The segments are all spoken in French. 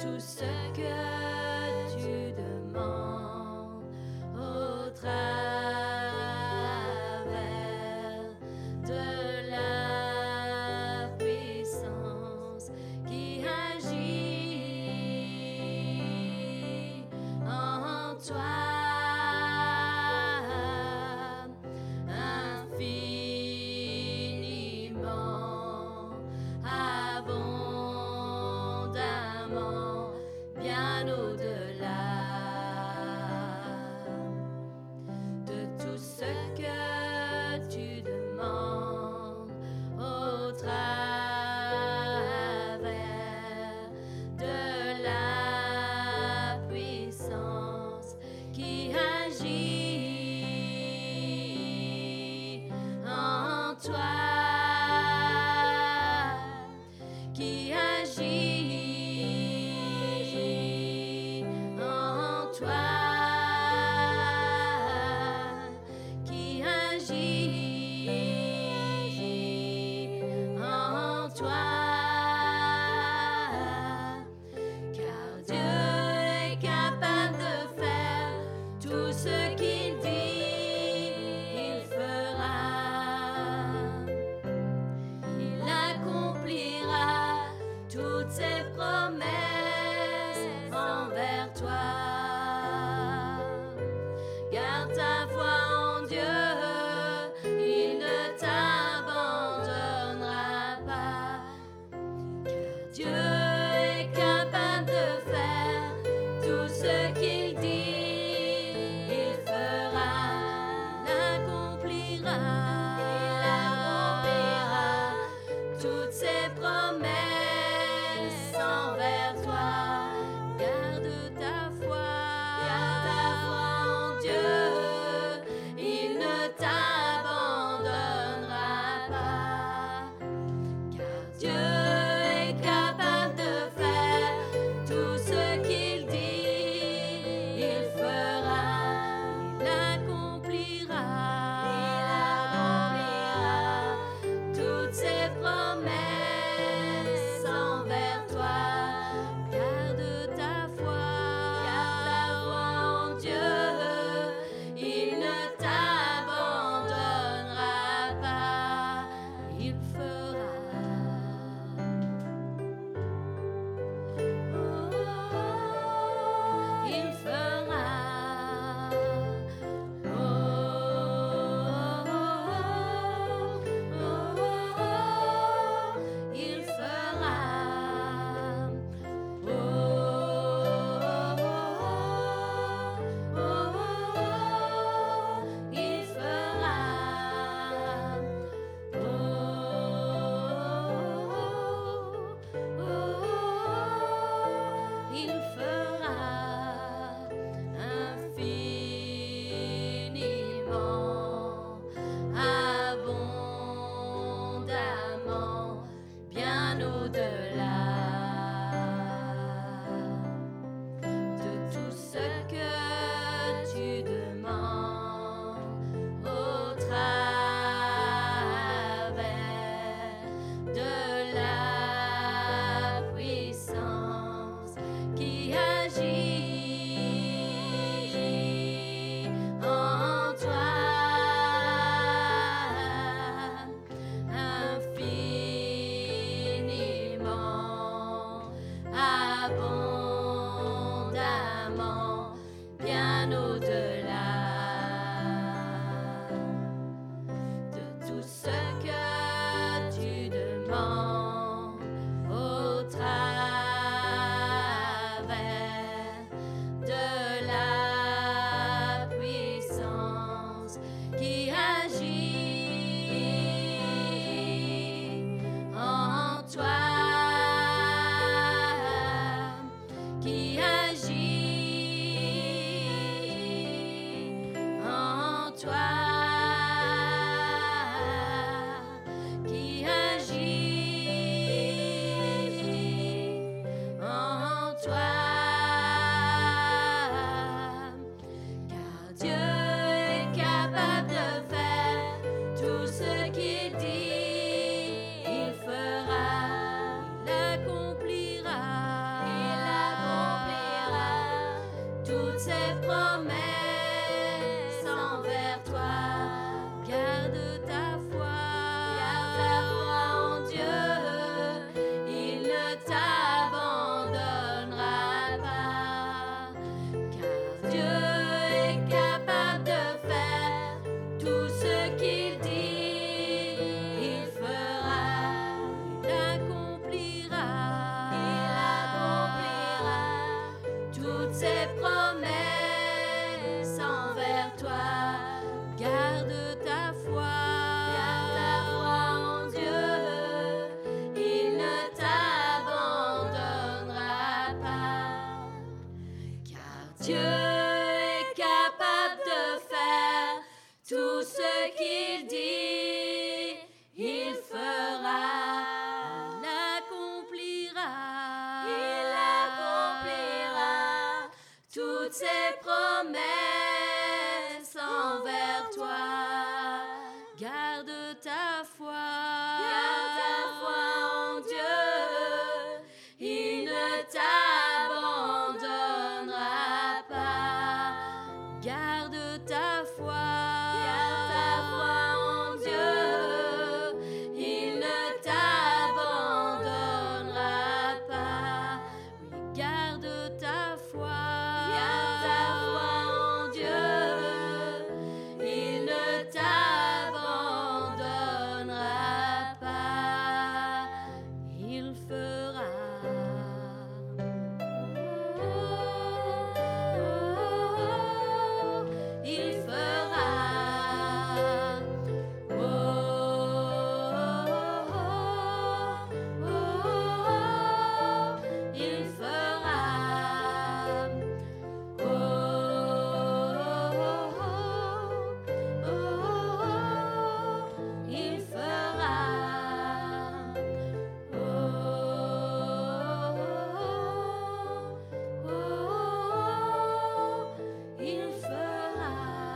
tout ce que tu demandes au travers de la puissance qui agit en toi. Infiniment, abondamment, bien au-delà de tout ce que tu demandes au travers de la puissance qui Dieu est capable de faire tout ce qu'il dit, il fera, il accomplira toutes ses promesses envers toi. Garde ta foi en Dieu, il ne t'abandonnera pas. Garde ta foi en Dieu, il ne t'abandonnera pas. Oui, garde ta foi en Dieu, il ne t'abandonnera pas. Il fera. Il fera. Il fera. Il fera. Il fera.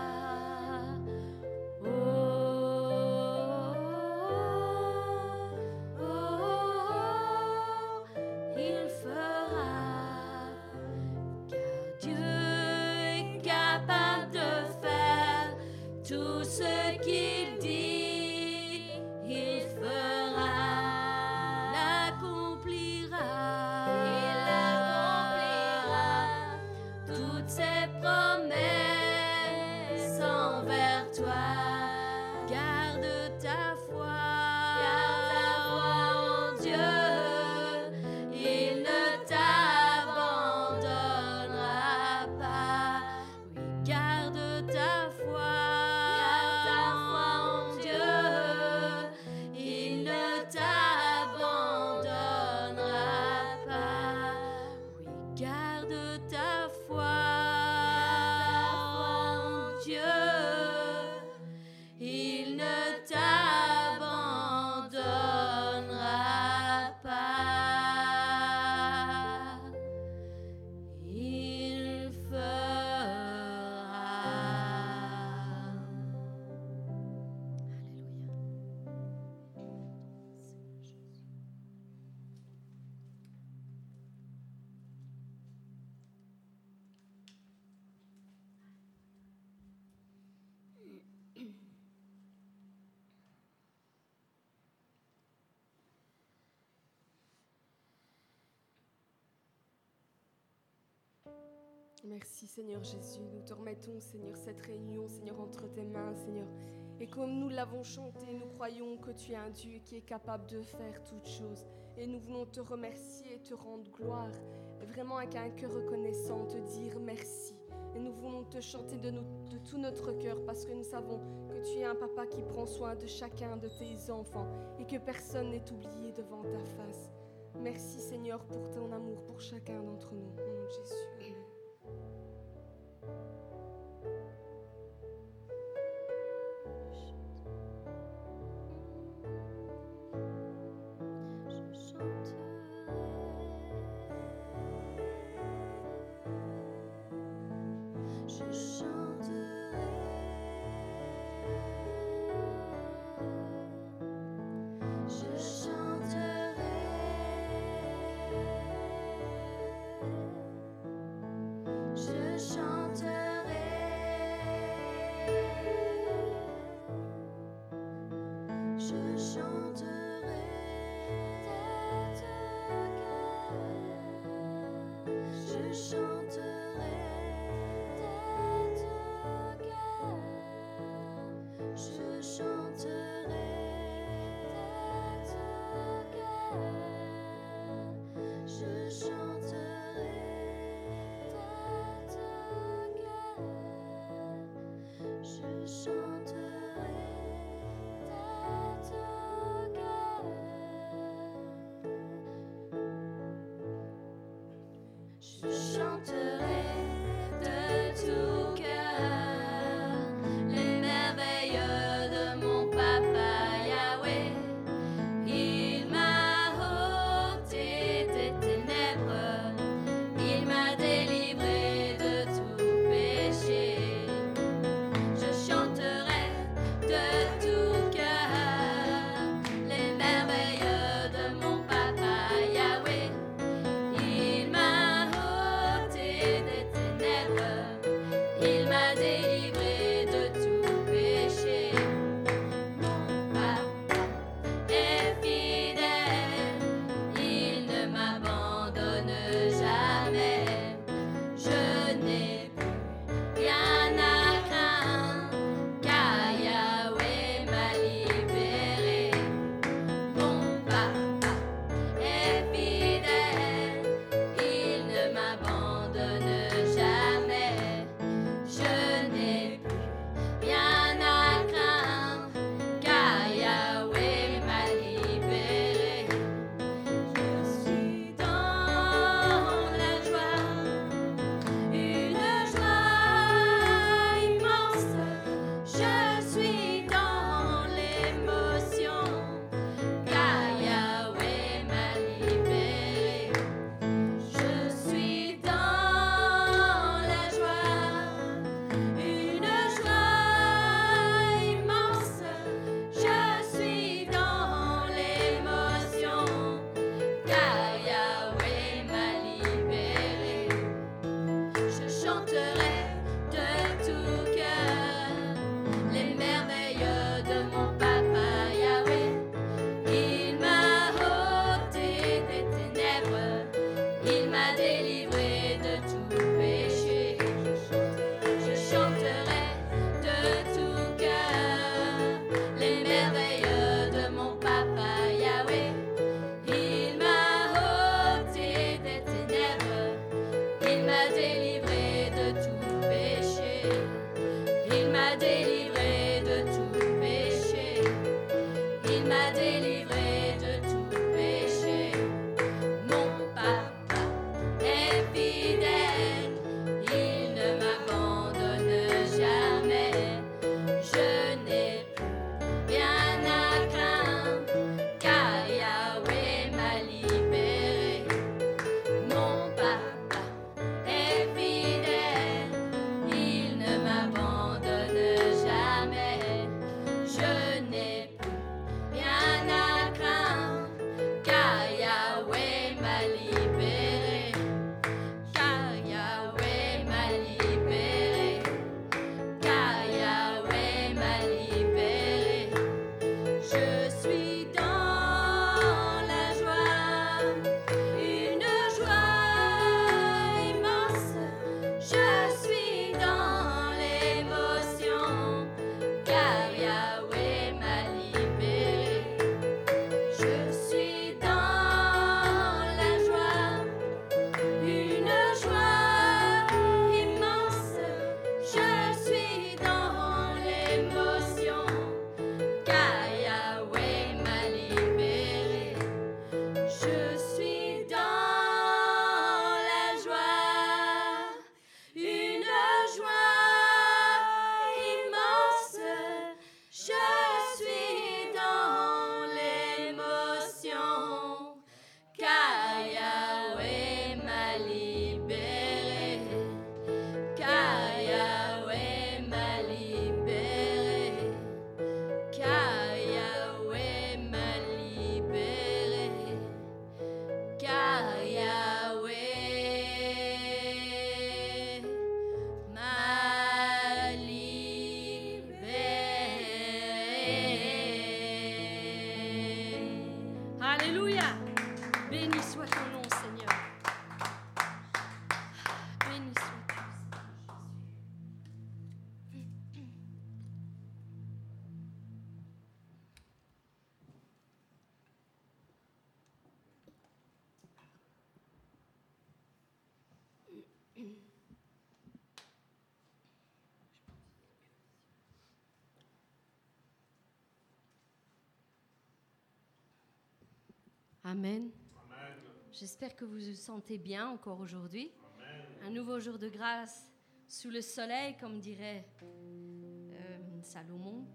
Il fera. Car Dieu est capable de faire tout ce qu'il dit, il fera, il accomplira toutes ses promesses envers toi. Garde ta foi en Dieu, il ne t'abandonnera pas. Oui, garde ta foi en Dieu, il ne t'abandonnera pas. Oui, garde ta foi en Dieu, il ne t'abandonnera pas. Il fera. Merci Seigneur Jésus, nous te remettons Seigneur cette réunion Seigneur entre tes mains Seigneur. Et comme nous l'avons chanté, nous croyons que tu es un Dieu qui est capable de faire toutes choses. Et nous voulons te remercier et te rendre gloire. Et vraiment avec un cœur reconnaissant, te dire merci. Et nous voulons te chanter de tout notre cœur parce que nous savons que tu es un papa qui prend soin de chacun de tes enfants et que personne n'est oublié devant ta face. Merci Seigneur pour ton amour pour chacun d'entre nous. Au nom de Jésus. Amen. Je chanterai Amen. J'espère que vous vous sentez bien encore aujourd'hui. Un nouveau jour de grâce sous le soleil, comme dirait Salomon.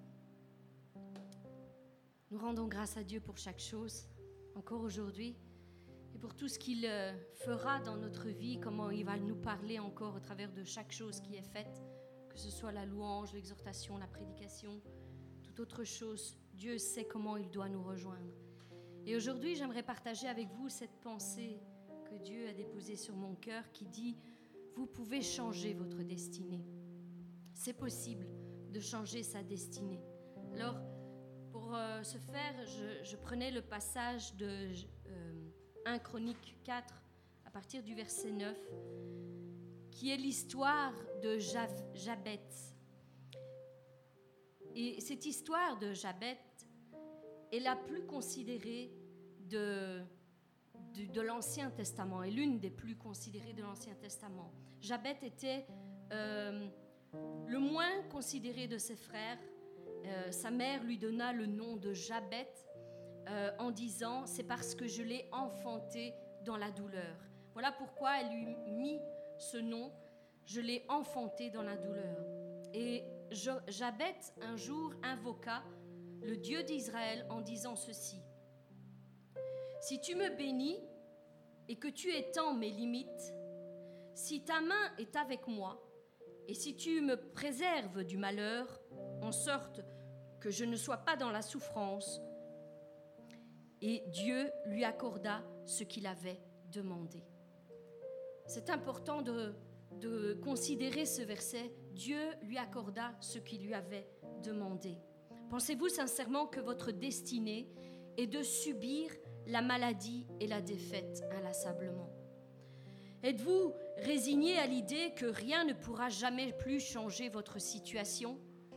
Nous rendons grâce à Dieu pour chaque chose, encore aujourd'hui, et pour tout ce qu'il fera dans notre vie, comment il va nous parler encore au travers de chaque chose qui est faite, que ce soit la louange, l'exhortation, la prédication, toute autre chose. Dieu sait comment il doit nous rejoindre. Et aujourd'hui, j'aimerais partager avec vous cette pensée que Dieu a déposée sur mon cœur qui dit « Vous pouvez changer votre destinée ». C'est possible de changer sa destinée. Alors, pour ce faire, je prenais le passage de 1 Chronique 4, à partir du verset 9, qui est l'histoire de Jabet. Et cette histoire de Jabet est la plus considérée de l'Ancien Testament, et l'une des plus considérées de l'Ancien Testament. Jabet était le moins considéré de ses frères. Sa mère lui donna le nom de Jabet en disant « C'est parce que je l'ai enfanté dans la douleur ». Voilà pourquoi elle lui mit ce nom « Je l'ai enfanté dans la douleur ». Et Jabet, un jour, invoqua le Dieu d'Israël en disant ceci : « Si tu me bénis et que tu étends mes limites, si ta main est avec moi, et si tu me préserves du malheur, en sorte que je ne sois pas dans la souffrance. » Et Dieu lui accorda ce qu'il avait demandé. C'est important de considérer ce verset. Dieu lui accorda ce qu'il lui avait demandé. Pensez-vous sincèrement que votre destinée est de subir la maladie et la défaite inlassablement? Êtes-vous résigné à l'idée que rien ne pourra jamais plus changer votre situation?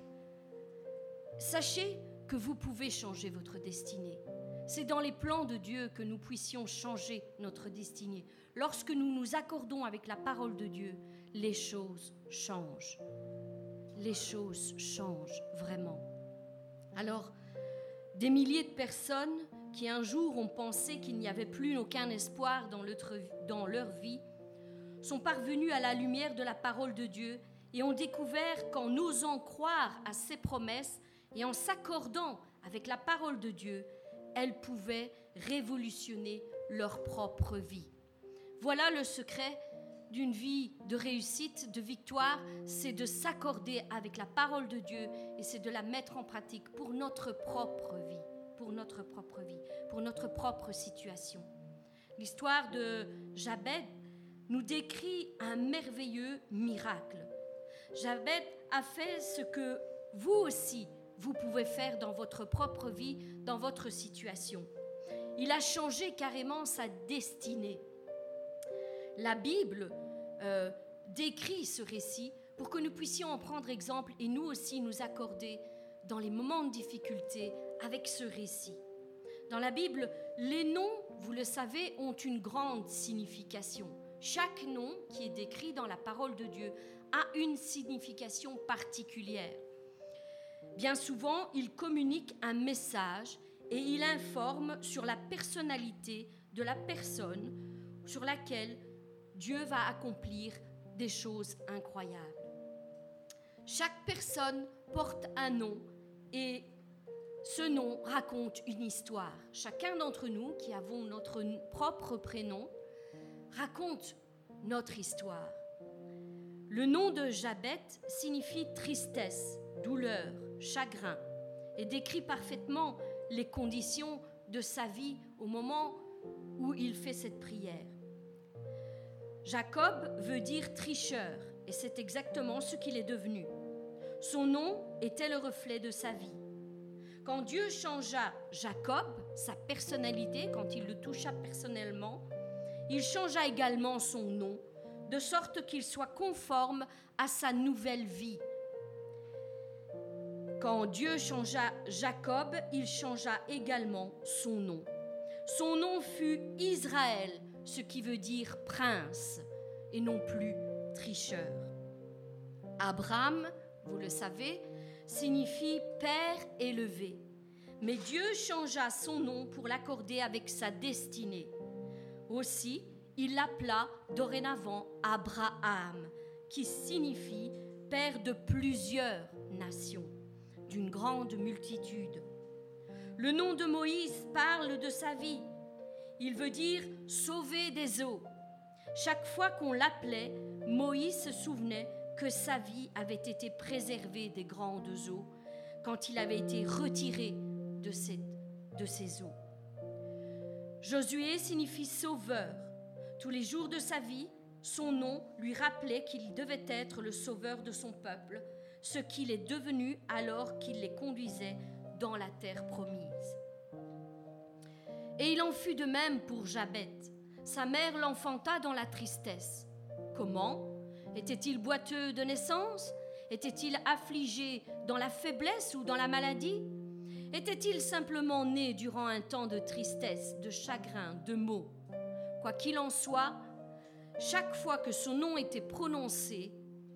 Sachez que vous pouvez changer votre destinée. C'est dans les plans de Dieu que nous puissions changer notre destinée. Lorsque nous nous accordons avec la parole de Dieu, les choses changent. Les choses changent vraiment. Alors, des milliers de personnes qui un jour ont pensé qu'il n'y avait plus aucun espoir dans leur vie sont parvenues à la lumière de la parole de Dieu et ont découvert qu'en osant croire à ses promesses et en s'accordant avec la parole de Dieu, elles pouvaient révolutionner leur propre vie. Voilà le secret d'une vie de réussite, de victoire, c'est de s'accorder avec la parole de Dieu et c'est de la mettre en pratique pour notre propre vie, pour notre propre situation. L'histoire de Jabet nous décrit un merveilleux miracle. Jabet a fait ce que vous aussi, vous pouvez faire dans votre propre vie, dans votre situation. Il a changé carrément sa destinée. La Bible décrit ce récit pour que nous puissions en prendre exemple et nous aussi nous accorder dans les moments de difficulté avec ce récit. Dans la Bible, les noms, vous le savez, ont une grande signification. Chaque nom qui est décrit dans la parole de Dieu a une signification particulière. Bien souvent, il communique un message et il informe sur la personnalité de la personne sur laquelle Dieu va accomplir des choses incroyables. Chaque personne porte un nom et ce nom raconte une histoire. Chacun d'entre nous qui avons notre propre prénom raconte notre histoire. Le nom de Jabet signifie tristesse, douleur, chagrin et décrit parfaitement les conditions de sa vie au moment où il fait cette prière. Jacob veut dire tricheur et c'est exactement ce qu'il est devenu. Son nom était le reflet de sa vie. Quand Dieu changea Jacob, sa personnalité, quand il le toucha personnellement, il changea également son nom, de sorte qu'il soit conforme à sa nouvelle vie. Quand Dieu changea Jacob, il changea également son nom. Son nom fut Israël, ce qui veut dire prince, et non plus tricheur. Abraham, vous le savez, signifie père élevé. Mais Dieu changea son nom pour l'accorder avec sa destinée. Aussi, il l'appela dorénavant Abraham, qui signifie père de plusieurs nations, d'une grande multitude. Le nom de Moïse parle de sa vie. Il veut dire sauver des eaux. Chaque fois qu'on l'appelait, Moïse se souvenait que sa vie avait été préservée des grandes eaux quand il avait été retiré de ces eaux. Josué signifie sauveur. Tous les jours de sa vie, son nom lui rappelait qu'il devait être le sauveur de son peuple, ce qu'il est devenu alors qu'il les conduisait dans la terre promise. Et il en fut de même pour Jabet. Sa mère l'enfanta dans la tristesse. Comment ? Était-il boiteux de naissance ? Était-il affligé dans la faiblesse ou dans la maladie ? Était-il simplement né durant un temps de tristesse, de chagrin, de maux ? Quoi qu'il en soit, chaque fois que son nom était prononcé,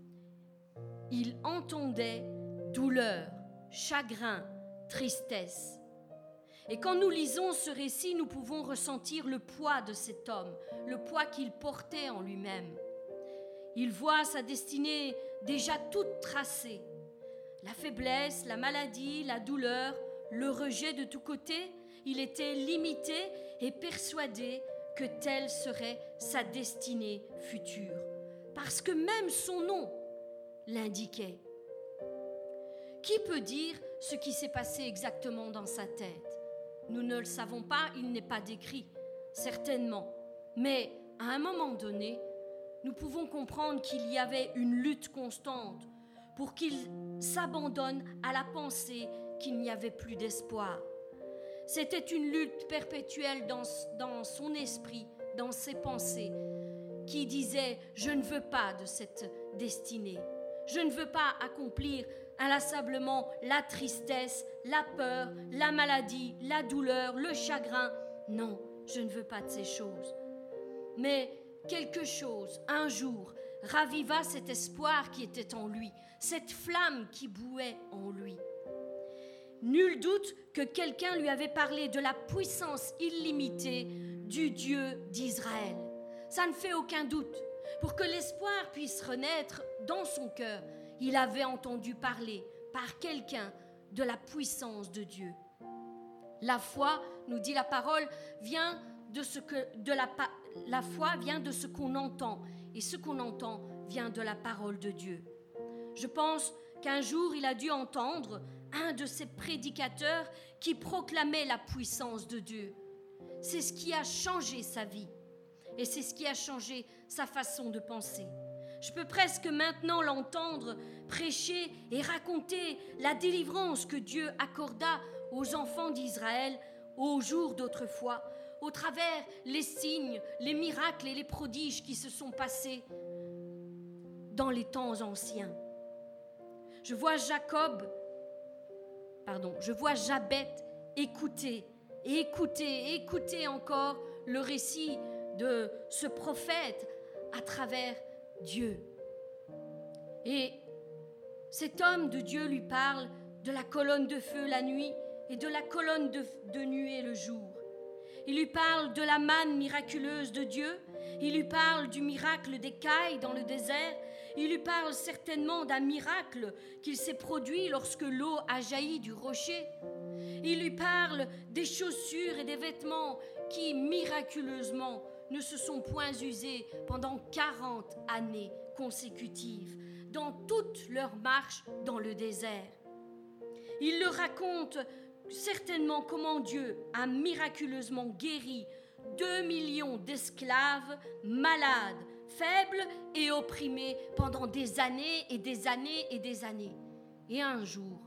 il entendait douleur, chagrin, tristesse. Et quand nous lisons ce récit, nous pouvons ressentir le poids de cet homme, le poids qu'il portait en lui-même. Il voit sa destinée déjà toute tracée. La faiblesse, la maladie, la douleur, le rejet de tous côtés, il était limité et persuadé que telle serait sa destinée future. Parce que même son nom l'indiquait. Qui peut dire ce qui s'est passé exactement dans sa tête ? Nous ne le savons pas, il n'est pas décrit, certainement. Mais à un moment donné, nous pouvons comprendre qu'il y avait une lutte constante pour qu'il s'abandonne à la pensée qu'il n'y avait plus d'espoir. C'était une lutte perpétuelle dans son esprit, dans ses pensées, qui disait « Je ne veux pas de cette destinée. Je ne veux pas accomplir inlassablement la tristesse, la peur, la maladie, la douleur, le chagrin. Non, je ne veux pas de ces choses. » Mais quelque chose, un jour, raviva cet espoir qui était en lui, cette flamme qui bouait en lui. Nul doute que quelqu'un lui avait parlé de la puissance illimitée du Dieu d'Israël. Ça ne fait aucun doute. Pour que l'espoir puisse renaître dans son cœur, il avait entendu parler par quelqu'un de la puissance de Dieu. La foi, nous dit la parole, vient de ce qu'on entend, et ce qu'on entend vient de la parole de Dieu. Je pense qu'un jour, il a dû entendre un de ces prédicateurs qui proclamait la puissance de Dieu. C'est ce qui a changé sa vie, et c'est ce qui a changé sa façon de penser. Je peux presque maintenant l'entendre prêcher et raconter la délivrance que Dieu accorda aux enfants d'Israël au jour d'autrefois, au travers les signes, les miracles et les prodiges qui se sont passés dans les temps anciens. Je vois Jabet écouter encore le récit de ce prophète à travers Dieu. Et cet homme de Dieu lui parle de la colonne de feu la nuit et de la colonne de nuée le jour. Il lui parle de la manne miraculeuse de Dieu. Il lui parle du miracle des cailles dans le désert. Il lui parle certainement d'un miracle qu'il s'est produit lorsque l'eau a jailli du rocher. Il lui parle des chaussures et des vêtements qui, miraculeusement, ne se sont point usés pendant 40 années consécutives, dans toute leur marche dans le désert. Il leur raconte certainement comment Dieu a miraculeusement guéri 2 millions d'esclaves malades, faibles et opprimés pendant des années et des années et des années. Et un jour,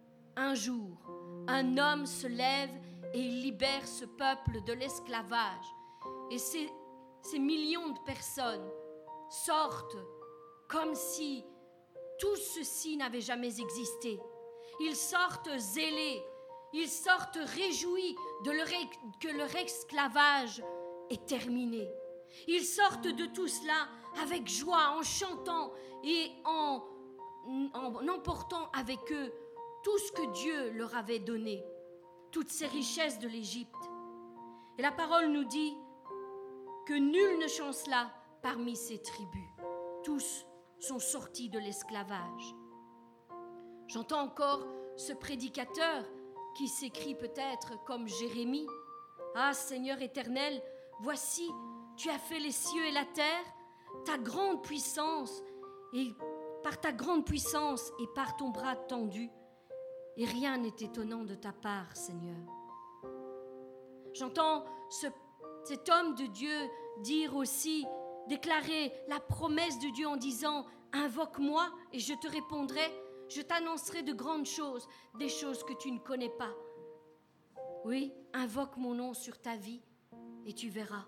un homme se lève et il libère ce peuple de l'esclavage. Et ces millions de personnes sortent comme si tout ceci n'avait jamais existé. Ils sortent zélés, ils sortent réjouis que leur esclavage est terminé. Ils sortent de tout cela avec joie, en chantant et en emportant avec eux tout ce que Dieu leur avait donné, toutes ces richesses de l'Égypte. Et la parole nous dit que nul ne chancela parmi ces tribus. Tous sont sortis de l'esclavage. J'entends encore ce prédicateur qui s'écrie peut-être comme Jérémie. « Ah Seigneur éternel, voici, tu as fait les cieux et la terre, ta grande puissance, et par ta grande puissance et par ton bras tendu, et rien n'est étonnant de ta part, Seigneur. » J'entends cet homme de Dieu dire aussi, déclarer la promesse de Dieu en disant « Invoque-moi et je te répondrai, je t'annoncerai de grandes choses, des choses que tu ne connais pas. » Oui, invoque mon nom sur ta vie et tu verras.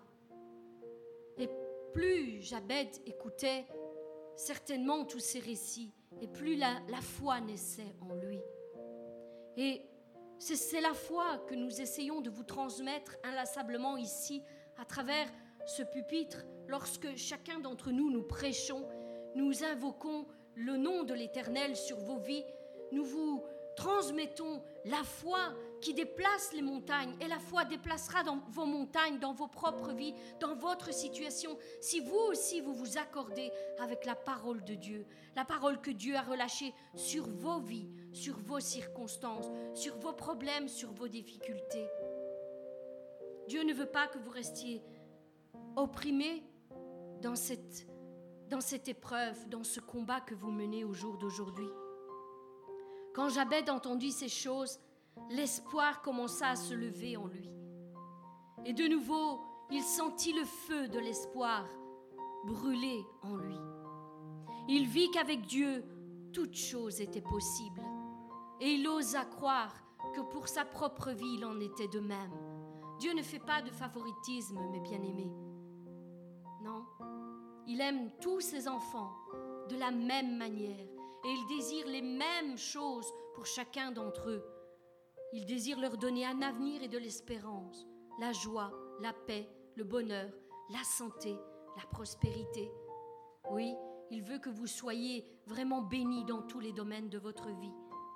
Et plus Jabed écoutait certainement tous ces récits, et plus la foi naissait en lui. Et c'est la foi que nous essayons de vous transmettre inlassablement ici, à travers ce pupitre. Lorsque chacun d'entre nous prêchons, nous invoquons le nom de l'Éternel sur vos vies, nous vous transmettons la foi qui déplace les montagnes, et la foi déplacera dans vos montagnes, dans vos propres vies, dans votre situation, si vous aussi vous vous accordez avec la parole de Dieu, la parole que Dieu a relâchée sur vos vies, sur vos circonstances, sur vos problèmes, sur vos difficultés. Dieu ne veut pas que vous restiez opprimés dans cette épreuve, dans ce combat que vous menez au jour d'aujourd'hui. Quand Jabed entendit ces choses, l'espoir commença à se lever en lui. Et de nouveau, il sentit le feu de l'espoir brûler en lui. Il vit qu'avec Dieu, toute chose était possible. Et il osa croire que pour sa propre vie, il en était de même. Dieu ne fait pas de favoritisme, mes bien-aimés. Non, il aime tous ses enfants de la même manière. Et il désire les mêmes choses pour chacun d'entre eux. Il désire leur donner un avenir et de l'espérance, la joie, la paix, le bonheur, la santé, la prospérité. Oui, il veut que vous soyez vraiment bénis dans tous les domaines de votre vie.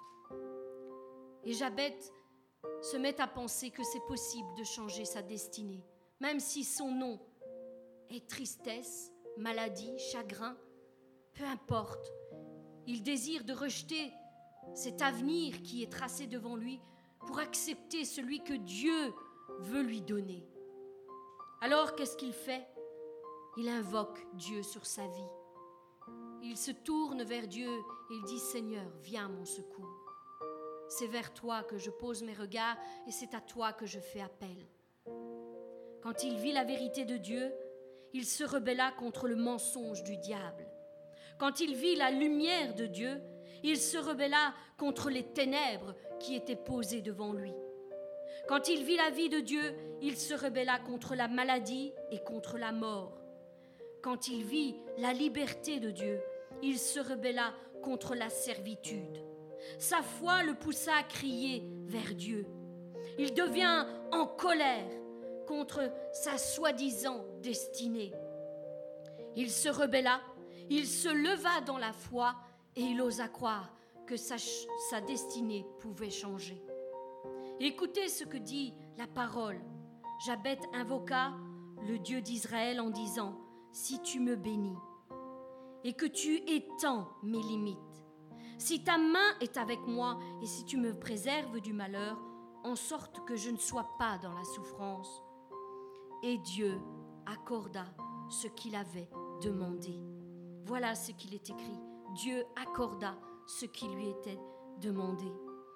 Et Jabed se met à penser que c'est possible de changer sa destinée, même si son nom est tristesse, maladie, chagrin, peu importe. Il désire de rejeter cet avenir qui est tracé devant lui pour accepter celui que Dieu veut lui donner. Alors, qu'est-ce qu'il fait? Il invoque Dieu sur sa vie. Il se tourne vers Dieu et il dit « Seigneur, viens à mon secours. C'est vers toi que je pose mes regards et c'est à toi que je fais appel. » Quand il vit la vérité de Dieu, il se rebella contre le mensonge du diable. Quand il vit la lumière de Dieu, il se rebella contre les ténèbres qui étaient posées devant lui. Quand il vit la vie de Dieu, il se rebella contre la maladie et contre la mort. Quand il vit la liberté de Dieu, il se rebella contre la servitude. Sa foi le poussa à crier vers Dieu. Il devient en colère contre sa soi-disant destinée. Il se rebella. Il se leva dans la foi et il osa croire que sa destinée pouvait changer. Écoutez ce que dit la parole. Jabed invoqua le Dieu d'Israël en disant « Si tu me bénis et que tu étends mes limites, si ta main est avec moi et si tu me préserves du malheur, en sorte que je ne sois pas dans la souffrance. » Et Dieu accorda ce qu'il avait demandé. Voilà ce qu'il est écrit. Dieu accorda ce qui lui était demandé.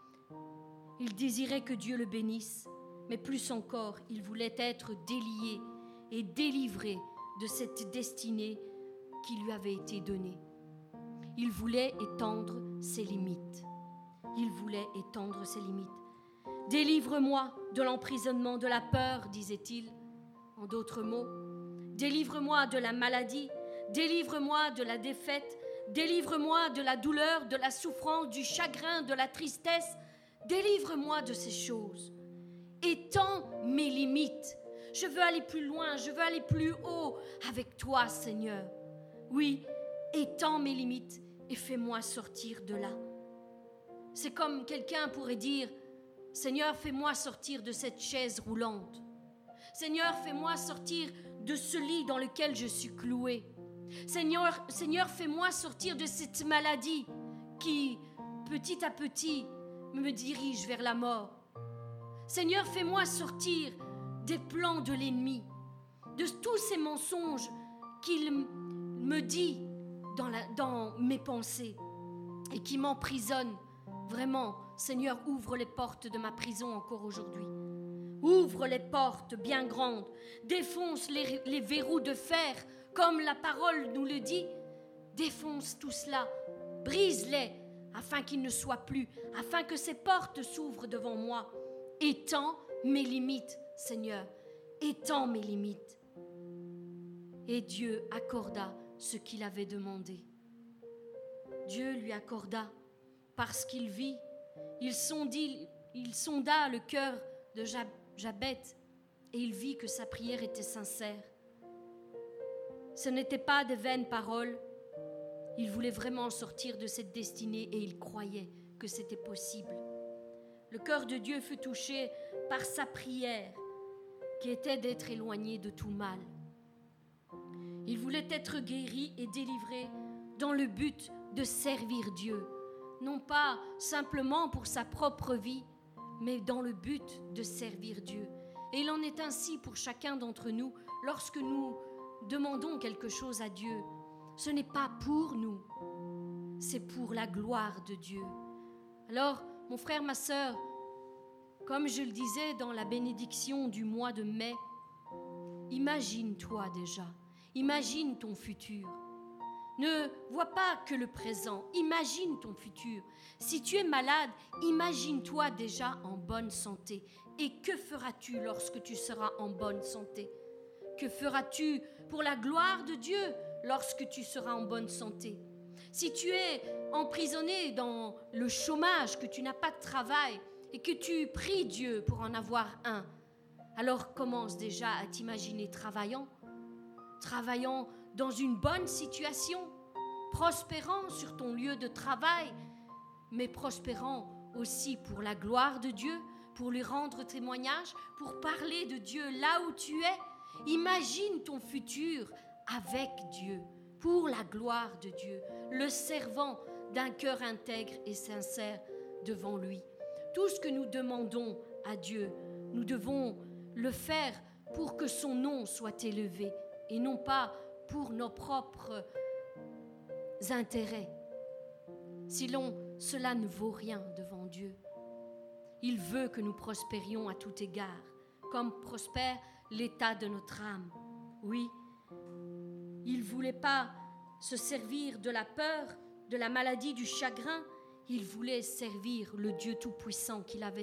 Il désirait que Dieu le bénisse, mais plus encore, il voulait être délié et délivré de cette destinée qui lui avait été donnée. Il voulait étendre ses limites. Il voulait étendre ses limites. « Délivre-moi de l'emprisonnement de la peur, disait-il. En d'autres mots, délivre-moi de la maladie, délivre-moi de la défaite, délivre-moi de la douleur, de la souffrance, du chagrin, de la tristesse. Délivre-moi de ces choses. Étends mes limites. Je veux aller plus loin, je veux aller plus haut avec toi, Seigneur. Oui, étends mes limites et fais-moi sortir de là. » C'est comme quelqu'un pourrait dire « Seigneur, fais-moi sortir de cette chaise roulante. Seigneur, fais-moi sortir de ce lit dans lequel je suis cloué. Seigneur, fais-moi sortir de cette maladie qui, petit à petit, me dirige vers la mort. Seigneur, fais-moi sortir des plans de l'ennemi, de tous ces mensonges qu'il me dit dans mes pensées et qui m'emprisonnent. Vraiment, Seigneur, ouvre les portes de ma prison encore aujourd'hui. Ouvre les portes bien grandes, défonce les verrous de fer, comme la parole nous le dit. Défonce tout cela, brise-les, afin qu'ils ne soient plus, afin que ces portes s'ouvrent devant moi. Étends mes limites, Seigneur, étends mes limites. Et Dieu accorda ce qu'il avait demandé. Dieu lui accorda parce qu'il vit, il sonda le cœur de Jabez et il vit que sa prière était sincère. Ce n'était pas de vaines paroles. Il voulait vraiment sortir de cette destinée et il croyait que c'était possible. Le cœur de Dieu fut touché par sa prière qui était d'être éloigné de tout mal. Il voulait être guéri et délivré dans le but de servir Dieu, non pas simplement pour sa propre vie, mais dans le but de servir Dieu. Et il en est ainsi pour chacun d'entre nous lorsque nous demandons quelque chose à Dieu. Ce n'est pas pour nous, c'est pour la gloire de Dieu. Alors, mon frère, ma sœur, comme je le disais dans la bénédiction du mois de mai, imagine-toi déjà, imagine ton futur. Ne vois pas que le présent, imagine ton futur. Si tu es malade, imagine-toi déjà en bonne santé. Et que feras-tu lorsque tu seras en bonne santé? Que feras-tu pour la gloire de Dieu lorsque tu seras en bonne santé? Si tu es emprisonné dans le chômage, que tu n'as pas de travail et que tu pries Dieu pour en avoir un, alors commence déjà à t'imaginer travaillant dans une bonne situation, prospérant sur ton lieu de travail, mais prospérant aussi pour la gloire de Dieu, pour lui rendre témoignage, pour parler de Dieu là où tu es. Imagine ton futur avec Dieu, pour la gloire de Dieu, le servant d'un cœur intègre et sincère devant lui. Tout ce que nous demandons à Dieu, nous devons le faire pour que son nom soit élevé et non pas pour nos propres intérêts. Sinon, cela ne vaut rien devant Dieu. Il veut que nous prospérions à tout égard, comme prospère l'état de notre âme. Oui, il ne voulait pas se servir de la peur, de la maladie, du chagrin. Il voulait servir le Dieu Tout-Puissant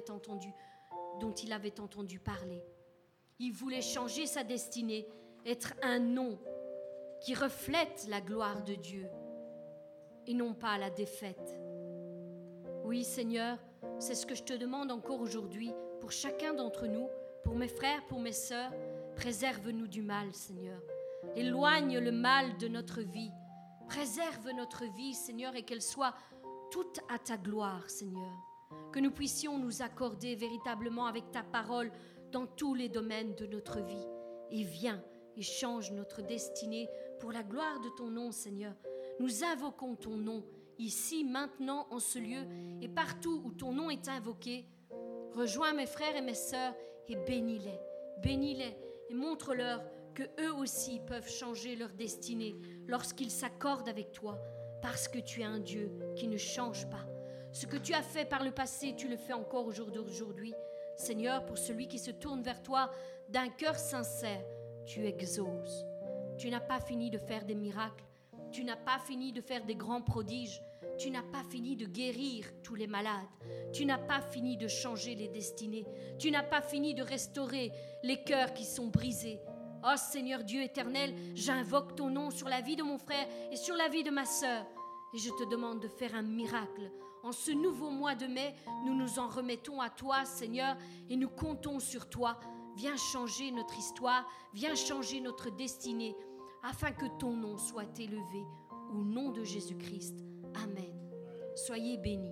dont il avait entendu parler. Il voulait changer sa destinée, être un nom qui reflète la gloire de Dieu et non pas la défaite. Oui, Seigneur, c'est ce que je te demande encore aujourd'hui pour chacun d'entre nous, pour mes frères, pour mes sœurs. Préserve-nous du mal, Seigneur. Éloigne le mal de notre vie. Préserve notre vie, Seigneur, et qu'elle soit toute à ta gloire, Seigneur. Que nous puissions nous accorder véritablement avec ta parole dans tous les domaines de notre vie. Et viens et change notre destinée pour la gloire de ton nom, Seigneur. Nous invoquons ton nom ici, maintenant, en ce lieu et partout où ton nom est invoqué. Rejoins mes frères et mes sœurs et bénis-les. Bénis-les et montre-leur que eux aussi peuvent changer leur destinée lorsqu'ils s'accordent avec toi, parce que tu es un Dieu qui ne change pas. Ce que tu as fait par le passé, tu le fais encore aujourd'hui. Seigneur, pour celui qui se tourne vers toi d'un cœur sincère, tu exauces. Tu n'as pas fini de faire des miracles. Tu n'as pas fini de faire des grands prodiges. Tu n'as pas fini de guérir tous les malades. Tu n'as pas fini de changer les destinées. Tu n'as pas fini de restaurer les cœurs qui sont brisés. Oh Seigneur Dieu éternel, j'invoque ton nom sur la vie de mon frère et sur la vie de ma sœur. Et je te demande de faire un miracle. En ce nouveau mois de mai, nous nous en remettons à toi, Seigneur, et nous comptons sur toi. Viens changer notre histoire, viens changer notre destinée, afin que ton nom soit élevé. Au nom de Jésus-Christ. Amen. Soyez bénis.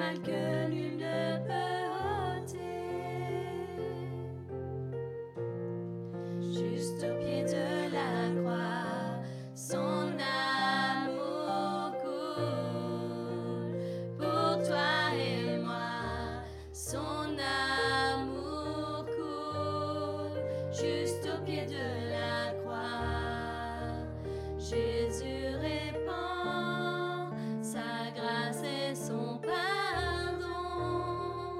mal que nul ne peut ôter. Juste au pied de la croix, son amour coule pour toi et moi. Son amour coule juste au pied de la croix. Jésus répand sa grâce et son pardon.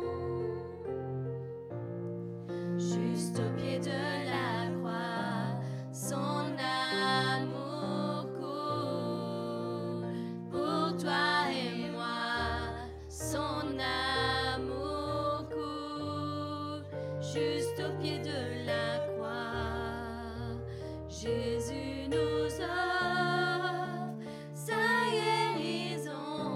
Juste au pied de la croix, son amour coule pour toi et moi. Son amour coule juste au pied de la croix. Jésus nous offre sa guérison.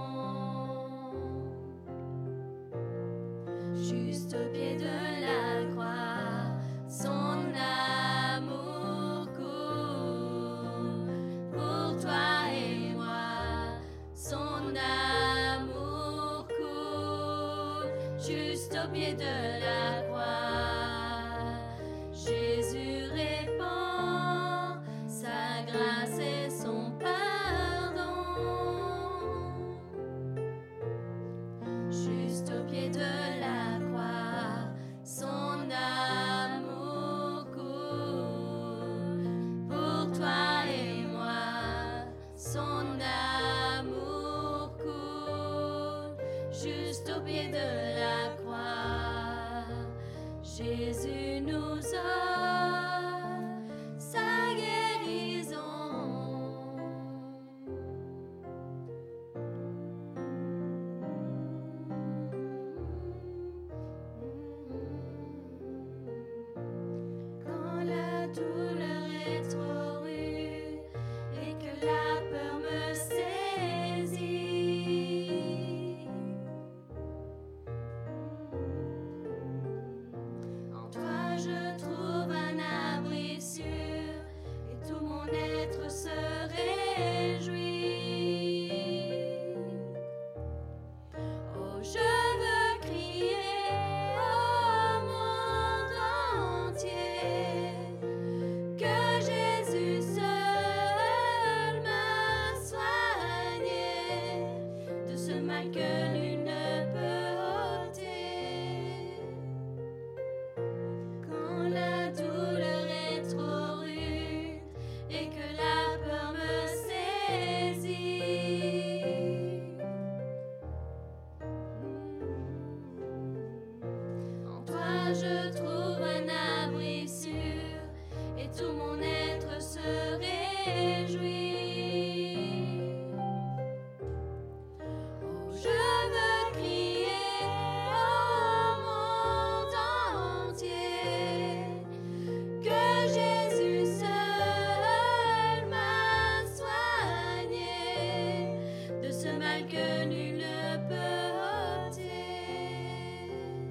Juste au pied de la croix, son amour coule pour toi et moi. Son amour coule juste au pied de la croix. Jésus répand sa grâce et son pardon. Juste au pied de la croix, son amour coule pour toi et moi. Son amour coule juste au pied de la croix. Jésus nous offre sa guérison. Quand la douleur est trop rude et que la peur me saisit, en toi je trouve un abri sûr et tout mon être se réjouit. Oh, je veux crier au monde entier que Jésus seul m'a soigné de ce mal que nul ne peut ôter. Quand la douleur est trop rude et que la peur me saisit, en toi je trouve un abri sûr et tout mon être se réjouit. Oh, je veux crier au monde entier que Jésus seul m'a soigné de ce mal que nul ne peut ôter.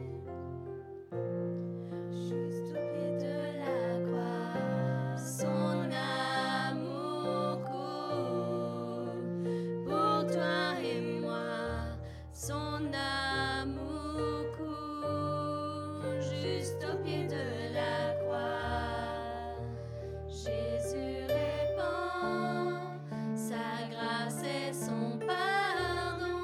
Juste au pied de la croix, son amour coule pour toi et moi. Son amour coule juste au pied de la croix. Jésus répand sa grâce et son pardon.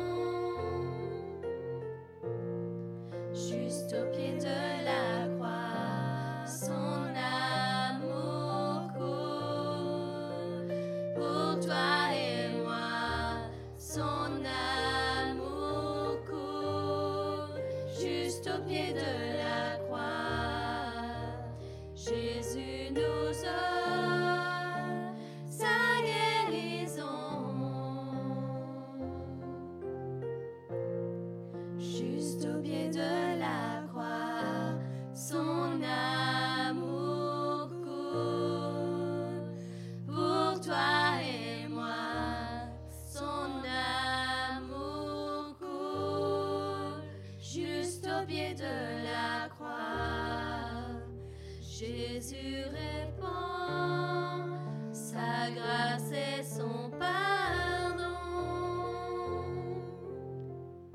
Juste au pied de la croix, son amour coule pour toi et moi. Son amour coule juste au pied de la croix. Jésus nous offre sa guérison. Juste au pied de la croix, son amour coule pour toi et moi. Son amour coule juste au pied de la croix. Jésus répand sa grâce et son pardon.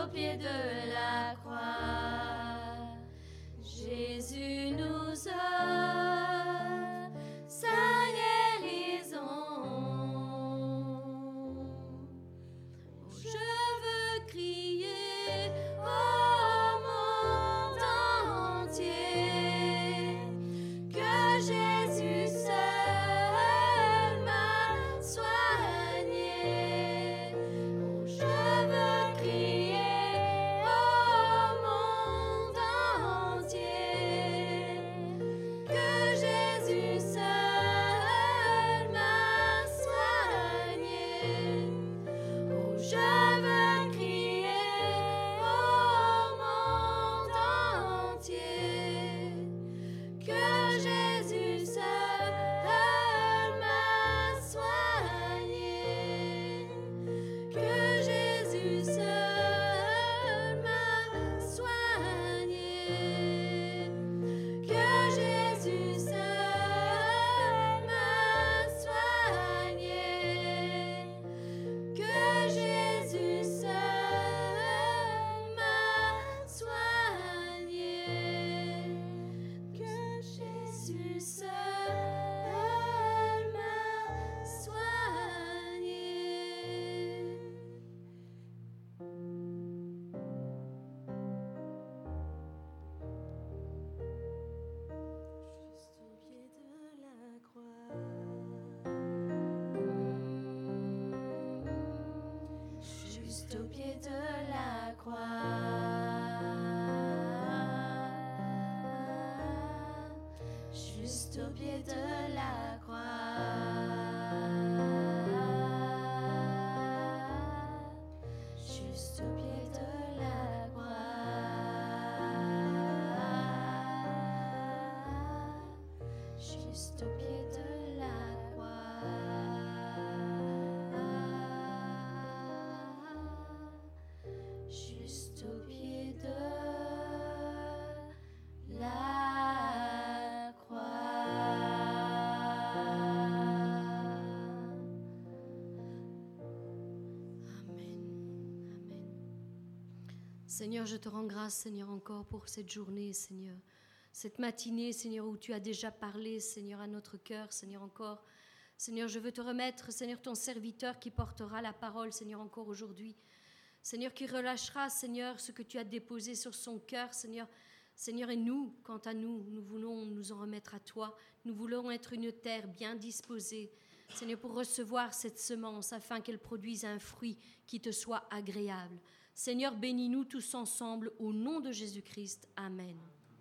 pied de la croix. Jésus nous offre sa guérison. Je veux crier au monde entier que Jésus seul m'a soigné. Je veux crier au monde entier que Jésus seul m'a soigné. Oh, je veux crier au monde entier que Jésus seul m'a soigné. Que Jésus seul m'a soigné. Que Jésus seul m'a soigné. Que Jésus seul m'a soigné. Que Jésus seul m'a soigné. Juste au pied de la croix. Juste au pied de la croix. Juste au pied de la croix. Juste au pied de la croix. Juste au pied de la croix. Amen. Amen. Seigneur, je te rends grâce, Seigneur, encore pour cette journée, Seigneur. Cette matinée, Seigneur, où tu as déjà parlé, Seigneur, à notre cœur, Seigneur, encore. Seigneur, je veux te remettre, Seigneur, ton serviteur qui portera la parole, Seigneur, encore aujourd'hui. Seigneur, qui relâchera, Seigneur, ce que tu as déposé sur son cœur, Seigneur. Seigneur, et nous, quant à nous, nous voulons nous en remettre à toi. Nous voulons être une terre bien disposée, Seigneur, pour recevoir cette semence afin qu'elle produise un fruit qui te soit agréable. Seigneur, bénis-nous tous ensemble au nom de Jésus-Christ. Amen.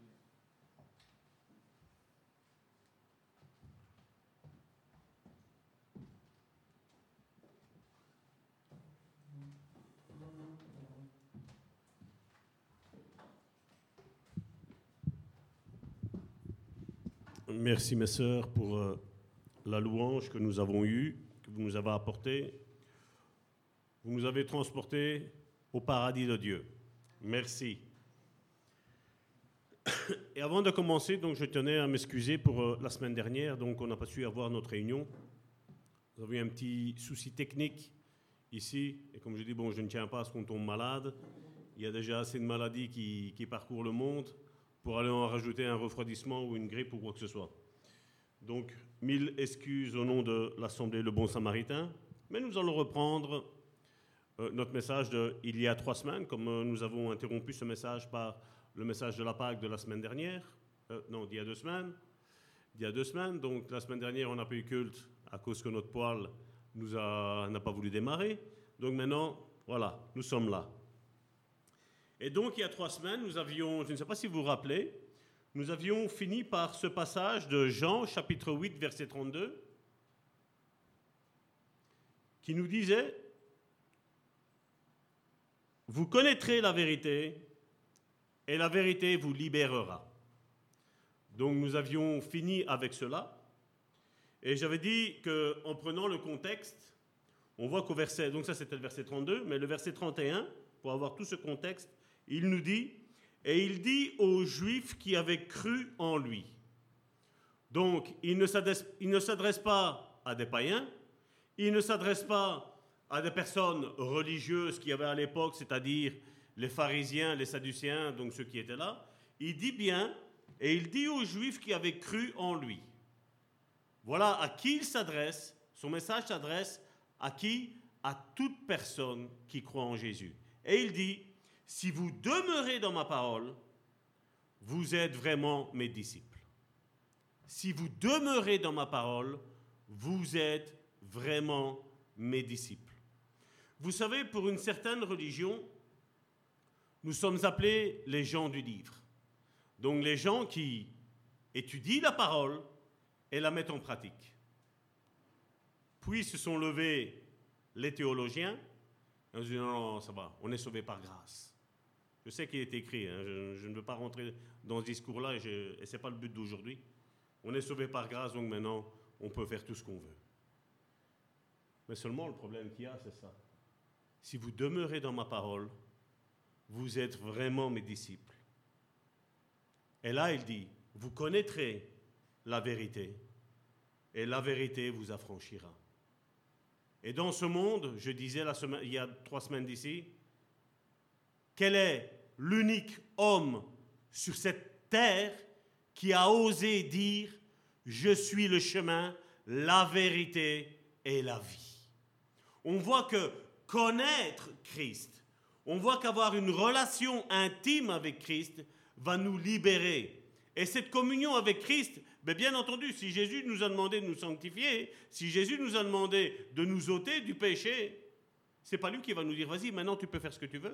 Merci mes sœurs pour la louange que nous avons eue, que vous nous avez apportée. Vous nous avez transportés au paradis de Dieu. Merci. Et avant de commencer, donc, je tenais à m'excuser pour la semaine dernière. Donc, on n'a pas su avoir notre réunion. Nous avons eu un petit souci technique ici. Et comme je dis, bon, je ne tiens pas à ce qu'on tombe malade. Il y a déjà assez de maladies qui parcourent le monde pour aller en rajouter un refroidissement ou une grippe ou quoi que ce soit. Donc, 1000 excuses au nom de l'Assemblée Le Bon Samaritain. Mais nous allons reprendre notre message d'il y a 3 semaines, comme nous avons interrompu ce message par le message de la Pâque de la semaine dernière. D'il y a 2 semaines. Il y a 2 semaines. Donc, la semaine dernière, on n'a pas eu culte à cause que notre poêle n'a pas voulu démarrer. Donc maintenant, voilà, nous sommes là. Et donc, il y a 3 semaines, nous avions, je ne sais pas si vous vous rappelez, nous avions fini par ce passage de Jean, chapitre 8, verset 32, qui nous disait « Vous connaîtrez la vérité, et la vérité vous libérera. » Donc, nous avions fini avec cela. Et j'avais dit qu'en prenant le contexte, on voit qu'au verset, donc ça c'était le verset 32, mais le verset 31, pour avoir tout ce contexte, il nous dit, et il dit aux Juifs qui avaient cru en lui. Donc, il ne s'adresse pas à des païens, il ne s'adresse pas à des personnes religieuses qu'il y avait à l'époque, c'est-à-dire les pharisiens, les sadducéens, donc ceux qui étaient là, il dit bien, et il dit aux Juifs qui avaient cru en lui. Voilà à qui il s'adresse, son message s'adresse à qui? À toute personne qui croit en Jésus. Et il dit, si vous demeurez dans ma parole, vous êtes vraiment mes disciples. Si vous demeurez dans ma parole, vous êtes vraiment mes disciples. Vous savez, pour une certaine religion, nous sommes appelés les gens du livre. Donc les gens qui étudient la parole et la mettent en pratique. Puis se sont levés les théologiens, et on se dit non, ça va, on est sauvé par grâce. Je sais qu'il est écrit, hein, je ne veux pas rentrer dans ce discours-là, et ce n'est pas le but d'aujourd'hui. On est sauvé par grâce, donc maintenant, on peut faire tout ce qu'on veut. Mais seulement le problème qu'il y a, c'est ça. Si vous demeurez dans ma parole, vous êtes vraiment mes disciples. Et là, il dit, vous connaîtrez la vérité, et la vérité vous affranchira. Et dans ce monde, je disais il y a 3 semaines d'ici, quel est l'unique homme sur cette terre qui a osé dire « Je suis le chemin, la vérité et la vie ». On voit que connaître Christ, on voit qu'avoir une relation intime avec Christ va nous libérer. Et cette communion avec Christ, bien entendu, si Jésus nous a demandé de nous sanctifier, si Jésus nous a demandé de nous ôter du péché, c'est pas lui qui va nous dire « Vas-y, maintenant tu peux faire ce que tu veux ».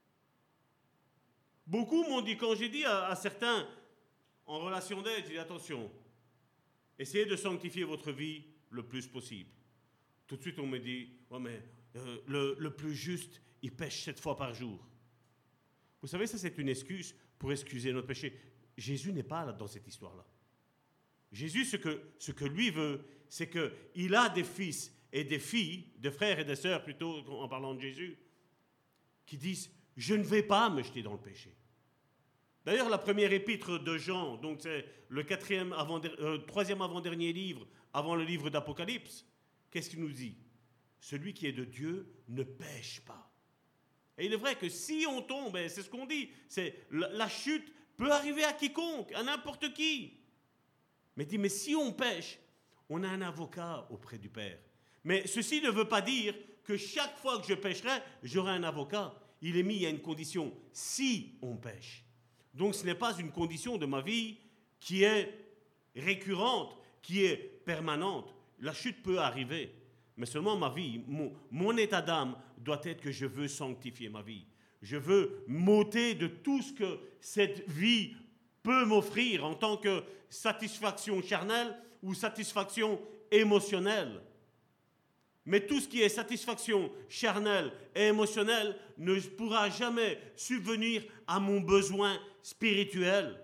Beaucoup m'ont dit, quand j'ai dit à certains en relation d'aide, j'ai dit attention, essayez de sanctifier votre vie le plus possible. Tout de suite on me dit, oh mais le plus juste, il pêche 7 fois par jour. Vous savez, ça c'est une excuse pour excuser notre péché. Jésus n'est pas là dans cette histoire-là. Jésus, ce que lui veut, c'est qu'il a des fils et des filles, des frères et des sœurs plutôt, en parlant de Jésus, qui disent, je ne vais pas me jeter dans le péché. D'ailleurs, la première épître de Jean, donc c'est le 3e avant-dernier livre, avant le livre d'Apocalypse, qu'est-ce qu'il nous dit? Celui qui est de Dieu ne pêche pas. Et il est vrai que si on tombe, c'est ce qu'on dit, la chute peut arriver à quiconque, à n'importe qui. Mais il dit, mais si on pêche, on a un avocat auprès du Père. Mais ceci ne veut pas dire que chaque fois que je pêcherai, j'aurai un avocat. Il est mis à une condition, si on pêche. Donc ce n'est pas une condition de ma vie qui est récurrente, qui est permanente. La chute peut arriver, mais seulement ma vie, mon état d'âme doit être que je veux sanctifier ma vie. Je veux m'ôter de tout ce que cette vie peut m'offrir en tant que satisfaction charnelle ou satisfaction émotionnelle. Mais tout ce qui est satisfaction charnelle et émotionnelle ne pourra jamais subvenir à mon besoin spirituel.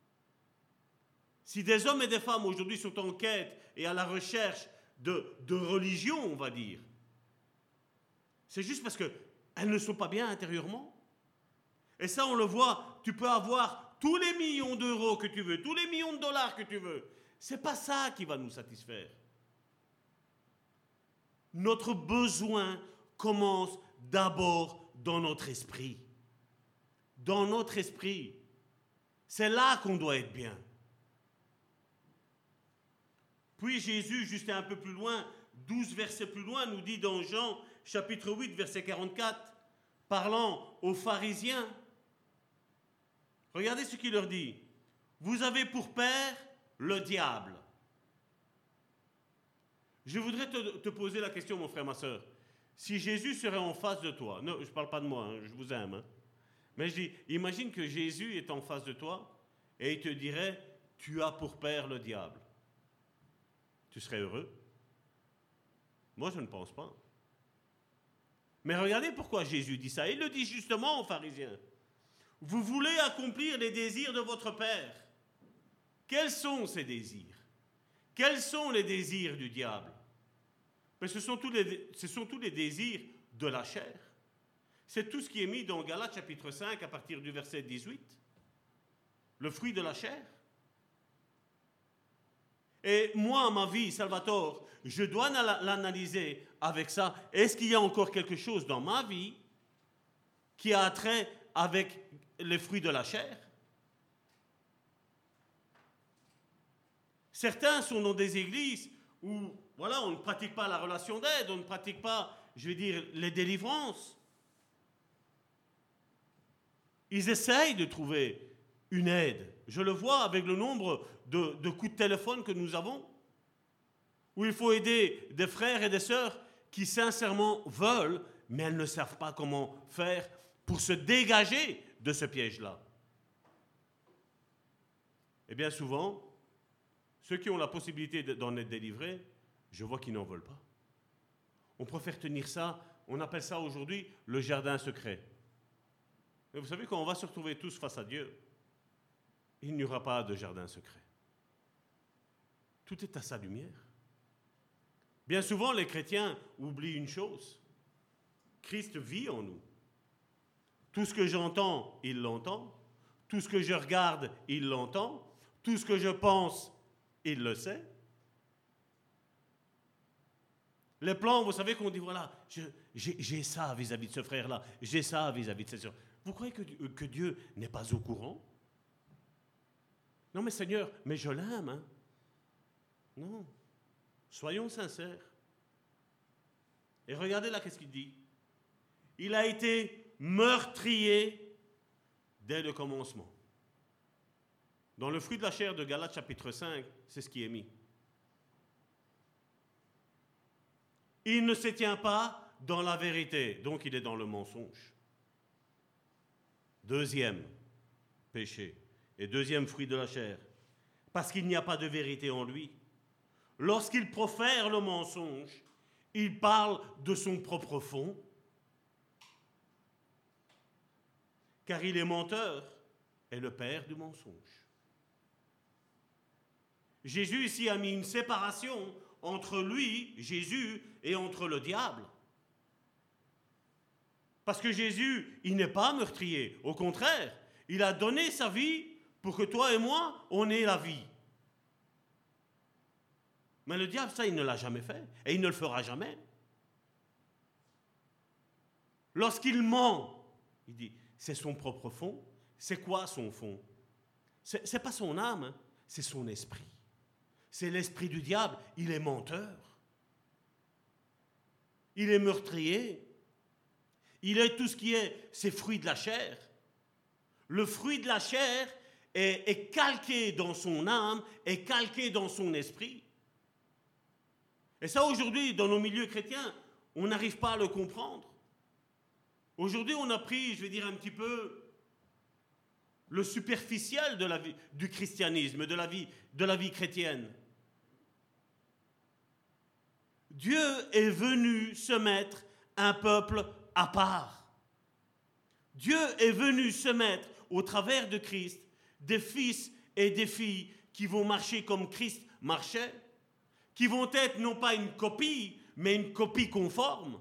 Si des hommes et des femmes aujourd'hui sont en quête et à la recherche de religion, on va dire, c'est juste parce qu'elles ne sont pas bien intérieurement. Et ça, on le voit, tu peux avoir tous les millions d'euros que tu veux, tous les millions de dollars que tu veux. C'est pas ça qui va nous satisfaire. Notre besoin commence d'abord dans notre esprit. Dans notre esprit. C'est là qu'on doit être bien. Puis Jésus, juste un peu plus loin, 12 versets plus loin, nous dit dans Jean, chapitre 8, verset 44, parlant aux pharisiens, regardez ce qu'il leur dit. Vous avez pour père le diable. Je voudrais te poser la question, mon frère, ma soeur. Si Jésus serait en face de toi, non, je ne parle pas de moi, hein, je vous aime, hein, mais je dis, imagine que Jésus est en face de toi et il te dirait, tu as pour père le diable. Tu serais heureux? Moi, je ne pense pas. Mais regardez pourquoi Jésus dit ça. Il le dit justement aux pharisiens. Vous voulez accomplir les désirs de votre père. Quels sont ces désirs? Quels sont les désirs du diable? Mais ce sont tous les désirs de la chair. C'est tout ce qui est mis dans Galates chapitre 5 à partir du verset 18. Le fruit de la chair. Et moi, ma vie, Salvatore, je dois l'analyser avec ça. Est-ce qu'il y a encore quelque chose dans ma vie qui a trait avec les fruits de la chair. Certains sont dans des églises où, voilà, on ne pratique pas la relation d'aide, on ne pratique pas, je vais dire, les délivrances. Ils essayent de trouver une aide. Je le vois avec le nombre de coups de téléphone que nous avons, où il faut aider des frères et des sœurs qui sincèrement veulent, mais elles ne savent pas comment faire pour se dégager de ce piège-là. Et bien souvent, ceux qui ont la possibilité d'en être délivrés, je vois qu'ils n'en veulent pas. On préfère tenir ça, on appelle ça aujourd'hui le jardin secret. Mais vous savez, quand on va se retrouver tous face à Dieu, il n'y aura pas de jardin secret. Tout est à sa lumière. Bien souvent, les chrétiens oublient une chose. Christ vit en nous. Tout ce que j'entends, il l'entend. Tout ce que je regarde, il l'entend. Tout ce que je pense, il le sait. Les plans, vous savez qu'on dit, voilà, j'ai ça vis-à-vis de ce frère-là, j'ai ça vis-à-vis de cette sœur. Vous croyez que Dieu n'est pas au courant? Non mais Seigneur, mais je l'aime, hein? Non. Soyons sincères. Et regardez là, qu'est-ce qu'il dit? Il a été meurtrier dès le commencement. Dans le fruit de la chair de Galates chapitre 5, c'est ce qui est mis. Il ne se tient pas dans la vérité, donc il est dans le mensonge. Deuxième péché, et deuxième fruit de la chair, parce qu'il n'y a pas de vérité en lui. Lorsqu'il profère le mensonge, il parle de son propre fond, car il est menteur et le père du mensonge. Jésus ici a mis une séparation entre lui, Jésus, et entre le diable. Parce que Jésus, il n'est pas meurtrier. Au contraire, il a donné sa vie pour que toi et moi, on ait la vie. Mais le diable, ça, il ne l'a jamais fait. Et il ne le fera jamais. Lorsqu'il ment, il dit, c'est son propre fond. C'est quoi son fond? C'est pas son âme, hein, c'est son esprit. C'est l'esprit du diable. Il est menteur. Il est meurtrier. Il est tout ce qui est ces fruits de la chair. Le fruit de la chair est calqué dans son âme, est calqué dans son esprit. Et ça, aujourd'hui, dans nos milieux chrétiens, on n'arrive pas à le comprendre. Aujourd'hui, on a pris, je vais dire un petit peu, le superficiel de la vie, du christianisme, de la vie chrétienne. Dieu est venu se mettre un peuple à part. Dieu est venu se mettre, au travers de Christ, des fils et des filles qui vont marcher comme Christ marchait, qui vont être non pas une copie, mais une copie conforme.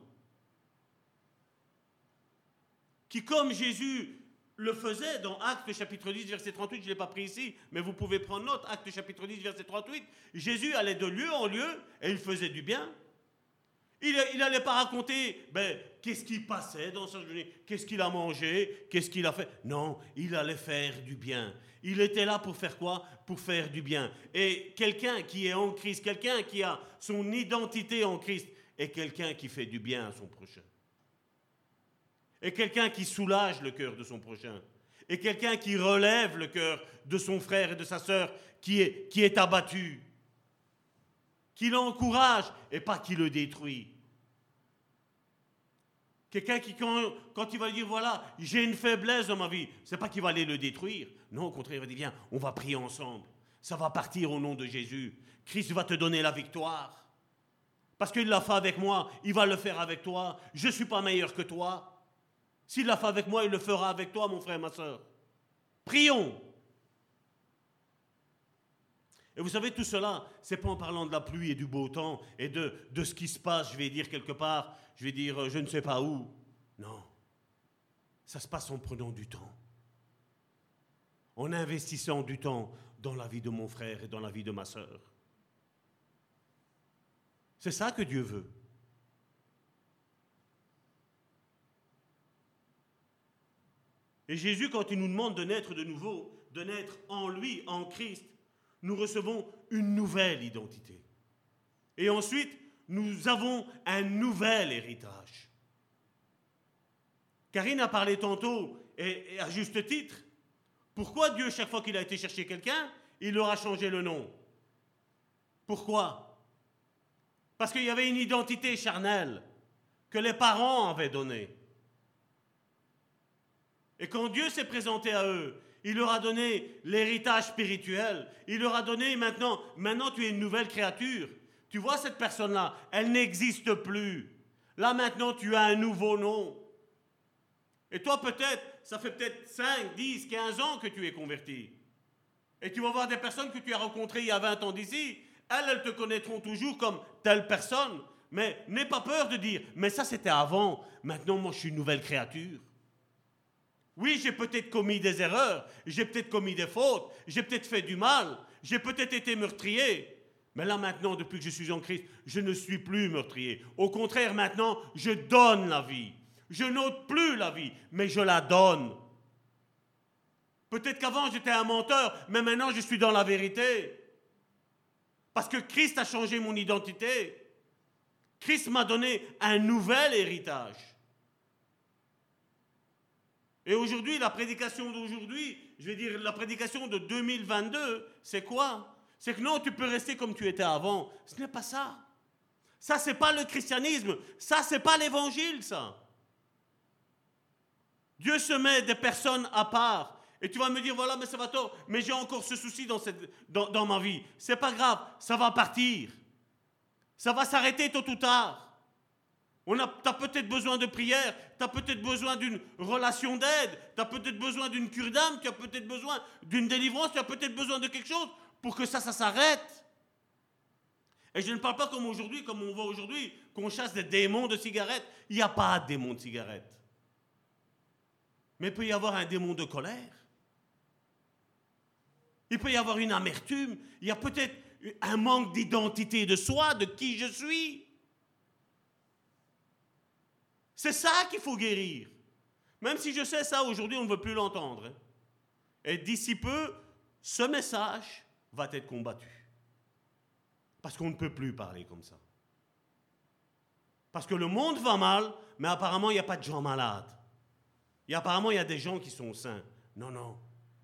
Qui, comme Jésus le faisait dans Actes chapitre 10, verset 38, je ne l'ai pas pris ici, mais vous pouvez prendre note, Actes chapitre 10, verset 38, Jésus allait de lieu en lieu et il faisait du bien. Il n'allait pas raconter qu'est-ce qui passait dans sa journée, qu'est-ce qu'il a mangé, qu'est-ce qu'il a fait. Non, il allait faire du bien. Il était là pour faire quoi? Pour faire du bien. Et quelqu'un qui est en Christ, quelqu'un qui a son identité en Christ, est quelqu'un qui fait du bien à son prochain. Et quelqu'un qui soulage le cœur de son prochain. Et quelqu'un qui relève le cœur de son frère et de sa sœur qui est abattu. Qui l'encourage et pas qui le détruit. Quelqu'un qui, quand il va dire, voilà, j'ai une faiblesse dans ma vie, c'est pas qu'il va aller le détruire. Non, au contraire, il va dire, viens, on va prier ensemble. Ça va partir au nom de Jésus. Christ va te donner la victoire. Parce qu'il l'a fait avec moi, il va le faire avec toi. Je ne suis pas meilleur que toi. S'il l'a fait avec moi, il le fera avec toi, mon frère, ma soeur. Prions. Et vous savez, tout cela, c'est pas en parlant de la pluie et du beau temps et de ce qui se passe, je vais dire quelque part, je vais dire je ne sais pas où. Non. Ça se passe en prenant du temps. En investissant du temps dans la vie de mon frère et dans la vie de ma sœur. C'est ça que Dieu veut. Et Jésus, quand il nous demande de naître de nouveau, de naître en lui, en Christ, nous recevons une nouvelle identité. Et ensuite, nous avons un nouvel héritage. Karine a parlé tantôt, et à juste titre, pourquoi Dieu, chaque fois qu'il a été chercher quelqu'un, il leur a changé le nom? Pourquoi? Parce qu'il y avait une identité charnelle que les parents avaient donnée. Et quand Dieu s'est présenté à eux, il leur a donné l'héritage spirituel. Il leur a donné maintenant tu es une nouvelle créature. Tu vois cette personne-là, elle n'existe plus. Là maintenant tu as un nouveau nom. Et toi peut-être, ça fait peut-être 5, 10, 15 ans que tu es converti. Et tu vas voir des personnes que tu as rencontrées il y a 20 ans d'ici. Elles te connaîtront toujours comme telle personne. Mais n'aie pas peur de dire, mais ça c'était avant. Maintenant moi je suis une nouvelle créature. Oui, j'ai peut-être commis des erreurs, j'ai peut-être commis des fautes, j'ai peut-être fait du mal, j'ai peut-être été meurtrier. Mais là maintenant, depuis que je suis en Christ, je ne suis plus meurtrier. Au contraire, maintenant, je donne la vie. Je n'ôte plus la vie, mais je la donne. Peut-être qu'avant j'étais un menteur, mais maintenant je suis dans la vérité. Parce que Christ a changé mon identité. Christ m'a donné un nouvel héritage. Et aujourd'hui, la prédication d'aujourd'hui, je vais dire la prédication de 2022, c'est quoi? C'est que non, tu peux rester comme tu étais avant. Ce n'est pas ça. Ça, c'est pas le christianisme. Ça, c'est pas l'évangile, ça. Dieu se met des personnes à part. Et tu vas me dire, voilà, mais Salvatore, mais j'ai encore ce souci dans ma vie. C'est pas grave, ça va partir. Ça va s'arrêter tôt ou tard. Tu as peut-être besoin de prière, tu as peut-être besoin d'une relation d'aide, tu as peut-être besoin d'une cure d'âme, tu as peut-être besoin d'une délivrance, tu as peut-être besoin de quelque chose pour que ça s'arrête. Et je ne parle pas comme aujourd'hui, comme on voit aujourd'hui, qu'on chasse des démons de cigarettes. Il n'y a pas de démons de cigarettes. Mais il peut y avoir un démon de colère. Il peut y avoir une amertume. Il y a peut-être un manque d'identité de soi, de qui je suis. C'est ça qu'il faut guérir. Même si je sais ça, aujourd'hui, on ne veut plus l'entendre. Et d'ici peu, ce message va être combattu. Parce qu'on ne peut plus parler comme ça. Parce que le monde va mal, mais apparemment, il n'y a pas de gens malades. Et apparemment, il y a des gens qui sont sains. Non, non.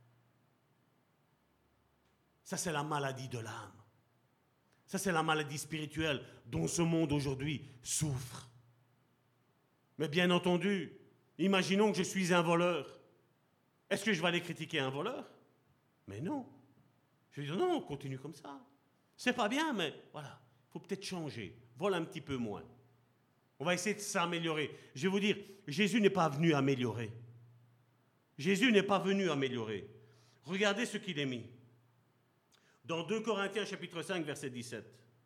Ça, c'est la maladie de l'âme. Ça, c'est la maladie spirituelle dont ce monde aujourd'hui souffre. Mais bien entendu, imaginons que je suis un voleur. Est-ce que je vais aller critiquer un voleur? Mais non. Je vais dire non, on continue comme ça. C'est pas bien, mais voilà, il faut peut-être changer. Vole un petit peu moins. On va essayer de s'améliorer. Je vais vous dire, Jésus n'est pas venu améliorer. Jésus n'est pas venu améliorer. Regardez ce qu'il est mis. Dans 2 Corinthiens chapitre 5, verset 17.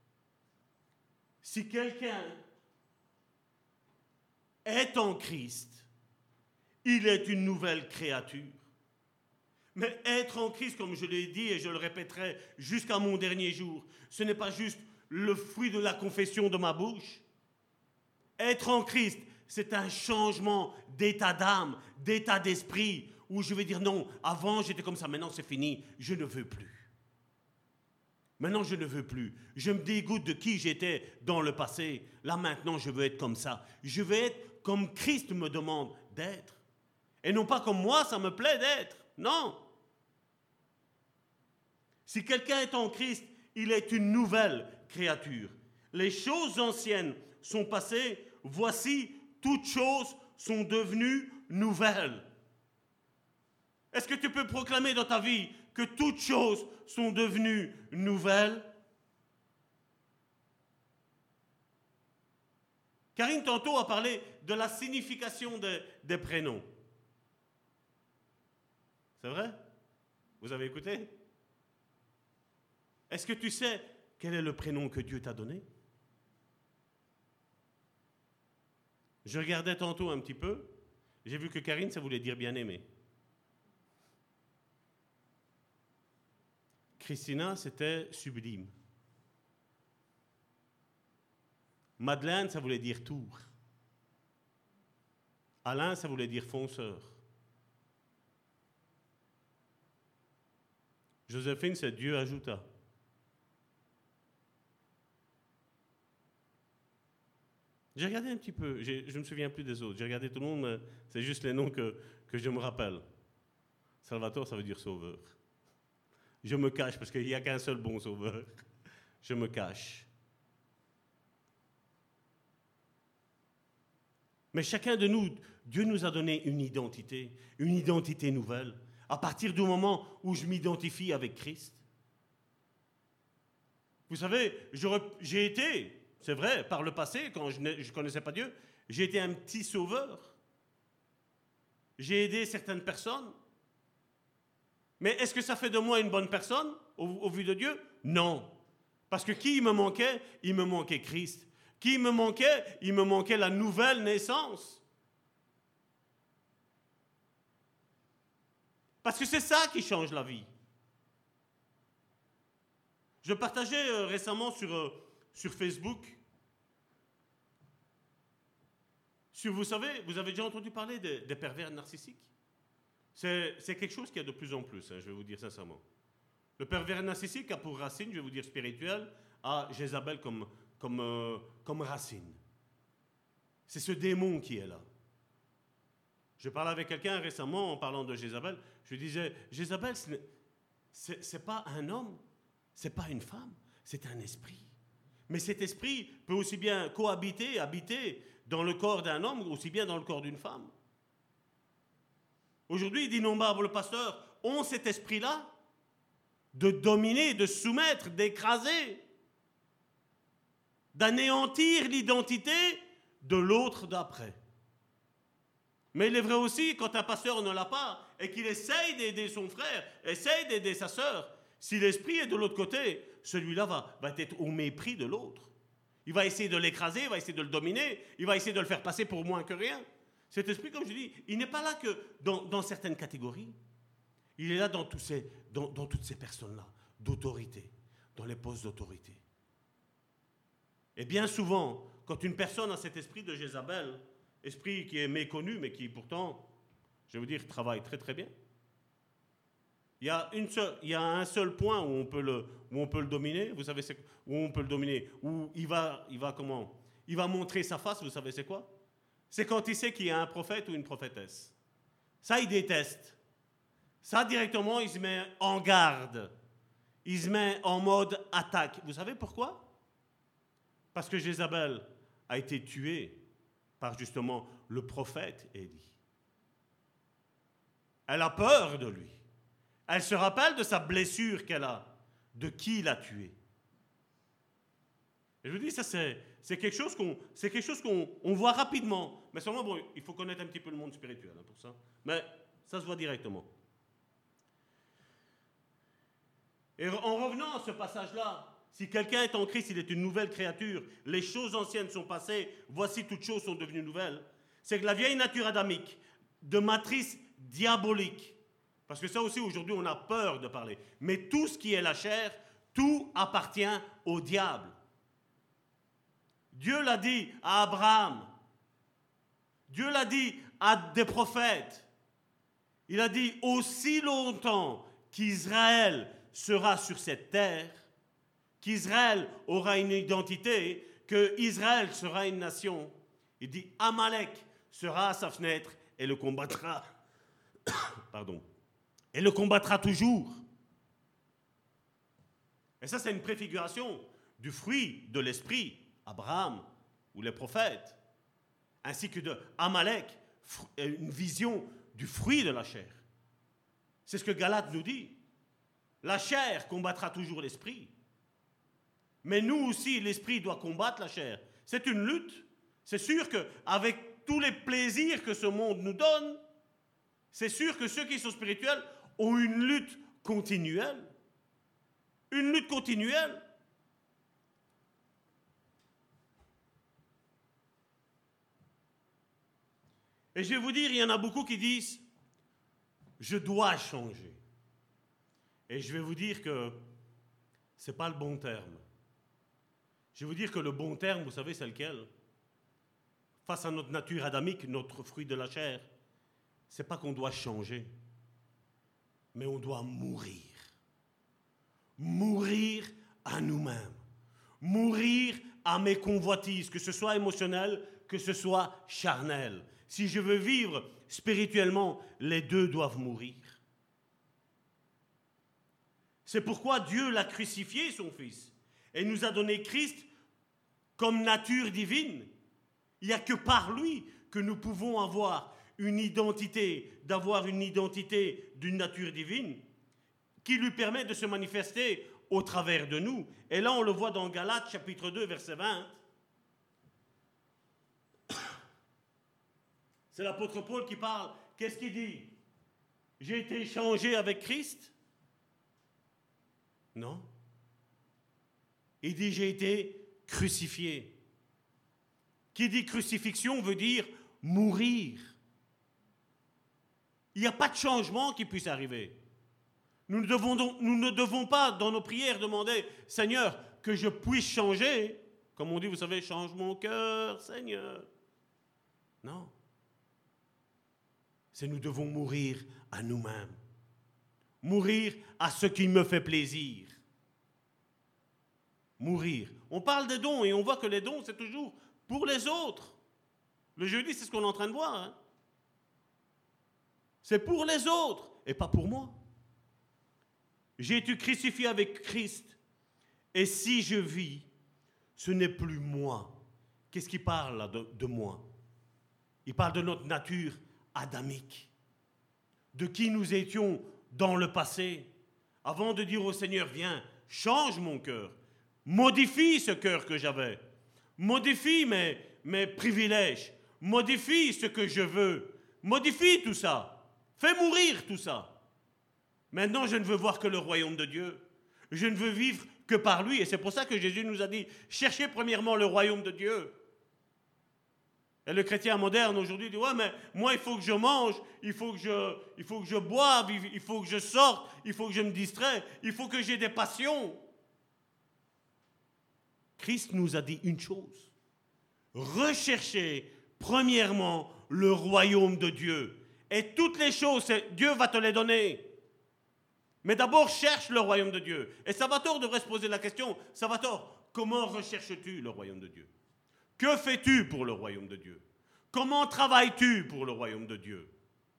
Si quelqu'un est en Christ, il est une nouvelle créature. Mais être en Christ, comme je l'ai dit et je le répéterai jusqu'à mon dernier jour, ce n'est pas juste le fruit de la confession de ma bouche. Être en Christ, c'est un changement d'état d'âme, d'état d'esprit, où je vais dire non, avant j'étais comme ça, maintenant c'est fini, je ne veux plus. Maintenant, je ne veux plus. Je me dégoûte de qui j'étais dans le passé. Là, maintenant, je veux être comme ça. Je veux être comme Christ me demande d'être. Et non pas comme moi, ça me plaît d'être. Non. Si quelqu'un est en Christ, il est une nouvelle créature. Les choses anciennes sont passées. Voici, toutes choses sont devenues nouvelles. Est-ce que tu peux proclamer dans ta vie que toutes choses sont devenues nouvelles? Karine tantôt a parlé de la signification des prénoms. C'est vrai? Vous avez écouté? Est-ce que tu sais quel est le prénom que Dieu t'a donné? Je regardais tantôt un petit peu. J'ai vu que Karine, ça voulait dire bien-aimé. Christina, c'était sublime. Madeleine, ça voulait dire tour. Alain, ça voulait dire fonceur. Joséphine, c'est Dieu ajouta. J'ai regardé un petit peu, je ne me souviens plus des autres. J'ai regardé tout le monde, mais c'est juste les noms que je me rappelle. Salvatore, ça veut dire sauveur. Je me cache parce qu'il n'y a qu'un seul bon sauveur. Je me cache. Mais chacun de nous, Dieu nous a donné une identité nouvelle, à partir du moment où je m'identifie avec Christ. Vous savez, j'ai été, c'est vrai, par le passé, quand je ne connaissais pas Dieu, j'ai été un petit sauveur. J'ai aidé certaines personnes. Mais est-ce que ça fait de moi une bonne personne au vu de Dieu? Non. Parce que qui me manquait? Il me manquait Christ. Qui me manquait? Il me manquait la nouvelle naissance. Parce que c'est ça qui change la vie. Je partageais récemment sur Facebook. Vous savez, vous avez déjà entendu parler des pervers narcissiques? C'est quelque chose qu'il y a de plus en plus, je vais vous dire sincèrement. Le pervers narcissique a pour racine, je vais vous dire spirituelle, a Jézabel comme racine. C'est ce démon qui est là. Je parlais avec quelqu'un récemment en parlant de Jézabel. Je lui disais, Jézabel, c'est pas un homme, c'est pas une femme, c'est un esprit. Mais cet esprit peut aussi bien habiter dans le corps d'un homme, aussi bien dans le corps d'une femme. Aujourd'hui, d'innombrables pasteurs ont cet esprit-là de dominer, de soumettre, d'écraser, d'anéantir l'identité de l'autre d'après. Mais il est vrai aussi, quand un pasteur ne l'a pas et qu'il essaye d'aider son frère, essaye d'aider sa sœur, si l'esprit est de l'autre côté, celui-là va être au mépris de l'autre. Il va essayer de l'écraser, il va essayer de le dominer, il va essayer de le faire passer pour moins que rien. Cet esprit, comme je dis, il n'est pas là que dans certaines catégories. Il est là dans toutes ces personnes-là, d'autorité, dans les postes d'autorité. Et bien souvent, quand une personne a cet esprit de Jézabel, esprit qui est méconnu, mais qui pourtant, je vais vous dire, travaille très très bien. Il y a un seul point où on peut le dominer, vous savez où on peut le dominer, où il va comment? Il va montrer sa face, vous savez c'est quoi? C'est quand il sait qu'il y a un prophète ou une prophétesse. Ça, il déteste. Ça, directement, il se met en garde. Il se met en mode attaque. Vous savez pourquoi? Parce que Jézabel a été tuée par justement le prophète Élie. Elle a peur de lui. Elle se rappelle de sa blessure qu'elle a, de qui l'a tué. Et je vous dis, ça c'est quelque chose qu'on voit rapidement. Mais seulement, bon, il faut connaître un petit peu le monde spirituel pour ça. Mais ça se voit directement. Et en revenant à ce passage-là, si quelqu'un est en Christ, il est une nouvelle créature. Les choses anciennes sont passées, voici toutes choses sont devenues nouvelles. C'est que la vieille nature adamique, de matrice diabolique, parce que ça aussi aujourd'hui on a peur de parler, mais tout ce qui est la chair, tout appartient au diable. Dieu l'a dit à Abraham, Dieu l'a dit à des prophètes, il a dit aussi longtemps qu'Israël sera sur cette terre, qu'Israël aura une identité, qu'Israël sera une nation. Il dit Amalek sera à sa fenêtre et le combattra. Pardon. Et le combattra toujours. Et ça, c'est une préfiguration du fruit de l'esprit, Abraham ou les prophètes, ainsi que de Amalek, une vision du fruit de la chair. C'est ce que Galates nous dit. La chair combattra toujours l'esprit. Mais nous aussi, l'esprit doit combattre la chair. C'est une lutte. C'est sûr qu'avec tous les plaisirs que ce monde nous donne, c'est sûr que ceux qui sont spirituels ont une lutte continuelle. Une lutte continuelle. Et je vais vous dire, il y en a beaucoup qui disent « Je dois changer ». Et je vais vous dire que ce n'est pas le bon terme. Je vais vous dire que le bon terme, vous savez, c'est lequel? Face à notre nature adamique, notre fruit de la chair, ce n'est pas qu'on doit changer, mais on doit mourir. mourir à nous-mêmes, mourir à mes convoitises, que ce soit émotionnel, que ce soit charnel. Si je veux vivre spirituellement, les deux doivent mourir. C'est pourquoi Dieu l'a crucifié, son Fils, et nous a donné Christ comme nature divine. Il n'y a que par lui que nous pouvons avoir une identité, d'avoir une identité d'une nature divine qui lui permet de se manifester au travers de nous. Et là, on le voit dans Galates, chapitre 2, verset 20. C'est l'apôtre Paul qui parle. Qu'est-ce qu'il dit? J'ai été changé avec Christ? Non. Il dit j'ai été crucifié. Qui dit crucifixion veut dire mourir. Il n'y a pas de changement qui puisse arriver. Nous ne devons pas, dans nos prières, demander « Seigneur, que je puisse changer ». Comme on dit, vous savez, « Change mon cœur, Seigneur ». Non. C'est nous devons mourir à nous-mêmes. Mourir à ce qui me fait plaisir. Mourir. On parle des dons et on voit que les dons, c'est toujours pour les autres. Le jeudi, c'est ce qu'on est en train de voir. Hein? C'est pour les autres et pas pour moi. J'ai été crucifié avec Christ. Et si je vis, ce n'est plus moi. Qu'est-ce qu'il parle là de moi? Il parle de notre nature adamique. De qui nous étions dans le passé. Avant de dire au Seigneur, viens, change mon cœur. Modifie ce cœur que j'avais. Modifie mes privilèges. Modifie ce que je veux. Modifie tout ça. Fais mourir tout ça. Maintenant, je ne veux voir que le royaume de Dieu. Je ne veux vivre que par lui. Et c'est pour ça que Jésus nous a dit, cherchez premièrement le royaume de Dieu. Et le chrétien moderne aujourd'hui dit, ouais, mais moi, il faut que je mange, il faut que je boive, il faut que je sorte, il faut que je me distrais, il faut que j'ai des passions. Christ nous a dit une chose. Recherchez premièrement le royaume de Dieu. Et toutes les choses, Dieu va te les donner. Mais d'abord, cherche le royaume de Dieu. Et Salvatore devrait se poser la question, Salvatore, comment recherches-tu le royaume de Dieu? Que fais-tu pour le royaume de Dieu? Comment travailles-tu pour le royaume de Dieu?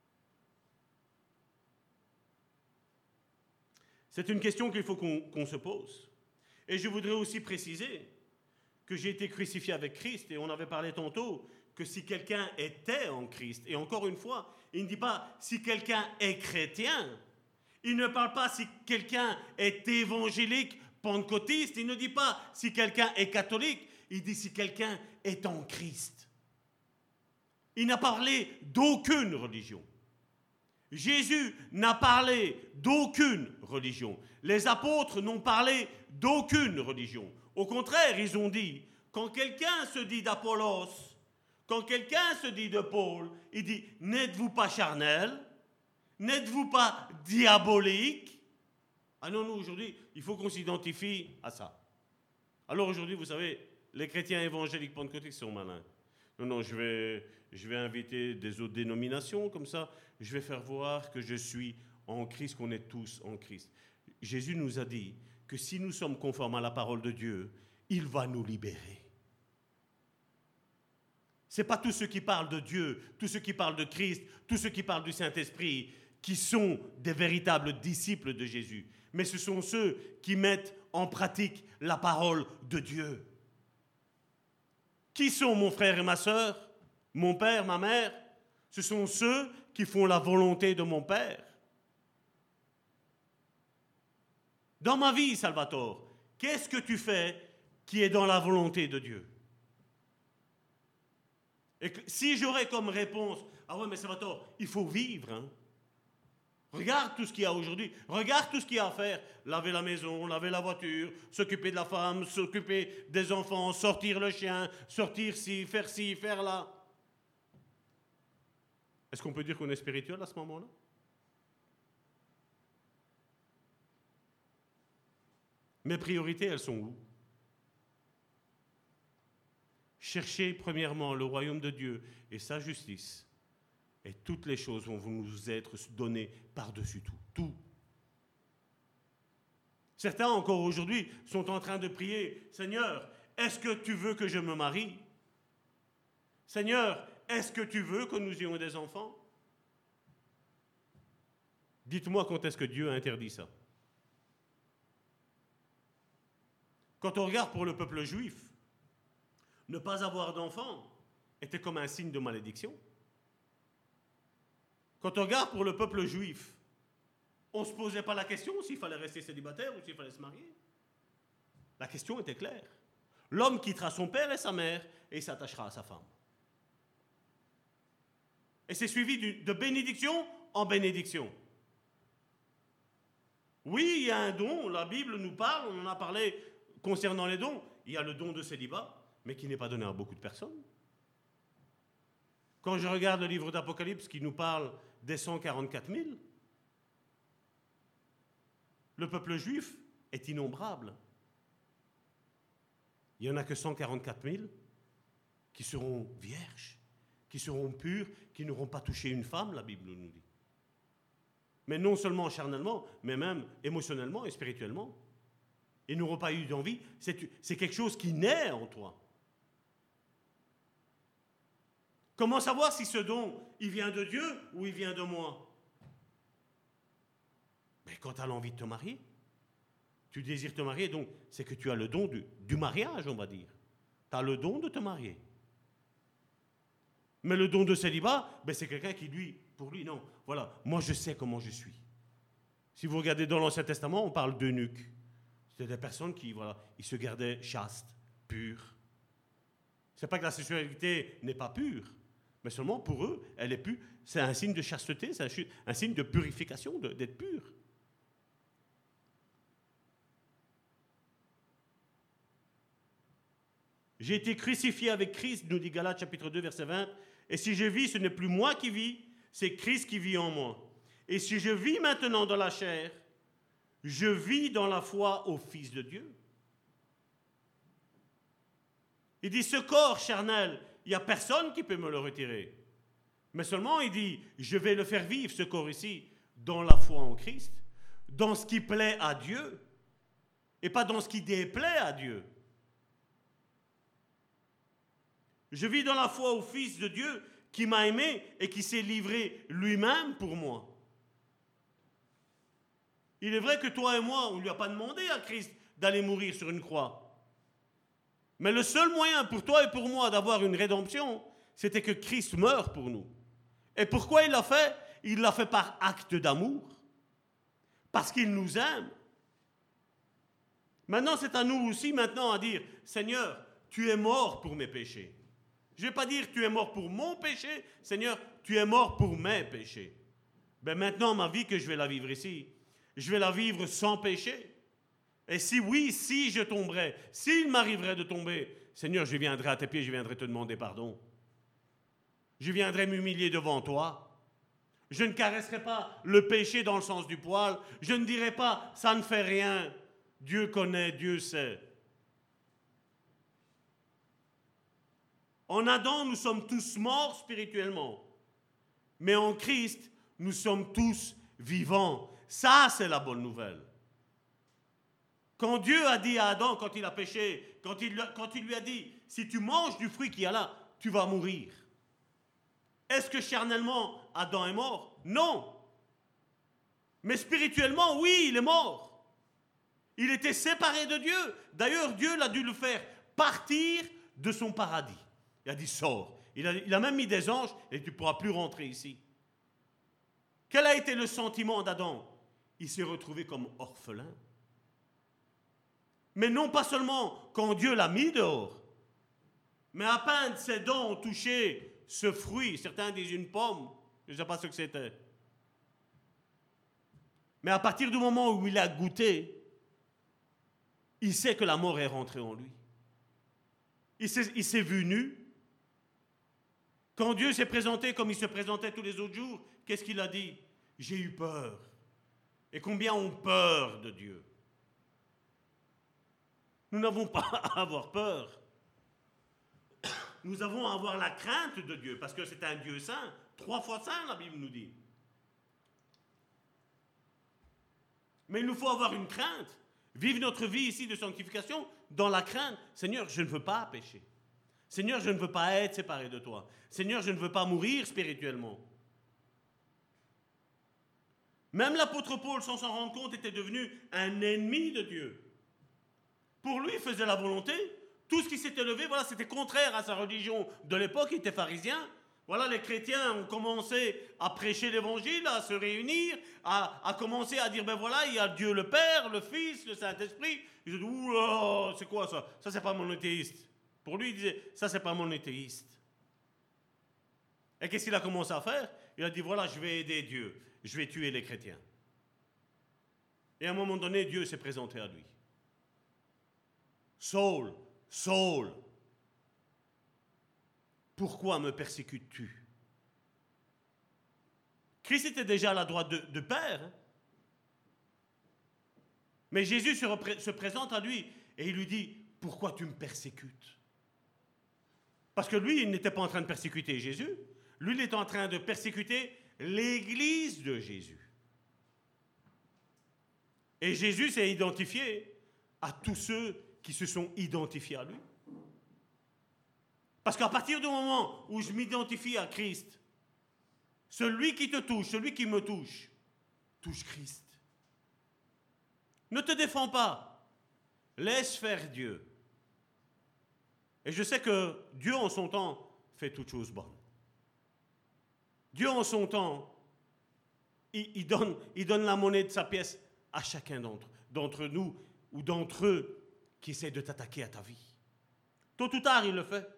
C'est une question qu'il faut qu'on se pose. Et je voudrais aussi préciser que j'ai été crucifié avec Christ, et on avait parlé tantôt que si quelqu'un était en Christ, et encore une fois, il ne dit pas si quelqu'un est chrétien, il ne parle pas si quelqu'un est évangélique, pentecôtiste, il ne dit pas si quelqu'un est catholique, il dit si quelqu'un est en Christ. Il n'a parlé d'aucune religion. Jésus n'a parlé d'aucune religion. Les apôtres n'ont parlé d'aucune religion. Au contraire, ils ont dit, quand quelqu'un se dit d'Apollos, quand quelqu'un se dit de Paul, il dit, n'êtes-vous pas charnel? N'êtes-vous pas diabolique? Ah non, aujourd'hui, il faut qu'on s'identifie à ça. Alors aujourd'hui, vous savez, les chrétiens évangéliques pentecôtistes sont malins. Non, je vais inviter des autres dénominations, comme ça, je vais faire voir que je suis en Christ, qu'on est tous en Christ. Jésus nous a dit que si nous sommes conformes à la parole de Dieu, il va nous libérer. Ce n'est pas tous ceux qui parlent de Dieu, tous ceux qui parlent de Christ, tous ceux qui parlent du Saint-Esprit, qui sont des véritables disciples de Jésus. Mais ce sont ceux qui mettent en pratique la parole de Dieu. Qui sont mon frère et ma sœur, mon père, ma mère? Ce sont ceux qui font la volonté de mon Père. Dans ma vie, Salvatore, qu'est-ce que tu fais qui est dans la volonté de Dieu? Et si j'aurais comme réponse, ah ouais, mais Salvatore, il faut vivre, hein? Regarde tout ce qu'il y a aujourd'hui, regarde tout ce qu'il y a à faire. Laver la maison, laver la voiture, s'occuper de la femme, s'occuper des enfants, sortir le chien, sortir ci, faire là. Est-ce qu'on peut dire qu'on est spirituel à ce moment-là? Mes priorités, elles sont où? Cherchez premièrement le royaume de Dieu et sa justice. Et toutes les choses vont nous être données par-dessus tout. Tout. Certains, encore aujourd'hui, sont en train de prier, « Seigneur, est-ce que tu veux que je me marie? Seigneur, est-ce que tu veux que nous ayons des enfants? » Dites-moi quand est-ce que Dieu a interdit ça. Quand on regarde pour le peuple juif, ne pas avoir d'enfants était comme un signe de malédiction. Quand on regarde pour le peuple juif, on ne se posait pas la question s'il fallait rester célibataire ou s'il fallait se marier. La question était claire. L'homme quittera son père et sa mère et il s'attachera à sa femme. Et c'est suivi de bénédiction en bénédiction. Oui, il y a un don, la Bible nous parle, on en a parlé concernant les dons. Il y a le don de célibat, mais qui n'est pas donné à beaucoup de personnes. Quand je regarde le livre d'Apocalypse qui nous parle des 144 000, le peuple juif est innombrable. Il n'y en a que 144 000 qui seront vierges, qui seront purs, qui n'auront pas touché une femme, la Bible nous dit. Mais non seulement charnellement, mais même émotionnellement et spirituellement. Ils n'auront pas eu d'envie. C'est quelque chose qui naît en toi. Comment savoir si ce don, il vient de Dieu ou il vient de moi? Mais quand tu as l'envie de te marier, tu désires te marier, donc c'est que tu as le don du mariage, on va dire. Tu as le don de te marier. Mais le don de célibat, ben c'est quelqu'un qui, pour lui, non. Voilà, moi je sais comment je suis. Si vous regardez dans l'Ancien Testament, on parle d'eunuques. C'était des personnes qui, voilà, ils se gardaient chastes, purs. C'est pas que la sexualité n'est pas pure, mais seulement pour eux, elle est pure. C'est un signe de chasteté, c'est un signe de purification, d'être pur. J'ai été crucifié avec Christ, nous dit Galates chapitre 2, verset 20. Et si je vis, ce n'est plus moi qui vis, c'est Christ qui vit en moi. Et si je vis maintenant dans la chair, je vis dans la foi au Fils de Dieu. Il dit, ce corps charnel, il n'y a personne qui peut me le retirer. Mais seulement, il dit, je vais le faire vivre, ce corps ici, dans la foi en Christ, dans ce qui plaît à Dieu, et pas dans ce qui déplaît à Dieu. Je vis dans la foi au Fils de Dieu qui m'a aimé et qui s'est livré lui-même pour moi. Il est vrai que toi et moi, on ne lui a pas demandé à Christ d'aller mourir sur une croix. Mais le seul moyen pour toi et pour moi d'avoir une rédemption, c'était que Christ meure pour nous. Et pourquoi il l'a fait? Il l'a fait par acte d'amour. Parce qu'il nous aime. Maintenant, c'est à nous aussi maintenant à dire, Seigneur, tu es mort pour mes péchés. Je ne vais pas dire tu es mort pour mon péché, Seigneur, tu es mort pour mes péchés. Ben maintenant, ma vie que je vais la vivre ici, je vais la vivre sans péché. Et si je tomberais, s'il m'arriverait de tomber, Seigneur, je viendrai à tes pieds, je viendrai te demander pardon. Je viendrai m'humilier devant toi. Je ne caresserai pas le péché dans le sens du poil. Je ne dirai pas, ça ne fait rien. Dieu connaît, Dieu sait. En Adam, nous sommes tous morts spirituellement. Mais en Christ, nous sommes tous vivants. Ça, c'est la bonne nouvelle. Quand Dieu a dit à Adam, quand il a péché, quand il lui a dit, si tu manges du fruit qu'il y a là, tu vas mourir. Est-ce que charnellement, Adam est mort? Non. Mais spirituellement, oui, il est mort. Il était séparé de Dieu. D'ailleurs, Dieu l'a dû le faire partir de son paradis. Il a dit, sors. Il a même mis des anges et tu ne pourras plus rentrer ici. Quel a été le sentiment d'Adam? Il s'est retrouvé comme orphelin. Mais non pas seulement quand Dieu l'a mis dehors, mais à peine ses dents ont touché ce fruit. Certains disent une pomme, je ne sais pas ce que c'était. Mais à partir du moment où il a goûté, il sait que la mort est rentrée en lui. Il s'est vu nu. Quand Dieu s'est présenté comme il se présentait tous les autres jours, qu'est-ce qu'il a dit? J'ai eu peur. Et combien ont peur de Dieu? Nous n'avons pas à avoir peur. Nous avons à avoir la crainte de Dieu, parce que c'est un Dieu saint. 3 fois saint, la Bible nous dit. Mais il nous faut avoir une crainte vivre notre vie ici de sanctification dans la crainte. Seigneur, je ne veux pas pécher. Seigneur, je ne veux pas être séparé de toi. Seigneur, je ne veux pas mourir spirituellement. Même l'apôtre Paul, sans s'en rendre compte, était devenu un ennemi de Dieu. Pour lui, il faisait la volonté. Tout ce qui s'était levé, voilà, c'était contraire à sa religion de l'époque. Il était pharisien. Voilà, les chrétiens ont commencé à prêcher l'évangile, à se réunir, à commencer à dire, ben voilà, il y a Dieu le Père, le Fils, le Saint-Esprit. Ils ont dit, oula, c'est quoi ça? Ça, c'est pas monothéiste. Pour lui, il disait, ça, c'est pas monothéiste. Et qu'est-ce qu'il a commencé à faire? Il a dit, voilà, je vais aider Dieu. Je vais tuer les chrétiens. Et à un moment donné, Dieu s'est présenté à lui. Saul, Saul, pourquoi me persécutes-tu? Christ était déjà à la droite de Père. Hein? Mais Jésus se présente à lui et il lui dit, pourquoi tu me persécutes? Parce que lui, il n'était pas en train de persécuter Jésus. Lui, il était en train de persécuter l'Église de Jésus. Et Jésus s'est identifié à tous ceux qui se sont identifiés à lui. Parce qu'à partir du moment où je m'identifie à Christ, celui qui te touche, celui qui me touche, touche Christ. Ne te défends pas. Laisse faire Dieu. Et je sais que Dieu en son temps fait toutes choses bonnes. Dieu en son temps, il donne la monnaie de sa pièce à chacun d'entre nous ou d'entre eux qui essaient de t'attaquer à ta vie. Tôt ou tard, il le fait.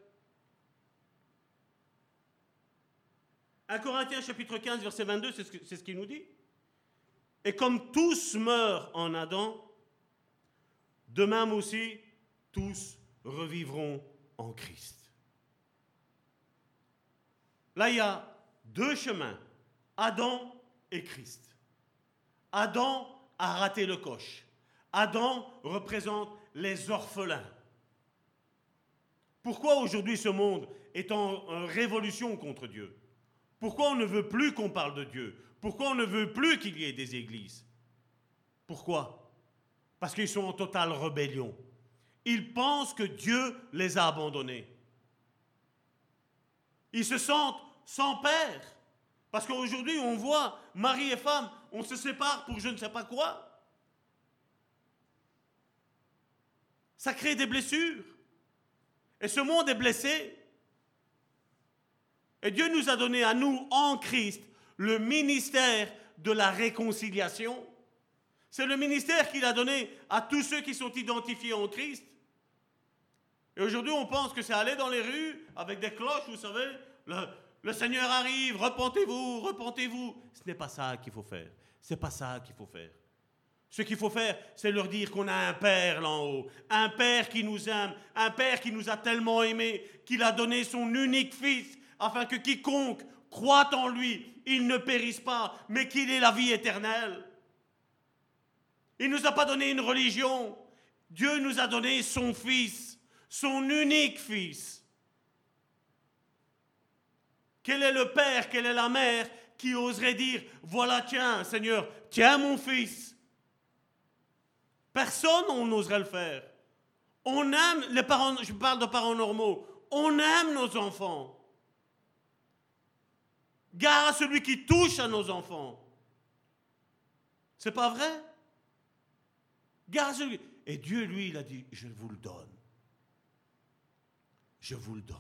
1 Corinthiens chapitre 15, verset 22, c'est ce qu'il nous dit. Et comme tous meurent en Adam, de même aussi, tous revivront en Christ. Là, il y a deux chemins, Adam et Christ. Adam a raté le coche. Adam représente les orphelins. Pourquoi aujourd'hui ce monde est en révolution contre Dieu? Pourquoi on ne veut plus qu'on parle de Dieu? Pourquoi on ne veut plus qu'il y ait des églises? Pourquoi? Parce qu'ils sont en totale rébellion. Ils pensent que Dieu les a abandonnés. Ils se sentent sans père. Parce qu'aujourd'hui, on voit mari et femme, on se sépare pour je ne sais pas quoi. Ça crée des blessures. Et ce monde est blessé. Et Dieu nous a donné à nous, en Christ, le ministère de la réconciliation. C'est le ministère qu'il a donné à tous ceux qui sont identifiés en Christ. Et aujourd'hui, on pense que c'est aller dans les rues avec des cloches, vous savez, le Seigneur arrive, repentez-vous, repentez-vous. Ce n'est pas ça qu'il faut faire. Ce n'est pas ça qu'il faut faire. Ce qu'il faut faire, c'est leur dire qu'on a un Père là en haut, un Père qui nous aime, un Père qui nous a tellement aimés, qu'il a donné son unique Fils, afin que quiconque croit en lui, il ne périsse pas, mais qu'il ait la vie éternelle. Il ne nous a pas donné une religion. Dieu nous a donné son Fils, son unique Fils. Quel est le Père, quelle est la Mère qui oserait dire, voilà, tiens, Seigneur, tiens mon Fils. Personne n'oserait le faire. On aime les parents, je parle de parents normaux, on aime nos enfants. Gare à celui qui touche à nos enfants. C'est pas vrai? Gare à celui. Et Dieu, lui, il a dit, je vous le donne. Je vous le donne.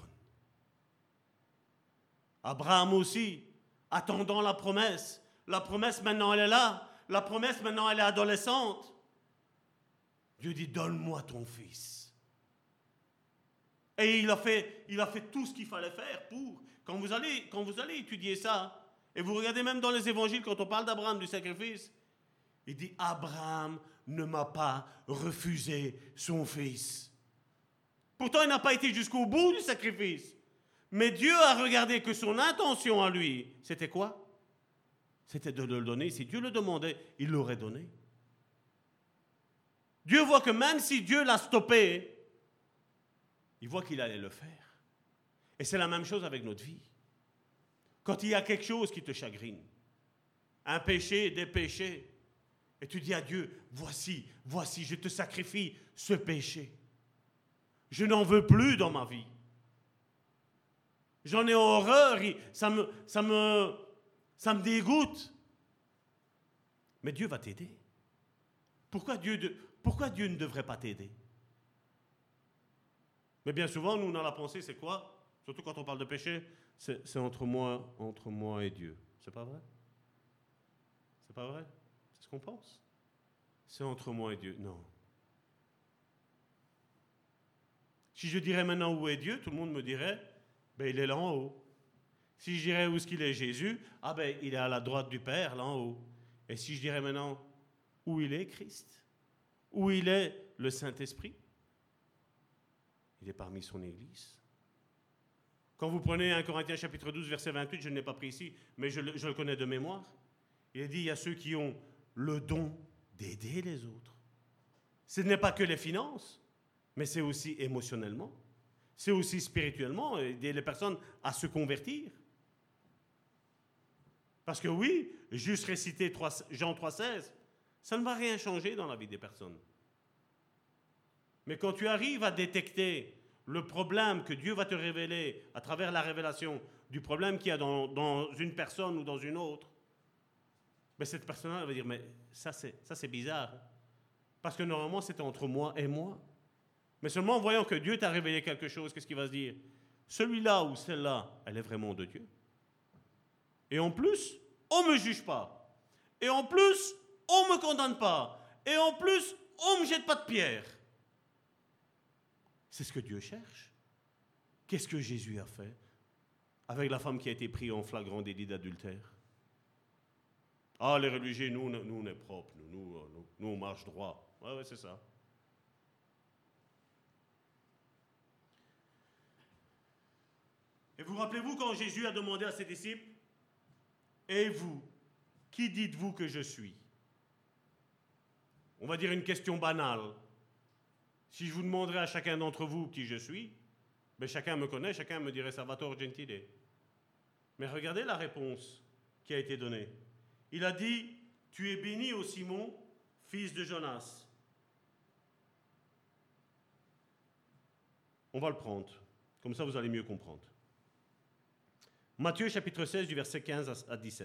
Abraham aussi, attendant la promesse. La promesse, maintenant, elle est là. La promesse, maintenant, elle est adolescente. Dieu dit, donne-moi ton fils. Et il a fait tout ce qu'il fallait faire pour. Quand vous allez étudier ça, et vous regardez même dans les évangiles, quand on parle d'Abraham, du sacrifice, il dit, Abraham ne m'a pas refusé son fils. Pourtant, il n'a pas été jusqu'au bout du sacrifice. Mais Dieu a regardé que son intention à lui, c'était quoi? C'était de le donner. Si Dieu le demandait, il l'aurait donné. Dieu voit que même si Dieu l'a stoppé, il voit qu'il allait le faire. Et c'est la même chose avec notre vie. Quand il y a quelque chose qui te chagrine, un péché, des péchés, Et tu dis à Dieu, voici, je te sacrifie ce péché. Je n'en veux plus dans ma vie. J'en ai horreur, ça me dégoûte. Mais Dieu va t'aider. Pourquoi Dieu ne devrait pas t'aider? Mais bien souvent, nous, dans la pensée, c'est quoi? Surtout quand on parle de péché, c'est entre moi et Dieu. C'est pas vrai? C'est pas vrai? C'est ce qu'on pense. C'est entre moi et Dieu. Non. Si je dirais maintenant où est Dieu, tout le monde me dirait, ben il est là en haut. Si je dirais où est-ce qu'il est Jésus, ah ben il est à la droite du Père, là en haut. Et si je dirais maintenant où il est Christ, où il est le Saint-Esprit, il est parmi son Église. Quand vous prenez 1 Corinthiens chapitre 12, verset 28, je ne l'ai pas pris ici, mais je le connais de mémoire, il est dit, il y a ceux qui ont le don d'aider les autres. Ce n'est pas que les finances, mais c'est aussi émotionnellement, c'est aussi spirituellement, aider les personnes à se convertir. Parce que oui, juste réciter Jean 3,16, ça ne va rien changer dans la vie des personnes. Mais quand tu arrives à détecter le problème que Dieu va te révéler à travers la révélation du problème qu'il y a dans une personne ou dans une autre, mais cette personne-là va dire, mais ça c'est bizarre. Parce que normalement, c'était entre moi et moi. Mais seulement en voyant que Dieu t'a révélé quelque chose, qu'est-ce qu'il va se dire? Celui-là ou celle-là, elle est vraiment de Dieu. Et en plus, on ne me juge pas. Et en plus, on ne me condamne pas. Et en plus, on ne me jette pas de pierre. C'est ce que Dieu cherche. Qu'est-ce que Jésus a fait avec la femme qui a été prise en flagrant délit d'adultère? Ah, les religieux, nous on est propres, nous on marche droit. Ouais, c'est ça. Et vous rappelez-vous quand Jésus a demandé à ses disciples, « Et vous, qui dites-vous que je suis ?» On va dire une question banale. Si je vous demanderais à chacun d'entre vous qui je suis, ben chacun me connaît, chacun me dirait Salvatore Gentile. Mais regardez la réponse qui a été donnée. Il a dit, « Tu es béni, ô Simon, fils de Jonas. » On va le prendre, comme ça vous allez mieux comprendre. Matthieu chapitre 16 du verset 15 à 17.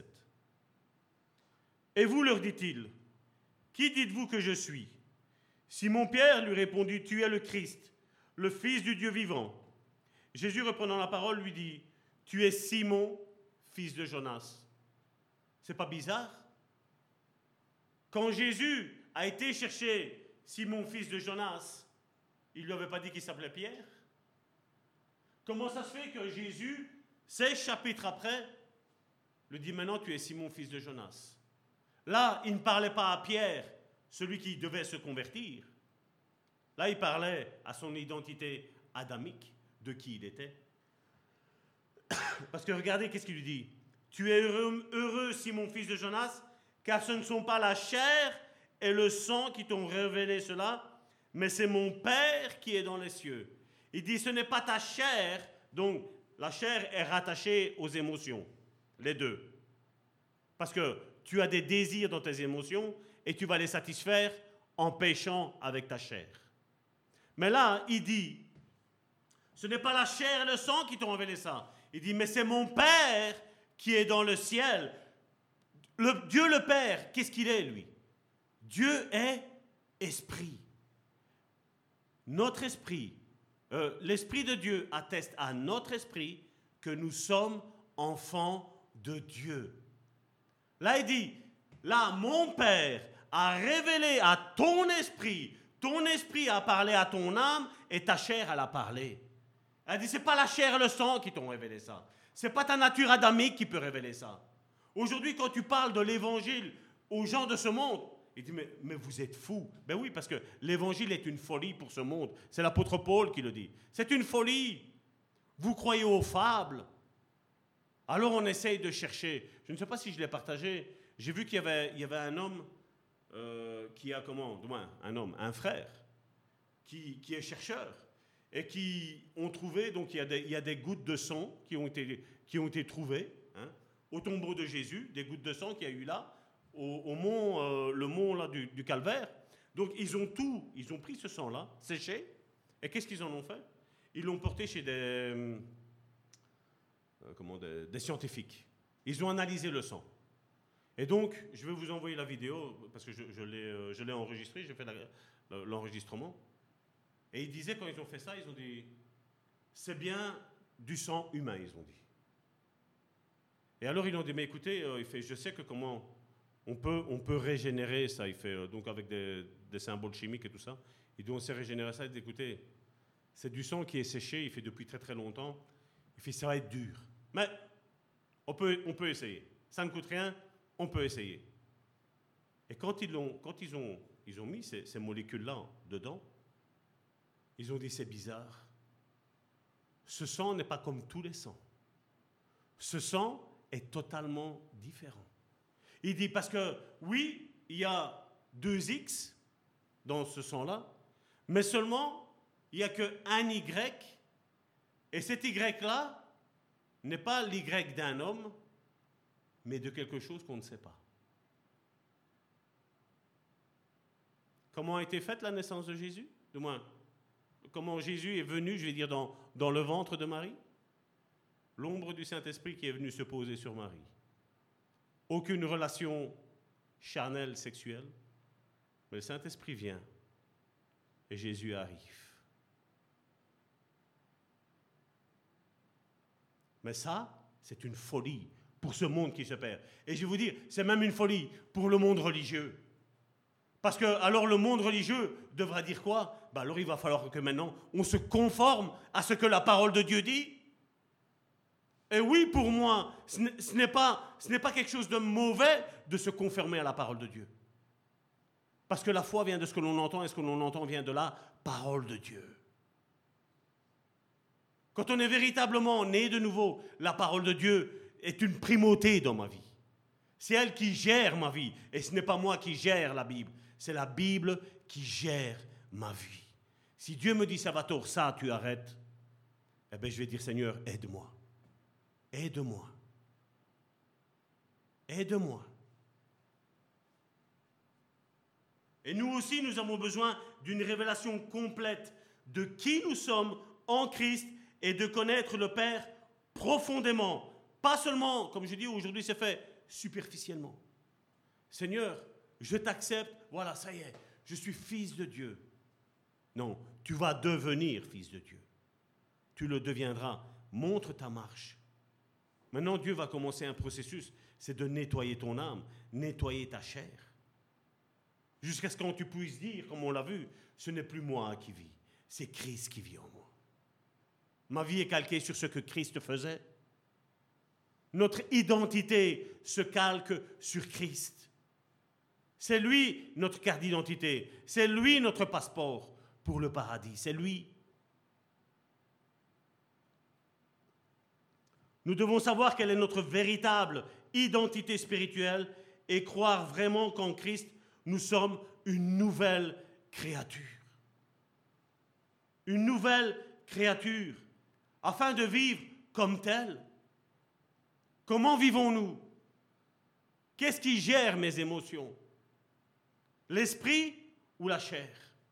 « Et vous, leur dit-il, qui dites-vous que je suis ? Simon-Pierre lui répondit, tu es le Christ, le Fils du Dieu vivant. Jésus, reprenant la parole, lui dit, tu es Simon, fils de Jonas. C'est pas bizarre? Quand Jésus a été chercher Simon, fils de Jonas, il ne lui avait pas dit qu'il s'appelait Pierre? Comment ça se fait que Jésus, 16 chapitres après, lui dit maintenant tu es Simon, fils de Jonas? Là, il ne parlait pas à Pierre, celui qui devait se convertir. Là, il parlait à son identité adamique, de qui il était. Parce que regardez, qu'est-ce qu'il lui dit? Tu es heureux, Simon, fils de Jonas, car ce ne sont pas la chair et le sang qui t'ont révélé cela, mais c'est mon Père qui est dans les cieux. Il dit, ce n'est pas ta chair, donc la chair est rattachée aux émotions, les deux. Parce que tu as des désirs dans tes émotions et tu vas les satisfaire en péchant avec ta chair. Mais là, il dit, ce n'est pas la chair et le sang qui t'ont révélé ça. Il dit, mais c'est mon Père qui est dans le ciel. Dieu le Père, qu'est-ce qu'il est, lui? Dieu est esprit. Notre esprit, l'esprit de Dieu atteste à notre esprit que nous sommes enfants de Dieu. Là, il dit, là, mon Père a révélé à ton esprit a parlé à ton âme et ta chair, elle a parlé. Elle dit, c'est pas la chair et le sang qui t'ont révélé ça. C'est pas ta nature adamique qui peut révéler ça. Aujourd'hui, quand tu parles de l'évangile aux gens de ce monde, il dit, mais vous êtes fous. Ben oui, parce que l'évangile est une folie pour ce monde. C'est l'apôtre Paul qui le dit. C'est une folie. Vous croyez aux fables. Alors on essaye de chercher. Je ne sais pas si je l'ai partagé. J'ai vu qu'il y avait un homme qui a un frère qui est chercheur et qui ont trouvé, donc il y a des gouttes de sang qui ont été trouvées au tombeau de Jésus, des gouttes de sang qu'il y a eu là, au mont, le mont là, du Calvaire. Donc ils ont pris ce sang-là, séché, et qu'est-ce qu'ils en ont fait? Ils l'ont porté chez des scientifiques. Ils ont analysé le sang. Et donc, je vais vous envoyer la vidéo, parce que je l'ai enregistrée, j'ai fait l'enregistrement. Et ils disaient, quand ils ont fait ça, ils ont dit, c'est bien du sang humain, ils ont dit. Et alors, ils ont dit, mais écoutez, il fait, je sais que comment on peut régénérer ça, il fait, donc avec des symboles chimiques et tout ça. Il dit, on sait régénérer ça. Il dit, écoutez, c'est du sang qui est séché, il fait depuis très très longtemps. Il fait, ça va être dur. Mais on peut essayer. Ça ne coûte rien, on peut essayer. Et quand ils ont mis ces molécules-là dedans, ils ont dit, c'est bizarre. Ce sang n'est pas comme tous les sangs. Ce sang est totalement différent. Il dit, parce que oui, il y a 2 X dans ce sang-là, mais seulement, il n'y a qu'un Y, et cet Y-là n'est pas l'Y d'un homme, mais de quelque chose qu'on ne sait pas. Comment a été faite la naissance de Jésus? Du moins, comment Jésus est venu, je vais dire, dans le ventre de Marie? L'ombre du Saint-Esprit qui est venu se poser sur Marie. Aucune relation charnelle, sexuelle, mais le Saint-Esprit vient et Jésus arrive. Mais ça, c'est une folie pour ce monde qui se perd. Et je vais vous dire, c'est même une folie pour le monde religieux. Parce que alors le monde religieux devra dire quoi? Alors il va falloir que maintenant on se conforme à ce que la parole de Dieu dit. Et oui, pour moi, ce n'est pas quelque chose de mauvais de se conformer à la parole de Dieu. Parce que la foi vient de ce que l'on entend, et ce que l'on entend vient de la parole de Dieu. Quand on est véritablement né de nouveau, la parole de Dieu est une primauté dans ma vie. C'est elle qui gère ma vie. Et ce n'est pas moi qui gère la Bible. C'est la Bible qui gère ma vie. Si Dieu me dit, Salvatore, ça, tu arrêtes, eh bien, je vais dire, Seigneur, aide-moi. Aide-moi. Aide-moi. Et nous aussi, nous avons besoin d'une révélation complète de qui nous sommes en Christ et de connaître le Père profondément. Pas seulement, comme je dis aujourd'hui, c'est fait superficiellement. Seigneur, je t'accepte, voilà, ça y est, je suis fils de Dieu. Non, tu vas devenir fils de Dieu. Tu le deviendras. Montre ta marche. Maintenant, Dieu va commencer un processus, c'est de nettoyer ton âme, nettoyer ta chair. Jusqu'à ce que tu puisses dire, comme on l'a vu, ce n'est plus moi qui vis, c'est Christ qui vit en moi. Ma vie est calquée sur ce que Christ faisait. Notre identité se calque sur Christ. C'est lui notre carte d'identité, c'est lui notre passeport pour le paradis, c'est lui. Nous devons savoir quelle est notre véritable identité spirituelle et croire vraiment qu'en Christ, nous sommes une nouvelle créature. Une nouvelle créature, afin de vivre comme telle. Comment vivons-nous? Qu'est-ce qui gère mes émotions? L'esprit ou la chair?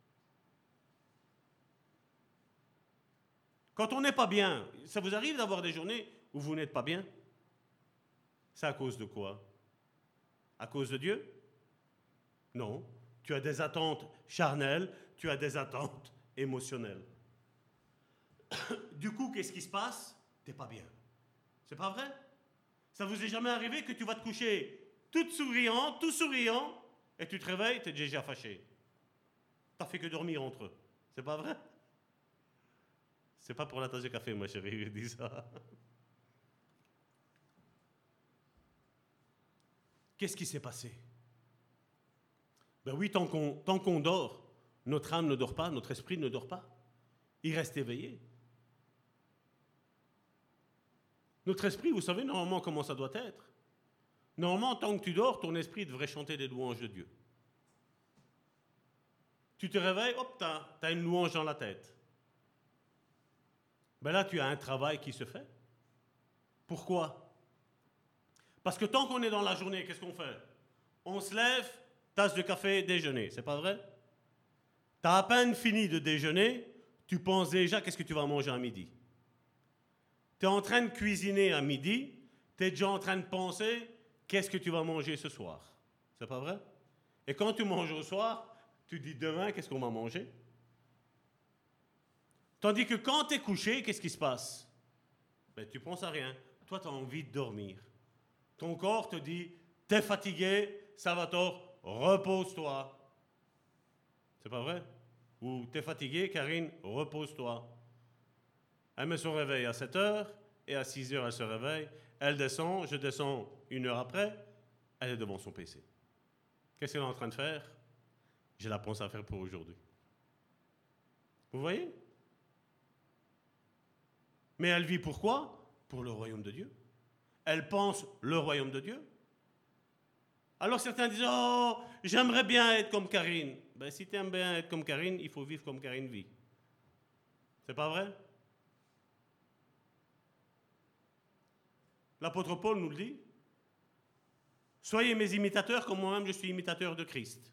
Quand on n'est pas bien, ça vous arrive d'avoir des journées où vous n'êtes pas bien? C'est à cause de quoi? À cause de Dieu? Non. Tu as des attentes charnelles, tu as des attentes émotionnelles. Du coup, qu'est-ce qui se passe? T'es pas bien. C'est pas vrai? Ça vous est jamais arrivé que tu vas te coucher toute souriante, tout souriant, et tu te réveilles, t'es déjà fâché. T'as fait que dormir entre eux. C'est pas vrai? C'est pas pour la tasse de café, ma chérie, je dis ça. Qu'est-ce qui s'est passé? Ben oui, tant qu'on dort, notre âme ne dort pas, notre esprit ne dort pas. Il reste éveillé. Notre esprit, vous savez normalement comment ça doit être. Normalement, tant que tu dors, ton esprit devrait chanter des louanges de Dieu. Tu te réveilles, hop, t'as une louange dans la tête. Ben là, tu as un travail qui se fait. Pourquoi? Parce que tant qu'on est dans la journée, qu'est-ce qu'on fait? On se lève, tasse de café, déjeuner. C'est pas vrai? Tu as à peine fini de déjeuner, tu penses déjà qu'est-ce que tu vas manger à midi. Tu es en train de cuisiner à midi, tu es déjà en train de penser qu'est-ce que tu vas manger ce soir. C'est pas vrai? Et quand tu manges au soir, tu dis demain qu'est-ce qu'on va manger. Tandis que quand tu es couché, qu'est-ce qui se passe? Ben, tu penses à rien. Toi, tu as envie de dormir. Ton corps te dit, t'es fatigué, Salvatore, repose-toi. C'est pas vrai? Ou t'es fatigué, Karine, repose-toi. Elle met son réveil à 7 heures, et à 6 heures, elle se réveille. Elle descend, je descends 1 heure après, elle est devant son PC. Qu'est-ce qu'elle est en train de faire? J'ai la pense à faire pour aujourd'hui. Vous voyez? Mais elle vit pourquoi? Pour le royaume de Dieu. Elle pense le royaume de Dieu. Alors certains disent, oh, j'aimerais bien être comme Karine. Ben, si tu aimes bien être comme Karine, il faut vivre comme Karine vit. C'est pas vrai? L'apôtre Paul nous le dit. Soyez mes imitateurs comme moi-même je suis imitateur de Christ.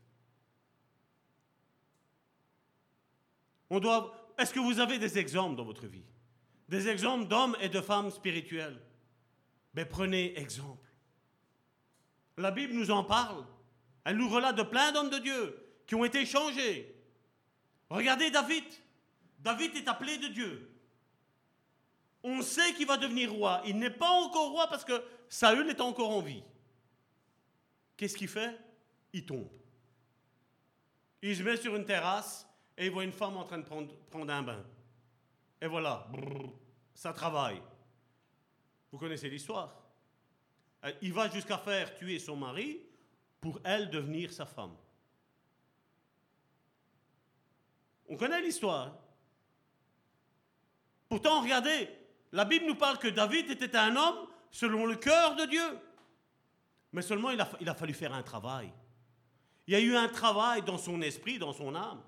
Est-ce que vous avez des exemples dans votre vie? Des exemples d'hommes et de femmes spirituels? Ben, prenez exemple. La Bible nous en parle. Elle nous relate de plein d'hommes de Dieu qui ont été changés. Regardez David. David est appelé de Dieu. On sait qu'il va devenir roi. Il n'est pas encore roi parce que Saül est encore en vie. Qu'est-ce qu'il fait? Il tombe. Il se met sur une terrasse et il voit une femme en train de prendre un bain. Et voilà, ça travaille. Vous connaissez l'histoire. Il va jusqu'à faire tuer son mari pour elle devenir sa femme. On connaît l'histoire. Pourtant, regardez, la Bible nous parle que David était un homme selon le cœur de Dieu. Mais seulement, il a fallu faire un travail. Il y a eu un travail dans son esprit, dans son âme.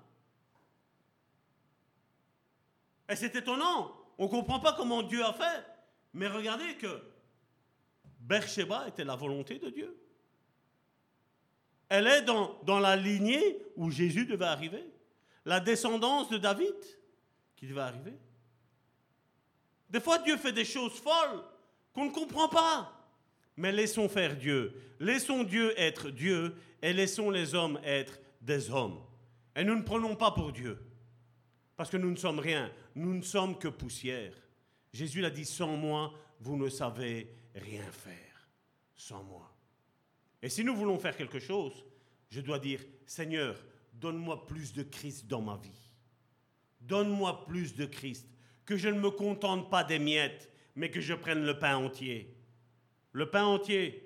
Et c'est étonnant. On ne comprend pas comment Dieu a fait. Mais regardez que Beersheba était la volonté de Dieu. Elle est dans la lignée où Jésus devait arriver. La descendance de David qui devait arriver. Des fois, Dieu fait des choses folles qu'on ne comprend pas. Mais laissons faire Dieu. Laissons Dieu être Dieu et laissons les hommes être des hommes. Et nous ne prenons pas pour Dieu. Parce que nous ne sommes rien. Nous ne sommes que poussière. Jésus l'a dit, sans moi, vous ne savez rien faire. Sans moi. Et si nous voulons faire quelque chose, je dois dire, Seigneur, donne-moi plus de Christ dans ma vie. Donne-moi plus de Christ. Que je ne me contente pas des miettes, mais que je prenne le pain entier. Le pain entier.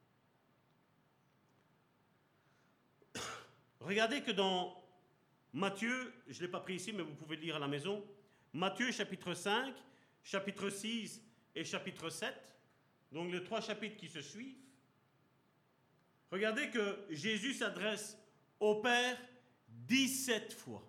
Regardez que dans Matthieu, je ne l'ai pas pris ici, mais vous pouvez le lire à la maison. Matthieu chapitre 5, chapitre 6 et chapitre 7. Donc les 3 chapitres qui se suivent. Regardez que Jésus s'adresse au Père 17 fois.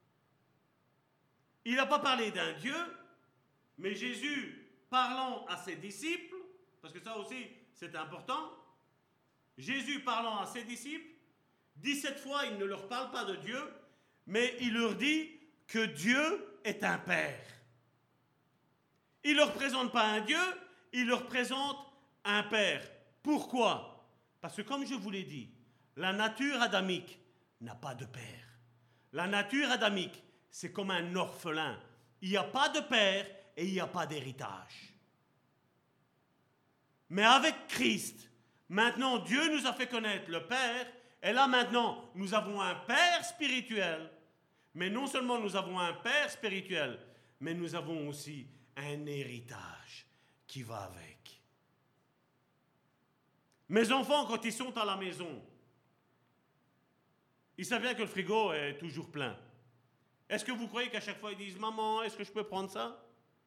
Il n'a pas parlé d'un Dieu, mais Jésus, parlant à ses disciples, parce que ça aussi c'est important, Jésus parlant à ses disciples, 17 fois il ne leur parle pas de Dieu, mais il leur dit que Dieu est un Père. Il ne leur présente pas un Dieu, il leur présente un Père. Pourquoi? Parce que comme je vous l'ai dit, la nature adamique n'a pas de père. La nature adamique, c'est comme un orphelin. Il n'y a pas de père et il n'y a pas d'héritage. Mais avec Christ, maintenant Dieu nous a fait connaître le Père, et là maintenant nous avons un Père spirituel. Mais non seulement nous avons un Père spirituel, mais nous avons aussi un héritage qui va avec. Mes enfants, quand ils sont à la maison, ils savent bien que le frigo est toujours plein. Est-ce que vous croyez qu'à chaque fois ils disent « Maman, est-ce que je peux prendre ça ?»«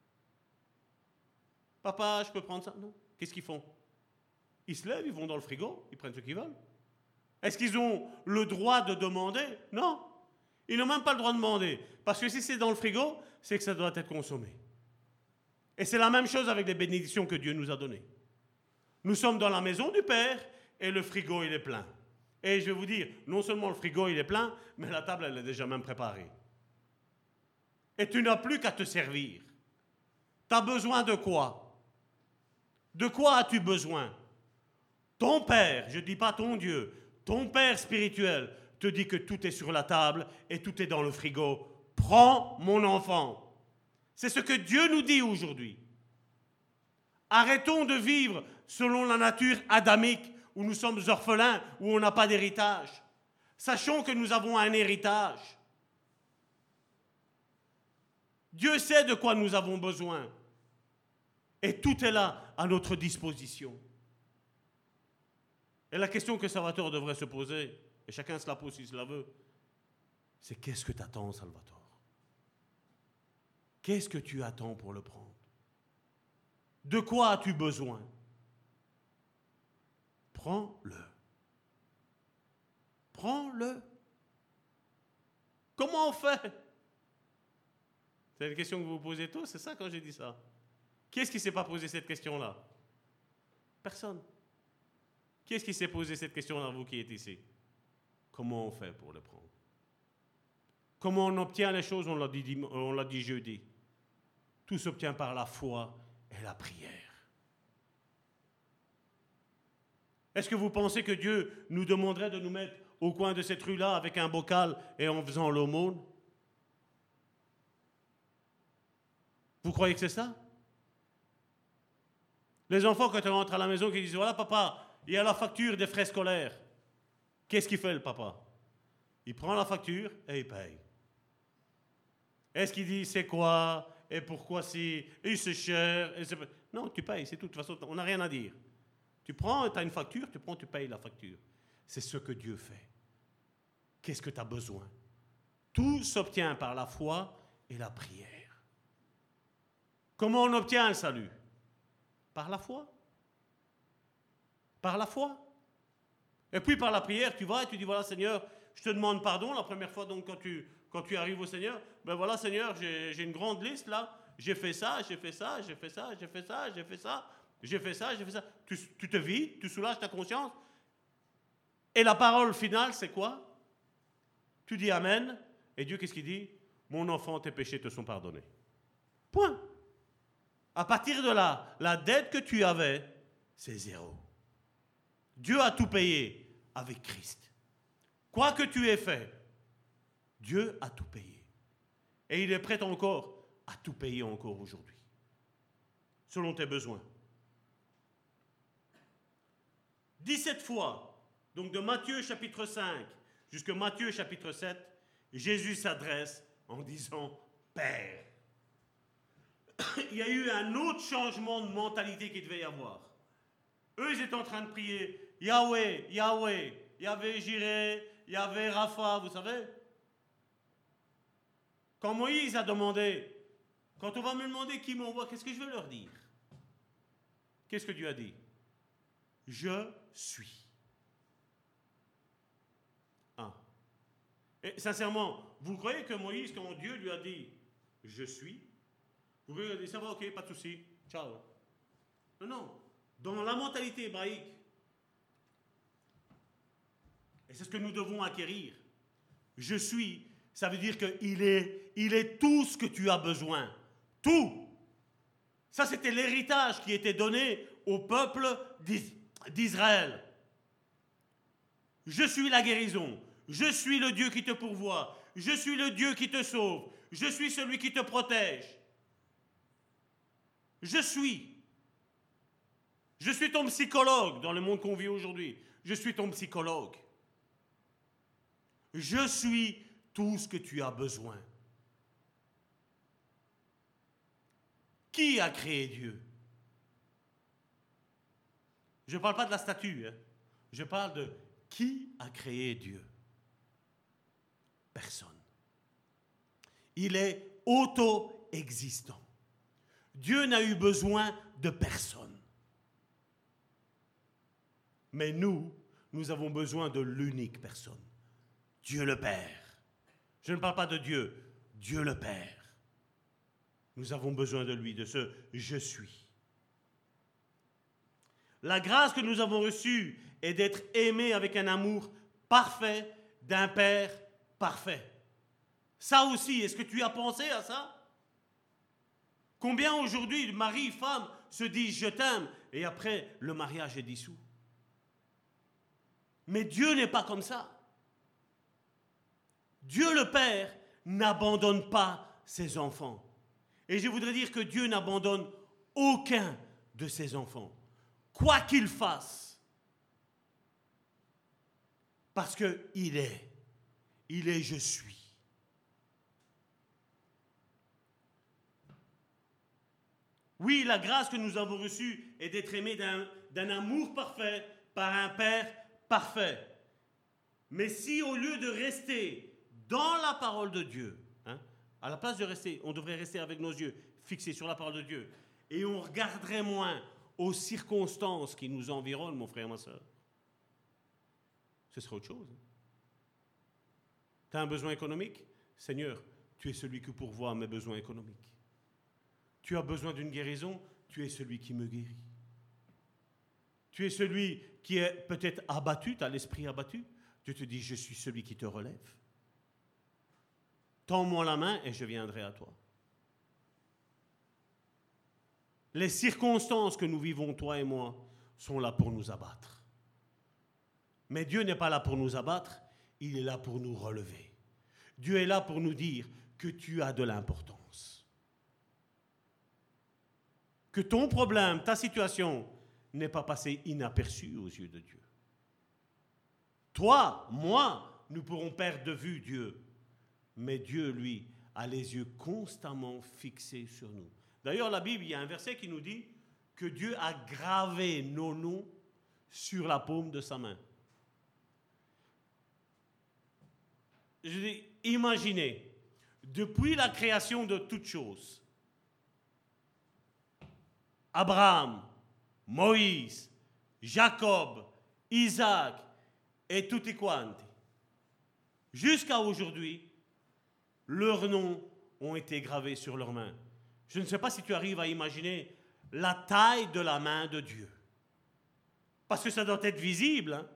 Papa, je peux prendre ça ?» Non. Qu'est-ce qu'ils font? Ils se lèvent, ils vont dans le frigo, ils prennent ce qu'ils veulent. Est-ce qu'ils ont le droit de demander? Non. Ils n'ont même pas le droit de demander. Parce que si c'est dans le frigo, c'est que ça doit être consommé. Et c'est la même chose avec les bénédictions que Dieu nous a données. Nous sommes dans la maison du Père et le frigo, il est plein. Et je vais vous dire, non seulement le frigo il est plein, mais la table elle est déjà même préparée. Et tu n'as plus qu'à te servir. Tu as besoin de quoi? De quoi as-tu besoin? Ton Père, je ne dis pas ton Dieu, ton Père spirituel te dit que tout est sur la table et tout est dans le frigo. Prends mon enfant. C'est ce que Dieu nous dit aujourd'hui. Arrêtons de vivre selon la nature adamique où nous sommes orphelins, où on n'a pas d'héritage. Sachons que nous avons un héritage. Dieu sait de quoi nous avons besoin. Et tout est là à notre disposition. Et la question que Salvatore devrait se poser, et chacun se la pose s'il la veut, c'est qu'est-ce que tu attends, Salvatore? Qu'est-ce que tu attends pour le prendre? De quoi as-tu besoin? Prends-le. Prends-le. Comment on fait? C'est une question que vous vous posez tous, c'est ça quand j'ai dit ça? Qui est-ce qui ne s'est pas posé cette question-là? Personne. Qui est-ce qui s'est posé cette question-là, vous qui êtes ici? Comment on fait pour le prendre? Comment on obtient les choses? On l'a dit jeudi. Tout s'obtient par la foi et la prière. Est-ce que vous pensez que Dieu nous demanderait de nous mettre au coin de cette rue-là avec un bocal et en faisant l'aumône? Vous croyez que c'est ça? Les enfants, quand ils rentrent à la maison, qui disent « Voilà, papa, il y a la facture des frais scolaires. » Qu'est-ce qu'il fait, le papa? Il prend la facture et il paye. Est-ce qu'il dit « C'est quoi? Et pourquoi si? Et c'est cher? » Non, tu payes, c'est tout. De toute façon, on n'a rien à dire. Tu prends, tu as une facture, tu payes la facture. C'est ce que Dieu fait. Qu'est-ce que tu as besoin? Tout s'obtient par la foi et la prière. Comment on obtient le salut? Par la foi. Par la foi. Et puis par la prière, tu vas et tu dis, voilà Seigneur, je te demande pardon. La première fois, donc, quand tu arrives au Seigneur, ben voilà Seigneur, j'ai une grande liste là. J'ai fait ça, j'ai fait ça, j'ai fait ça, j'ai fait ça, j'ai fait ça, j'ai fait ça, j'ai fait ça. Tu te vides, tu soulages ta conscience. Et la parole finale, c'est quoi? Tu dis Amen. Et Dieu, qu'est-ce qu'il dit? Mon enfant, tes péchés te sont pardonnés. Point. À partir de là, la dette que tu avais, c'est zéro. Dieu a tout payé avec Christ. Quoi que tu aies fait, Dieu a tout payé. Et il est prêt encore à tout payer encore aujourd'hui, selon tes besoins. 17 fois, donc de Matthieu chapitre 5 jusqu'à Matthieu chapitre 7, Jésus s'adresse en disant « Père ». Il y a eu un autre changement de mentalité qu'il devait y avoir. Eux, ils étaient en train de prier Yahweh, Yahweh. Il y avait Jireh, il y avait Rapha, vous savez. Quand Moïse a demandé, quand on va me demander qui m'envoie, qu'est-ce que je vais leur dire? Qu'est-ce que Dieu a dit? Je suis. Ah. Et sincèrement, vous croyez que Moïse, quand Dieu lui a dit je suis, vous pouvez dire ça va, ok, pas de souci, ciao. Non, non. Dans la mentalité hébraïque, et c'est ce que nous devons acquérir, je suis, ça veut dire qu'il est tout ce que tu as besoin. Tout. Ça, c'était l'héritage qui était donné au peuple d'Israël. Je suis la guérison. Je suis le Dieu qui te pourvoit. Je suis le Dieu qui te sauve. Je suis celui qui te protège. Je suis. Je suis ton psychologue dans le monde qu'on vit aujourd'hui. Je suis ton psychologue. Je suis tout ce que tu as besoin. Qui a créé Dieu? Je ne parle pas de la statue, hein. Je parle de qui a créé Dieu? Personne. Il est auto-existant. Dieu n'a eu besoin de personne. Mais nous avons besoin de l'unique personne. Dieu le Père. Je ne parle pas de Dieu, Dieu le Père. Nous avons besoin de lui, de ce « je suis ». La grâce que nous avons reçue est d'être aimés avec un amour parfait d'un Père parfait. Ça aussi, est-ce que tu as pensé à ça? Combien aujourd'hui, mari, femme, se disent je t'aime et après le mariage est dissous? Mais Dieu n'est pas comme ça. Dieu le Père n'abandonne pas ses enfants. Et je voudrais dire que Dieu n'abandonne aucun de ses enfants, quoi qu'il fasse. Parce qu'il est je suis. Oui, la grâce que nous avons reçue est d'être aimés d'un amour parfait par un Père parfait. Mais si au lieu de rester dans la parole de Dieu, à la place de rester, on devrait rester avec nos yeux fixés sur la parole de Dieu, et on regarderait moins aux circonstances qui nous environnent, mon frère, ma soeur, ce serait autre chose. Tu as un besoin économique? Seigneur, tu es celui qui pourvoit à mes besoins économiques. Tu as besoin d'une guérison? Tu es celui qui me guérit. Tu es celui qui est peut-être abattu, tu as l'esprit abattu. Dieu te dit, je suis celui qui te relève. Tends-moi la main et je viendrai à toi. Les circonstances que nous vivons, toi et moi, sont là pour nous abattre. Mais Dieu n'est pas là pour nous abattre, il est là pour nous relever. Dieu est là pour nous dire que tu as de l'importance. Que ton problème, ta situation, n'est pas passé inaperçu aux yeux de Dieu. Toi, moi, nous pourrons perdre de vue Dieu. Mais Dieu, lui, a les yeux constamment fixés sur nous. D'ailleurs, la Bible, il y a un verset qui nous dit que Dieu a gravé nos noms sur la paume de sa main. Je dis, imaginez, depuis la création de toutes choses, Abraham, Moïse, Jacob, Isaac et tutti quanti, jusqu'à aujourd'hui, leurs noms ont été gravés sur leurs mains. Je ne sais pas si tu arrives à imaginer la taille de la main de Dieu. Parce que ça doit être visible. Hein?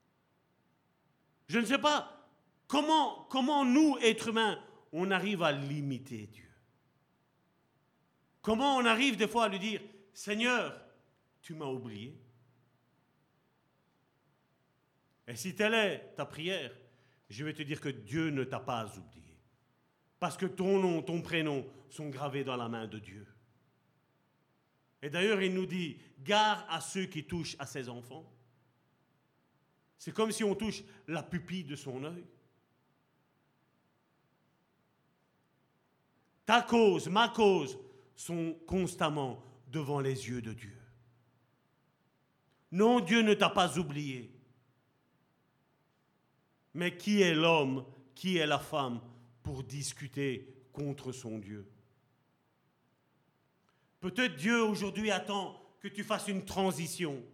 Je ne sais pas comment nous, êtres humains, on arrive à limiter Dieu. Comment on arrive des fois à lui dire, Seigneur, tu m'as oublié. Et si telle est ta prière, je vais te dire que Dieu ne t'a pas oublié. Parce que ton nom, ton prénom sont gravés dans la main de Dieu. Et d'ailleurs, il nous dit, gare à ceux qui touchent à ses enfants. C'est comme si on touche la pupille de son œil. Ta cause, ma cause, sont constamment devant les yeux de Dieu. Non, Dieu ne t'a pas oublié. Mais qui est l'homme, qui est la femme pour discuter contre son Dieu? Peut-être Dieu aujourd'hui attend que tu fasses une transition.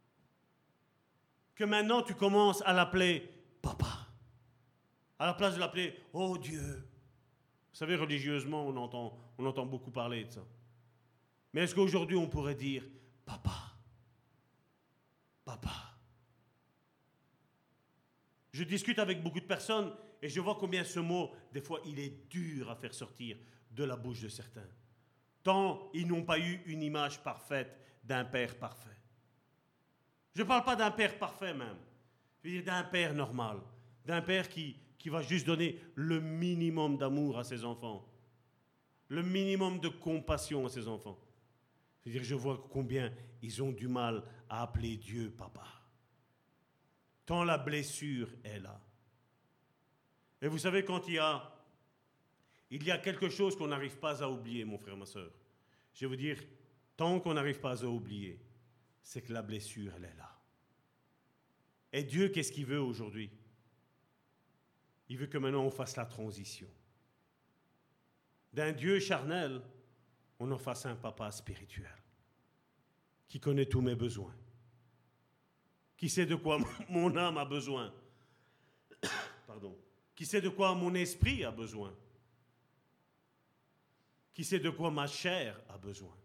Que maintenant tu commences à l'appeler papa. À la place de l'appeler oh Dieu. Vous savez, religieusement, on entend beaucoup parler de ça. Mais est-ce qu'aujourd'hui on pourrait dire papa? Papa. Je discute avec beaucoup de personnes et je vois combien ce mot, des fois, il est dur à faire sortir de la bouche de certains. Tant ils n'ont pas eu une image parfaite d'un père parfait. Je ne parle pas d'un père parfait même. Je veux dire d'un père normal. D'un père qui va juste donner le minimum d'amour à ses enfants. Le minimum de compassion à ses enfants. Je veux dire, je vois combien ils ont du mal à appeler Dieu papa. Tant la blessure est là. Et vous savez, quand il y a quelque chose qu'on n'arrive pas à oublier, mon frère, ma soeur, je vais vous dire, tant qu'on n'arrive pas à oublier, c'est que la blessure, elle est là. Et Dieu, qu'est-ce qu'il veut aujourd'hui? Il veut que maintenant on fasse la transition. D'un Dieu charnel, on en fasse un papa spirituel, qui connaît tous mes besoins, qui sait de quoi mon âme a besoin, pardon, qui sait de quoi mon esprit a besoin, qui sait de quoi ma chair a besoin.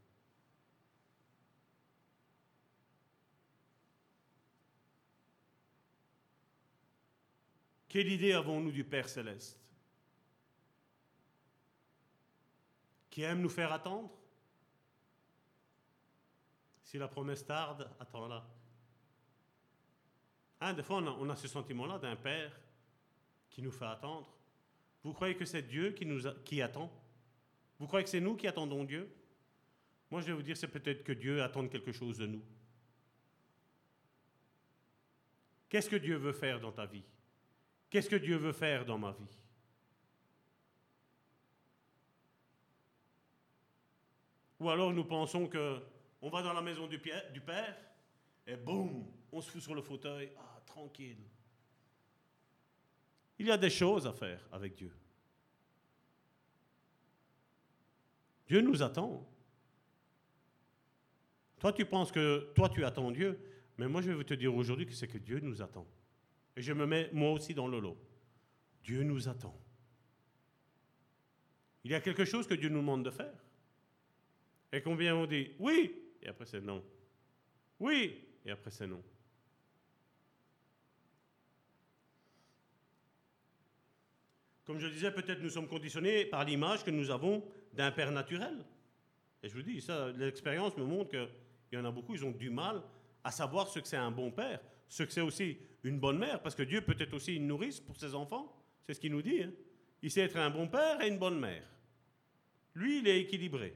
Quelle idée avons-nous du Père céleste? Qui aime nous faire attendre? Si la promesse tarde, attends-la. Des fois, on a ce sentiment-là d'un Père qui nous fait attendre. Vous croyez que c'est Dieu qui attend? Vous croyez que c'est nous qui attendons Dieu? Moi, je vais vous dire, c'est peut-être que Dieu attend quelque chose de nous. Qu'est-ce que Dieu veut faire dans ta vie? Qu'est-ce que Dieu veut faire dans ma vie? Ou alors nous pensons qu'on va dans la maison du Père et boum, on se fout sur le fauteuil, tranquille. Il y a des choses à faire avec Dieu. Dieu nous attend. Toi, tu penses que toi, tu attends Dieu, mais moi, je vais te dire aujourd'hui que c'est que Dieu nous attend. Et je me mets moi aussi dans le lot. Dieu nous attend. Il y a quelque chose que Dieu nous demande de faire. Et combien on dit oui, et après c'est non. Oui, et après c'est non. Comme je disais, peut-être nous sommes conditionnés par l'image que nous avons d'un Père naturel. Et je vous dis, ça, l'expérience me montre qu'il y en a beaucoup, ils ont du mal à savoir ce que c'est un bon père, ce que c'est aussi une bonne mère, parce que Dieu peut être aussi une nourrice pour ses enfants. C'est ce qu'il nous dit. Il sait être un bon père et une bonne mère. Lui, il est équilibré.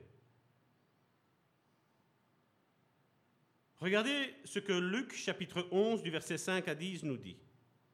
Regardez ce que Luc, chapitre 11, du verset 5 à 10, nous dit.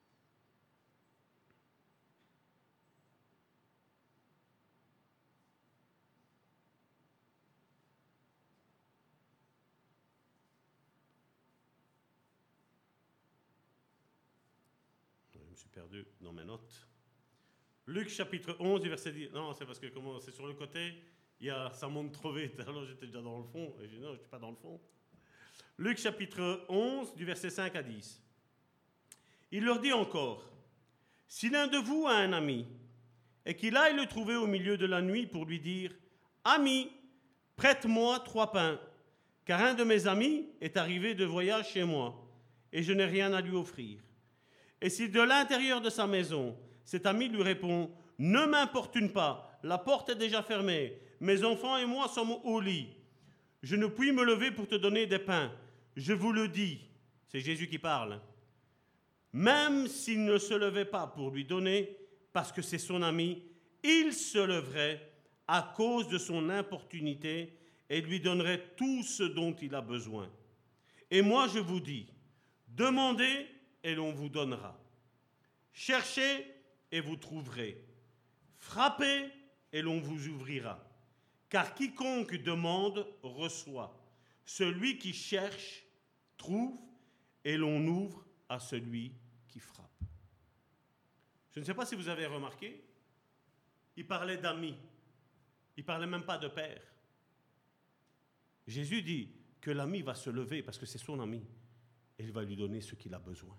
Je me suis perdu dans mes notes. Luc, chapitre 11, du verset 10. Non, c'est parce que c'est sur le côté, ça monte trop vite. Alors j'étais déjà dans le fond. Et j'ai dit non, je ne suis pas dans le fond. Luc chapitre 11, du verset 5 à 10. Il leur dit encore, « Si l'un de vous a un ami, et qu'il aille le trouver au milieu de la nuit pour lui dire, « Ami, prête-moi 3 pains, car un de mes amis est arrivé de voyage chez moi, et je n'ai rien à lui offrir. » Et si de l'intérieur de sa maison, cet ami lui répond, « Ne m'importune pas, la porte est déjà fermée, mes enfants et moi sommes au lit. Je ne puis me lever pour te donner des pains. Je vous le dis, c'est Jésus qui parle, même s'il ne se levait pas pour lui donner, parce que c'est son ami, il se leverait à cause de son importunité et lui donnerait tout ce dont il a besoin. Et moi je vous dis, demandez et l'on vous donnera. Cherchez et vous trouverez. Frappez et l'on vous ouvrira. Car quiconque demande reçoit. Celui qui cherche trouve et l'on ouvre à celui qui frappe. Je ne sais pas si vous avez remarqué, il parlait d'amis. Il ne parlait même pas de père. Jésus dit que l'ami va se lever parce que c'est son ami et il va lui donner ce qu'il a besoin.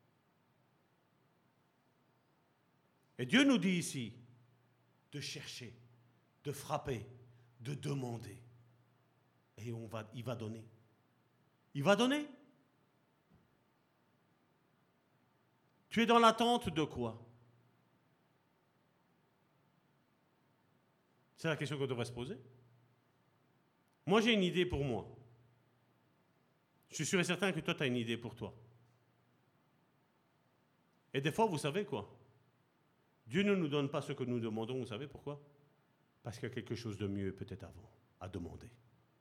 Et Dieu nous dit ici de chercher, de frapper, de demander. Et il va donner. Il va donner. Tu es dans l'attente de quoi? C'est la question qu'on devrait se poser. Moi, j'ai une idée pour moi. Je suis sûr et certain que toi, tu as une idée pour toi. Et des fois, vous savez quoi? Dieu ne nous donne pas ce que nous demandons, vous savez pourquoi? Parce qu'il y a quelque chose de mieux peut-être avant à demander.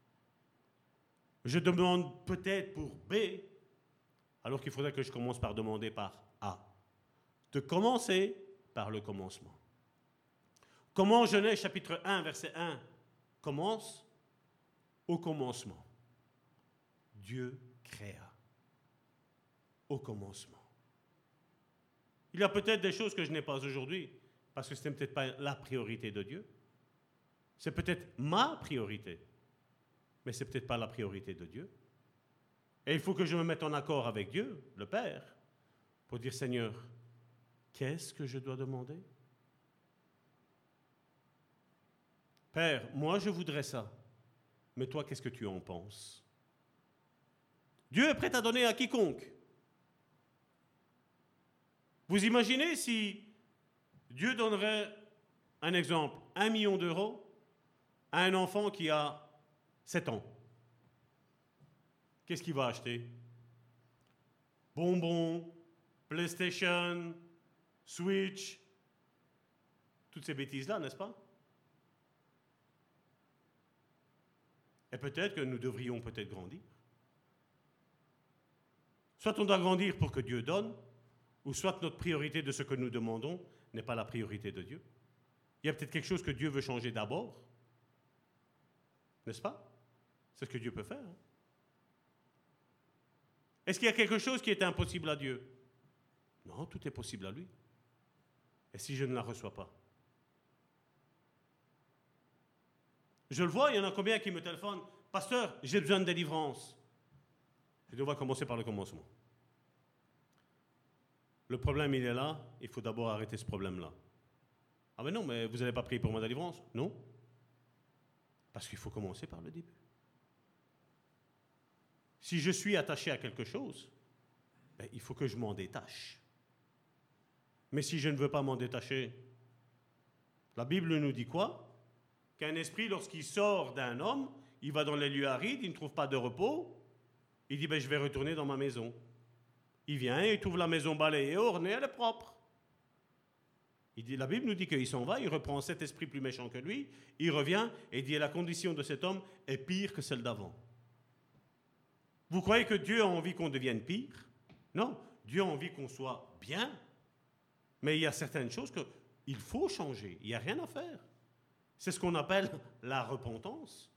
Je demande peut-être pour B, alors qu'il faudrait que je commence par demander par A. De commencer par le commencement. Comment Genèse chapitre 1, verset 1 commence? Au commencement, Dieu créa. Au commencement. Il y a peut-être des choses que je n'ai pas aujourd'hui, parce que ce n'est peut-être pas la priorité de Dieu. C'est peut-être ma priorité, mais ce n'est peut-être pas la priorité de Dieu. Et il faut que je me mette en accord avec Dieu, le Père, pour dire, Seigneur, qu'est-ce que je dois demander? Père, moi je voudrais ça, mais toi, qu'est-ce que tu en penses? Dieu est prêt à donner à quiconque. Vous imaginez si Dieu donnerait un exemple, 1 million d'euros à un enfant qui a 7 ans. Qu'est-ce qu'il va acheter? Bonbons, PlayStation, Switch, toutes ces bêtises-là, n'est-ce pas? Et peut-être que nous devrions peut-être grandir. Soit on doit grandir pour que Dieu donne, ou soit notre priorité de ce que nous demandons n'est pas la priorité de Dieu. Il y a peut-être quelque chose que Dieu veut changer d'abord. N'est-ce pas? C'est ce que Dieu peut faire. Hein? Est-ce qu'il y a quelque chose qui est impossible à Dieu? Non, tout est possible à lui. Et si je ne la reçois pas? Je le vois, il y en a combien qui me téléphonent? Pasteur, j'ai besoin de délivrance. Je dois commencer par le commencement. Le problème, il est là. Il faut d'abord arrêter ce problème-là. Ah mais non, mais vous n'allez pas prier pour ma délivrance? Non. Parce qu'il faut commencer par le début. Si je suis attaché à quelque chose, ben, il faut que je m'en détache. Mais si je ne veux pas m'en détacher, la Bible nous dit quoi? Qu'un esprit, lorsqu'il sort d'un homme, il va dans les lieux arides, il ne trouve pas de repos, il dit ben, je vais retourner dans ma maison. Il vient, il trouve la maison balayée, ornée, elle est propre. Il dit, la Bible nous dit qu'il s'en va, il reprend cet esprit plus méchant que lui, il revient et dit la condition de cet homme est pire que celle d'avant. Vous croyez que Dieu a envie qu'on devienne pire? Non, Dieu a envie qu'on soit bien. Mais il y a certaines choses qu'il faut changer, il n'y a rien à faire. C'est ce qu'on appelle la repentance.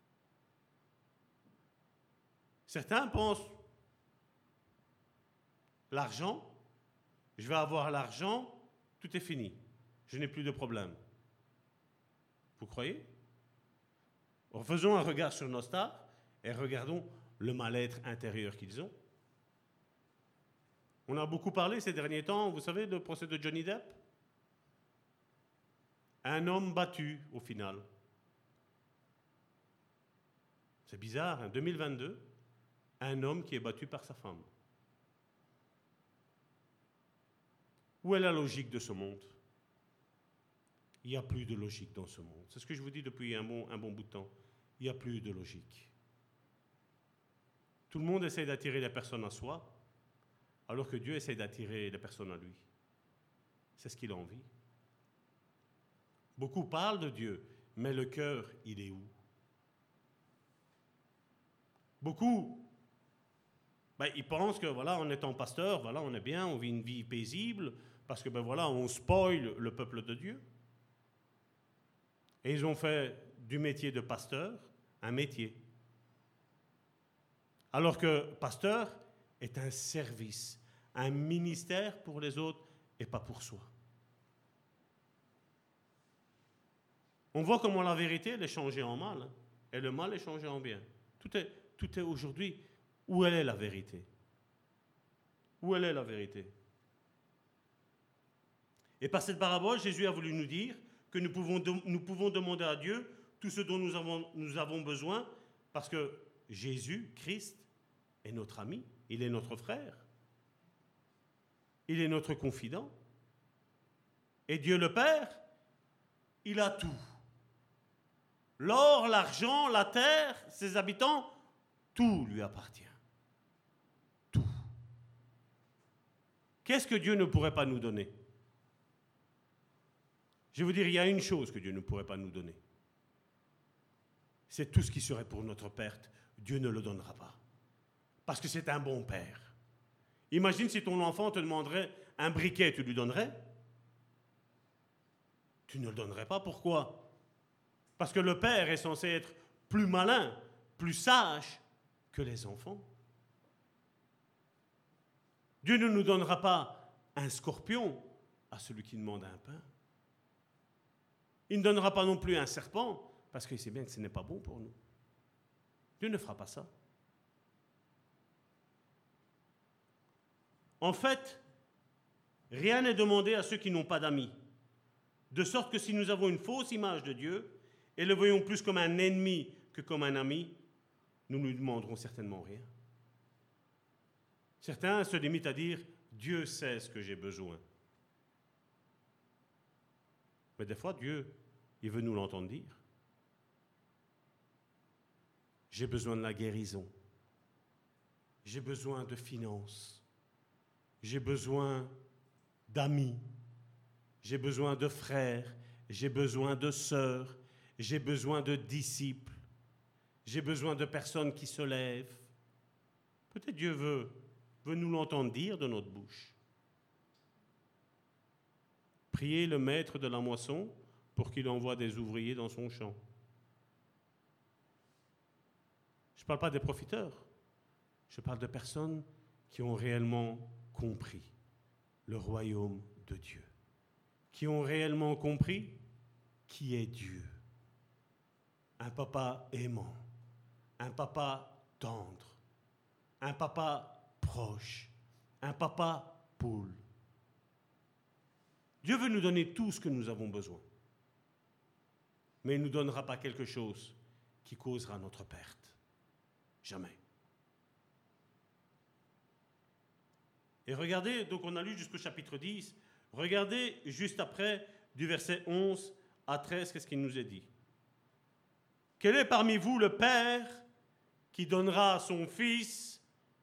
Certains pensent, l'argent, je vais avoir l'argent, tout est fini. Je n'ai plus de problème. Vous croyez? Faisons un regard sur nos stars et regardons le mal-être intérieur qu'ils ont. On a beaucoup parlé ces derniers temps, vous savez, du procès de Johnny Depp. Un homme battu, au final. C'est bizarre, en 2022, un homme qui est battu par sa femme. Où est la logique de ce monde? Il n'y a plus de logique dans ce monde. C'est ce que je vous dis depuis un bon bout de temps. Il n'y a plus de logique. Tout le monde essaie d'attirer les personnes à soi, alors que Dieu essaie d'attirer les personnes à lui. C'est ce qu'il a envie. Beaucoup parlent de Dieu, mais le cœur, il est où? Beaucoup, ils pensent que voilà, en étant pasteur, voilà, on est bien, on vit une vie paisible, parce que voilà, on spoil le peuple de Dieu. Et ils ont fait du métier de pasteur un métier. Alors que pasteur est un service, un ministère pour les autres et pas pour soi. On voit comment la vérité elle est changée en mal, hein, et le mal est changé en bien. Tout est aujourd'hui. Où elle est la vérité? Où elle est la vérité? Et par cette parabole, Jésus a voulu nous dire que nous pouvons demander à Dieu tout ce dont nous avons besoin, parce que Jésus, Christ, est notre ami, il est notre frère, il est notre confident. Et Dieu le Père, il a tout. L'or, l'argent, la terre, ses habitants, tout lui appartient. Tout. Qu'est-ce que Dieu ne pourrait pas nous donner? Je vais vous dire, il y a une chose que Dieu ne pourrait pas nous donner. C'est tout ce qui serait pour notre perte. Dieu ne le donnera pas. Parce que c'est un bon père. Imagine si ton enfant te demanderait un briquet, tu lui donnerais? Tu ne le donnerais pas. Pourquoi? Parce que le père est censé être plus malin, plus sage que les enfants. Dieu ne nous donnera pas un scorpion à celui qui demande un pain. Il ne donnera pas non plus un serpent, parce qu'il sait bien que ce n'est pas bon pour nous. Dieu ne fera pas ça. En fait, rien n'est demandé à ceux qui n'ont pas d'amis. De sorte que si nous avons une fausse image de Dieu, et le voyons plus comme un ennemi que comme un ami, nous ne lui demanderons certainement rien. Certains se limitent à dire « Dieu sait ce que j'ai besoin. Mais des fois, Dieu, il veut nous l'entendre dire. J'ai besoin de la guérison. J'ai besoin de finances. J'ai besoin d'amis. J'ai besoin de frères. J'ai besoin de sœurs. J'ai besoin de disciples. J'ai besoin de personnes qui se lèvent. Peut-être Dieu veut nous l'entendre dire de notre bouche. Priez le maître de la moisson pour qu'il envoie des ouvriers dans son champ. Je ne parle pas des profiteurs. Je parle de personnes qui ont réellement compris le royaume de Dieu. Qui ont réellement compris qui est Dieu. Un papa aimant. Un papa tendre. Un papa proche. Un papa poule. Dieu veut nous donner tout ce que nous avons besoin. Mais il ne nous donnera pas quelque chose qui causera notre perte. Jamais. Et regardez, donc on a lu jusqu'au chapitre 10, regardez juste après, du verset 11 à 13, qu'est-ce qu'il nous est dit. Quel est parmi vous le père qui donnera à son fils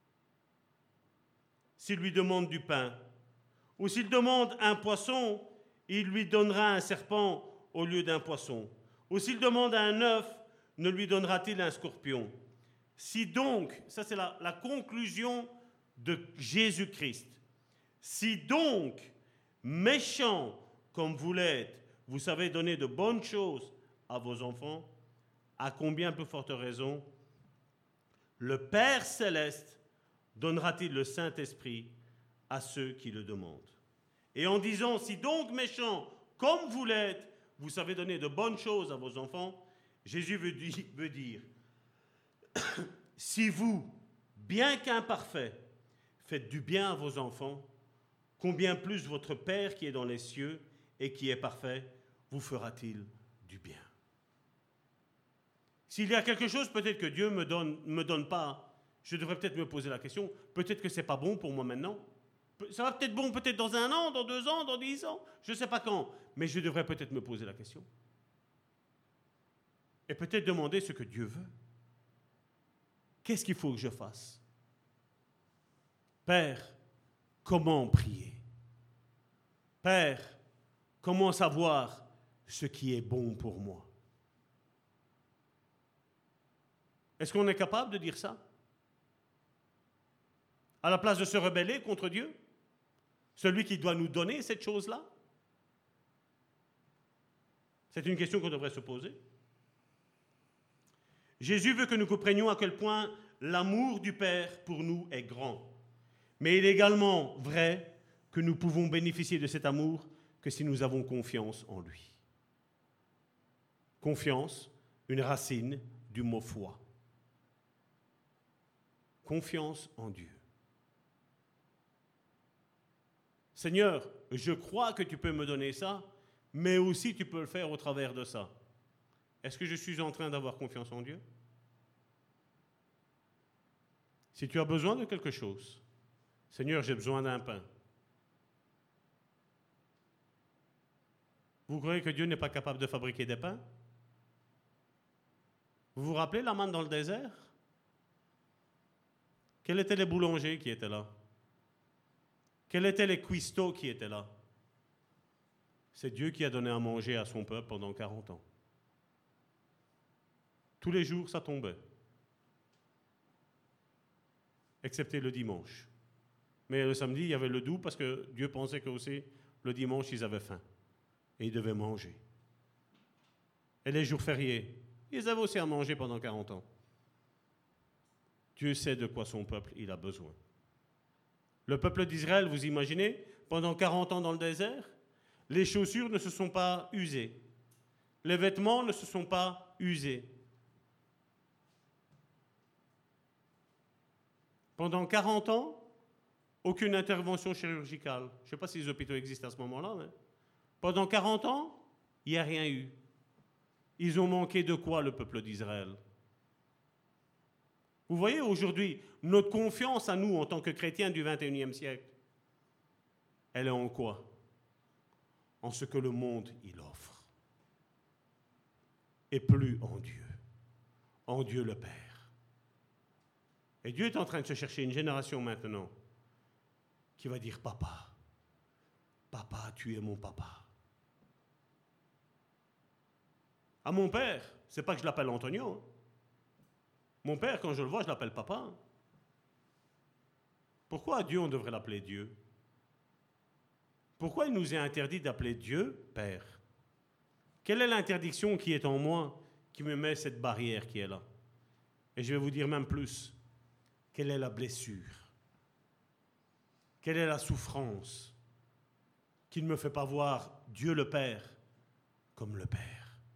s'il lui demande du pain? Ou s'il demande un poisson, il lui donnera un serpent au lieu d'un poisson. Ou s'il demande un œuf, ne lui donnera-t-il un scorpion? Si donc, ça c'est la conclusion de Jésus-Christ, si donc, méchants comme vous l'êtes, vous savez donner de bonnes choses à vos enfants, à combien plus forte raison le Père Céleste donnera-t-il le Saint-Esprit à ceux qui le demandent? Et en disant, si donc méchants comme vous l'êtes, vous savez donner de bonnes choses à vos enfants, Jésus veut dire, si vous, bien qu'imparfaits, faites du bien à vos enfants, combien plus votre Père qui est dans les cieux et qui est parfait, vous fera-t-il du bien? S'il y a quelque chose peut-être que Dieu me donne pas, je devrais peut-être me poser la question, peut-être que c'est pas bon pour moi maintenant. Ça va peut-être bon peut-être dans 1 an, dans 2 ans, dans 10 ans, je ne sais pas quand, mais je devrais peut-être me poser la question. Et peut-être demander ce que Dieu veut. Qu'est-ce qu'il faut que je fasse? Père, comment prier? Père, comment savoir ce qui est bon pour moi? Est-ce qu'on est capable de dire ça? À la place de se rebeller contre Dieu? Celui qui doit nous donner cette chose-là? C'est une question qu'on devrait se poser. Jésus veut que nous comprenions à quel point l'amour du Père pour nous est grand. Mais il est également vrai que nous pouvons bénéficier de cet amour que si nous avons confiance en lui. Confiance, une racine du mot foi. Confiance en Dieu. Seigneur, je crois que tu peux me donner ça, mais aussi tu peux le faire au travers de ça. Est-ce que je suis en train d'avoir confiance en Dieu? Si tu as besoin de quelque chose, Seigneur, j'ai besoin d'un pain. Vous croyez que Dieu n'est pas capable de fabriquer des pains? Vous vous rappelez la manne dans le désert? Quels étaient les boulangers qui étaient là? Quels étaient les cuistots qui étaient là? C'est Dieu qui a donné à manger à son peuple pendant 40 ans. Tous les jours, ça tombait. Excepté le dimanche. Mais le samedi, il y avait le doux parce que Dieu pensait que aussi le dimanche, ils avaient faim. Et ils devaient manger. Et les jours fériés, ils avaient aussi à manger pendant 40 ans. Dieu sait de quoi son peuple il a besoin. Le peuple d'Israël, vous imaginez, pendant 40 ans dans le désert, les chaussures ne se sont pas usées. Les vêtements ne se sont pas usés. Pendant 40 ans, aucune intervention chirurgicale. Je ne sais pas si les hôpitaux existent à ce moment-là, mais pendant 40 ans, il n'y a rien eu. Ils ont manqué de quoi, le peuple d'Israël? Vous voyez, aujourd'hui, notre confiance à nous, en tant que chrétiens du XXIe siècle, Elle est en quoi? En ce que le monde il offre. Et plus en Dieu le Père. Et Dieu est en train de se chercher une génération maintenant qui va dire papa, papa, tu es mon papa. À mon père, c'est pas que je l'appelle Antonio. Hein. Mon père, quand je le vois, je l'appelle papa. Pourquoi à Dieu on devrait l'appeler Dieu? Pourquoi il nous est interdit d'appeler Dieu Père? Quelle est l'interdiction qui est en moi qui me met cette barrière qui est là? Et je vais vous dire même plus. Quelle est la blessure? Quelle est la souffrance qui ne me fait pas voir Dieu le Père comme le Père?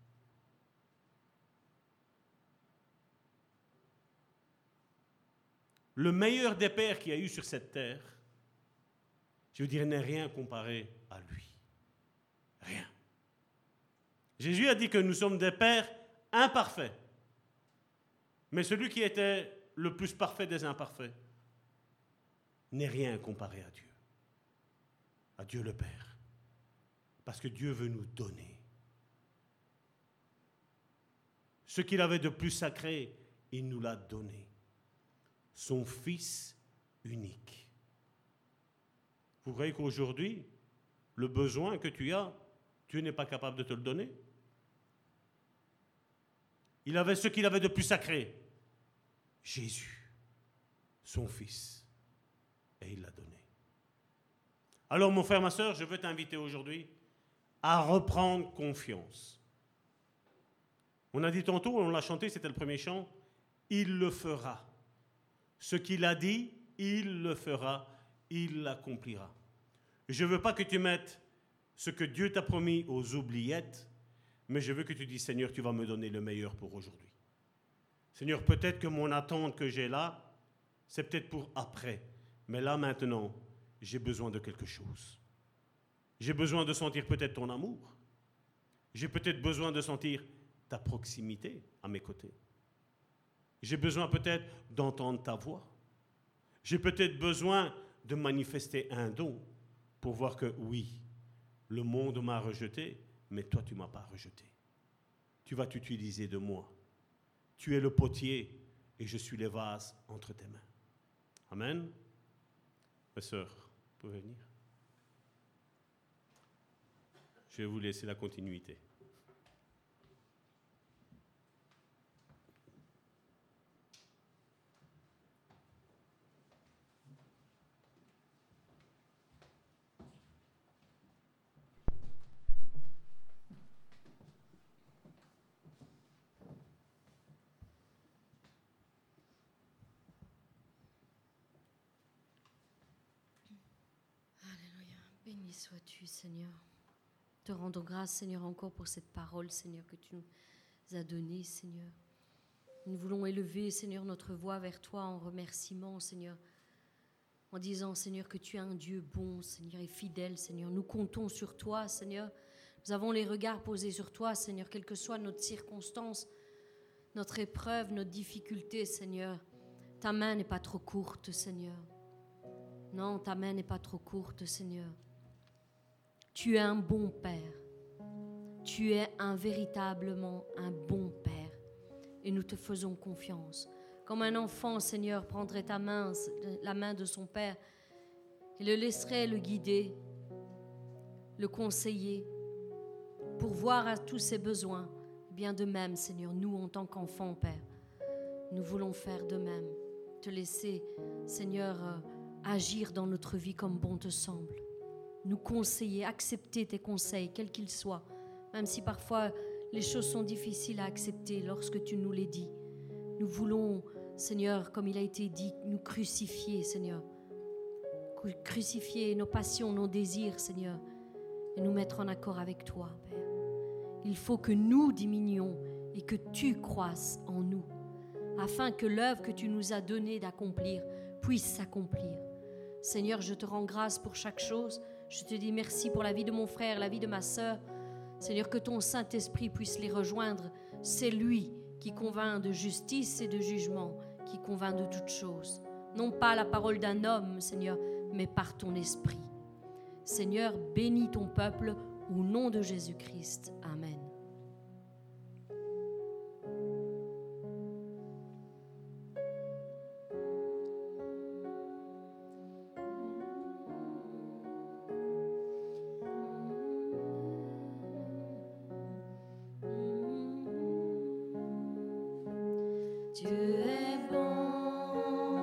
Le meilleur des pères qu'il y a eu sur cette terre, je veux dire, n'est rien comparé à lui. Rien. Jésus a dit que nous sommes des pères imparfaits. Mais celui qui était le plus parfait des imparfaits n'est rien comparé à Dieu le Père. Parce que Dieu veut nous donner. Ce qu'il avait de plus sacré, il nous l'a donné. Son Fils unique. Vous croyez qu'aujourd'hui, le besoin que tu as, Dieu n'est pas capable de te le donner? Il avait ce qu'il avait de plus sacré, Jésus, son Fils, et il l'a donné. Alors mon frère, ma sœur, je veux t'inviter aujourd'hui à reprendre confiance. On a dit tantôt, on l'a chanté, c'était le premier chant, il le fera. Ce qu'il a dit, il le fera, il l'accomplira. Je ne veux pas que tu mettes ce que Dieu t'a promis aux oubliettes, mais je veux que tu dises, Seigneur, tu vas me donner le meilleur pour aujourd'hui. Seigneur, peut-être que mon attente que j'ai là, c'est peut-être pour après, mais là maintenant, j'ai besoin de quelque chose. J'ai besoin de sentir peut-être ton amour. J'ai peut-être besoin de sentir ta proximité à mes côtés. J'ai besoin peut-être d'entendre ta voix. J'ai peut-être besoin de manifester un don pour voir que oui, le monde m'a rejeté, mais toi tu ne m'as pas rejeté. Tu vas t'utiliser de moi. Tu es le potier et je suis les vases entre tes mains. Amen. Ma sœur, vous pouvez venir. Je vais vous laisser la continuité. Béni sois-tu, Seigneur. Te rendons grâce, Seigneur, encore pour cette parole, Seigneur, que tu nous as donnée, Seigneur. Nous voulons élever, Seigneur, notre voix vers toi en remerciement, Seigneur, en disant, Seigneur, que tu es un Dieu bon, Seigneur, et fidèle, Seigneur. Nous comptons sur toi, Seigneur. Nous avons les regards posés sur toi, Seigneur, quelle que soit notre circonstance, notre épreuve, notre difficulté, Seigneur. Ta main n'est pas trop courte, Seigneur. Non, ta main n'est pas trop courte, Seigneur. Tu es un bon Père. Tu es véritablement un bon Père. Et nous te faisons confiance. Comme un enfant, Seigneur, prendrait ta main, la main de son Père, et le laisserait le guider, le conseiller, pour voir à tous ses besoins. Bien de même, Seigneur, nous, en tant qu'enfants, Père, nous voulons faire de même. Te laisser, Seigneur, agir dans notre vie comme bon te semble. Nous conseiller, accepter tes conseils, quels qu'ils soient, même si parfois les choses sont difficiles à accepter lorsque tu nous les dis. Nous voulons, Seigneur, comme il a été dit, nous crucifier, Seigneur. Crucifier nos passions, nos désirs, Seigneur, et nous mettre en accord avec toi, Père. Il faut que nous diminuions et que tu croisses en nous, afin que l'œuvre que tu nous as donnée d'accomplir puisse s'accomplir. Seigneur, je te rends grâce pour chaque chose. Je te dis merci pour la vie de mon frère, la vie de ma sœur. Seigneur, que ton Saint-Esprit puisse les rejoindre. C'est lui qui convainc de justice et de jugement, qui convainc de toutes choses. Non pas la parole d'un homme, Seigneur, mais par ton esprit. Seigneur, bénis ton peuple au nom de Jésus-Christ. Amen. Dieu est bon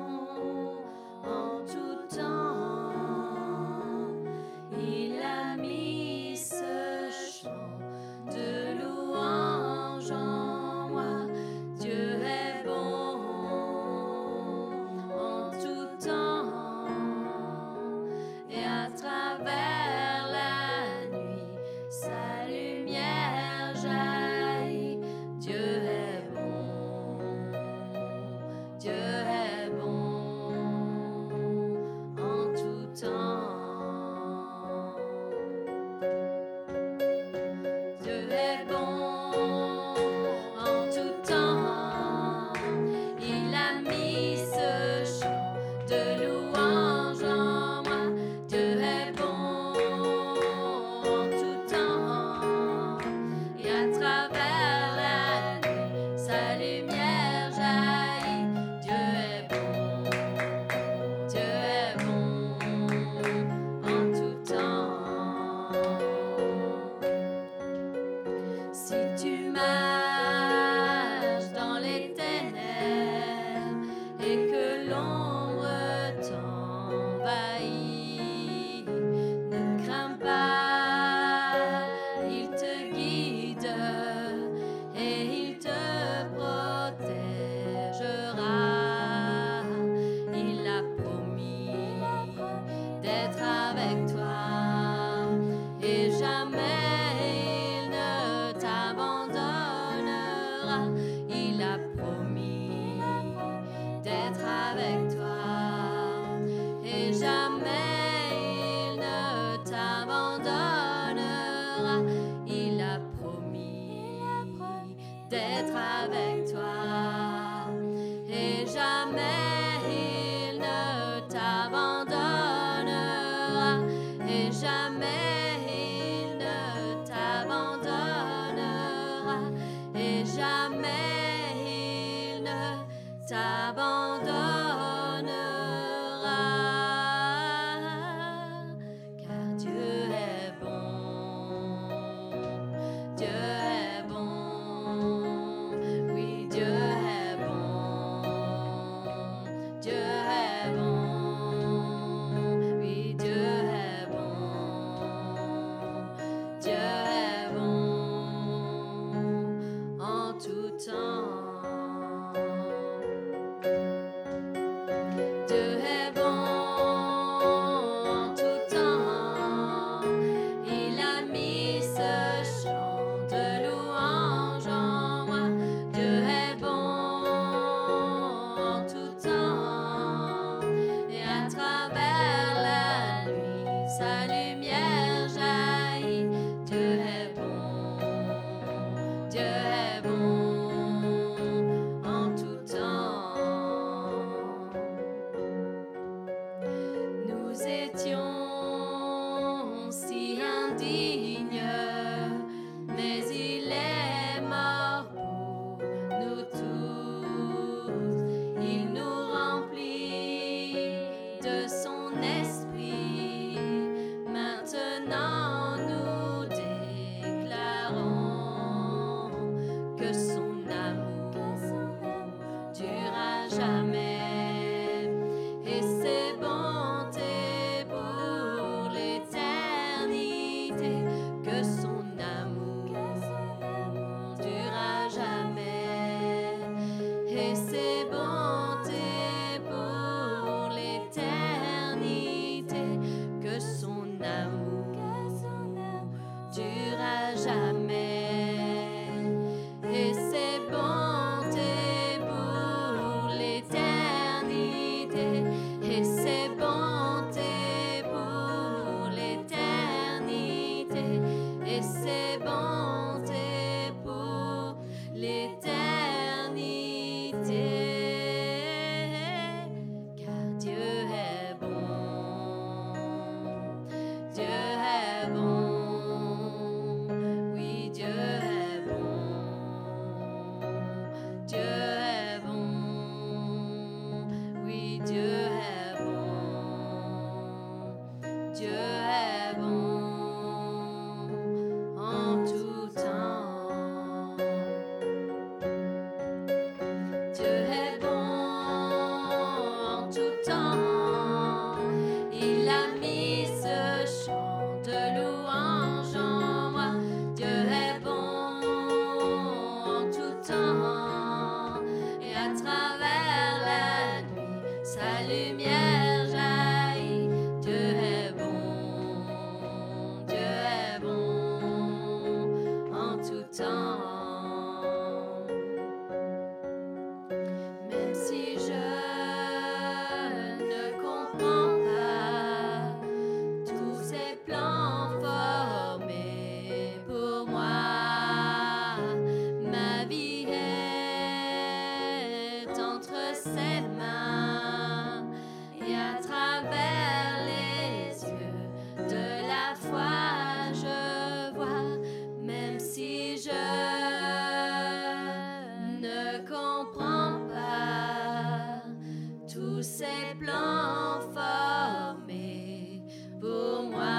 en tout temps. Il a mis ce chant de louange en moi. Dieu est bon en tout temps. Et à travers la nuit, sa lumière jaillit. Dieu est Dieu est bon en tout temps. Dieu est bon en tout temps. Il a mis ce chant de louange en moi. Dieu est bon en tout temps. Et à travers la nuit, sa lumière jaillit. Dieu est bon en tout temps. Si tu marches dans les ténèbres et que l'ombre t'envahit, ne crains pas, il te guide et il te protégera. Il a promis d'être avec toi et jamais il ne t'abandonnera. Il a promis d'être avec toi et jamais il ne t'abandonnera. Il a promis d'être avec toi et jamais il ne t'abandonnera. Et jamais il ne t'abandonnera. Et jamais il ne t'abandonnera. Car Dieu est bon. Dieu est bon. Oui, Dieu lumière jaillit. Dieu est bon en tout temps. Même si je ne comprends pas tous ces plans formés pour moi, ma vie est entre ses mains et à travers les yeux de la foi je vois, même si je ne comprends pas tous ces plans formés pour moi.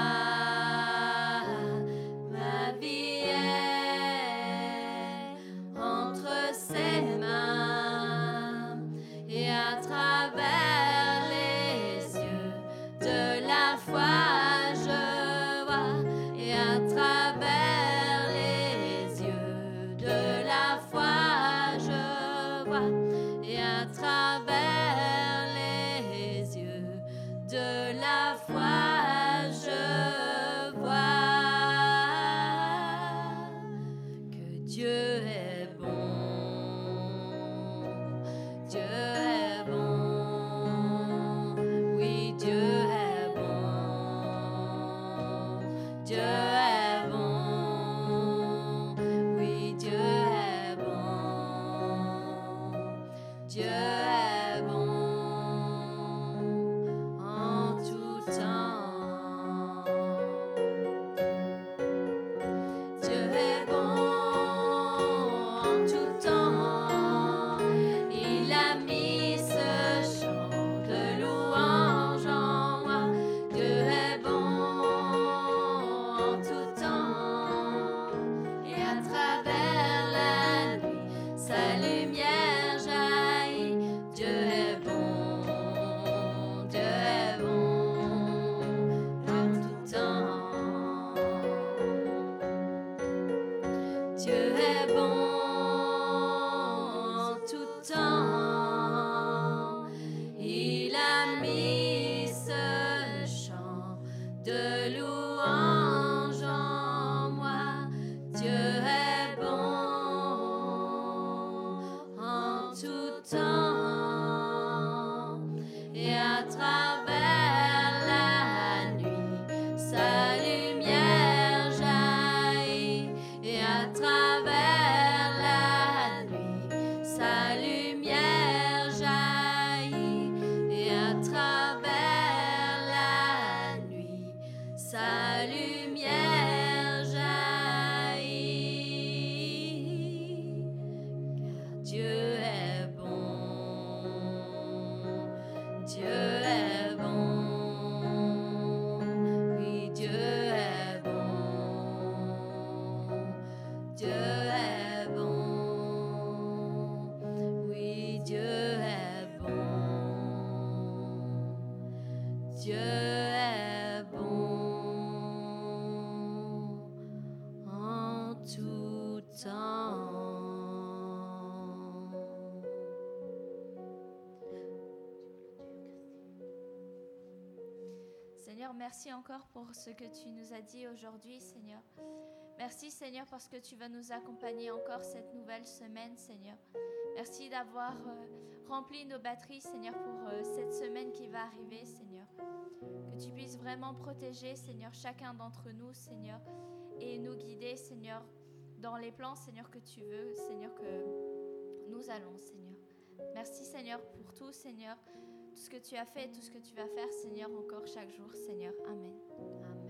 Ma vie est entre ses mains et à travers les yeux de la foi je vois, et à travers les yeux de la foi je vois, et à travers les yeux de la foi je vois que Dieu est bon. Dieu est bon. Oui, Dieu est bon. Dieu est bon. Oui, Dieu est bon. Dieu est bon en tout temps. Dieu est bon en tout temps. Il a mis ce chant de louange en moi. Dieu est bon en tout temps. Et à travers la nuit, sa lumière jaillit. Dieu est bon. Dieu est bon en tout temps. Dieu est bon en tout temps. Il a mis ce chant de louange en moi. Dieu est bon en tout temps. Et à travers la nuit, sa lumière jaillit. Et à travers la nuit, sa lumière jaillit. Et à travers la nuit, sa lumière jaillit. Car Dieu est bon. Dieu est bon. Oui, Dieu est bon. Dieu est bon. Oui, Dieu est bon. Dieu est bon en tout temps. Seigneur, merci encore pour ce que tu nous as dit aujourd'hui, Seigneur. Merci, Seigneur, parce que tu vas nous accompagner encore cette nouvelle semaine, Seigneur. Merci d'avoir rempli nos batteries, Seigneur, pour cette semaine qui va arriver, Seigneur. Que tu puisses vraiment protéger, Seigneur, chacun d'entre nous, Seigneur, et nous guider, Seigneur, dans les plans, Seigneur, que tu veux, Seigneur, que nous allons, Seigneur. Merci, Seigneur, pour tout, Seigneur, tout ce que tu as fait et tout ce que tu vas faire, Seigneur, encore chaque jour, Seigneur. Amen. Amen.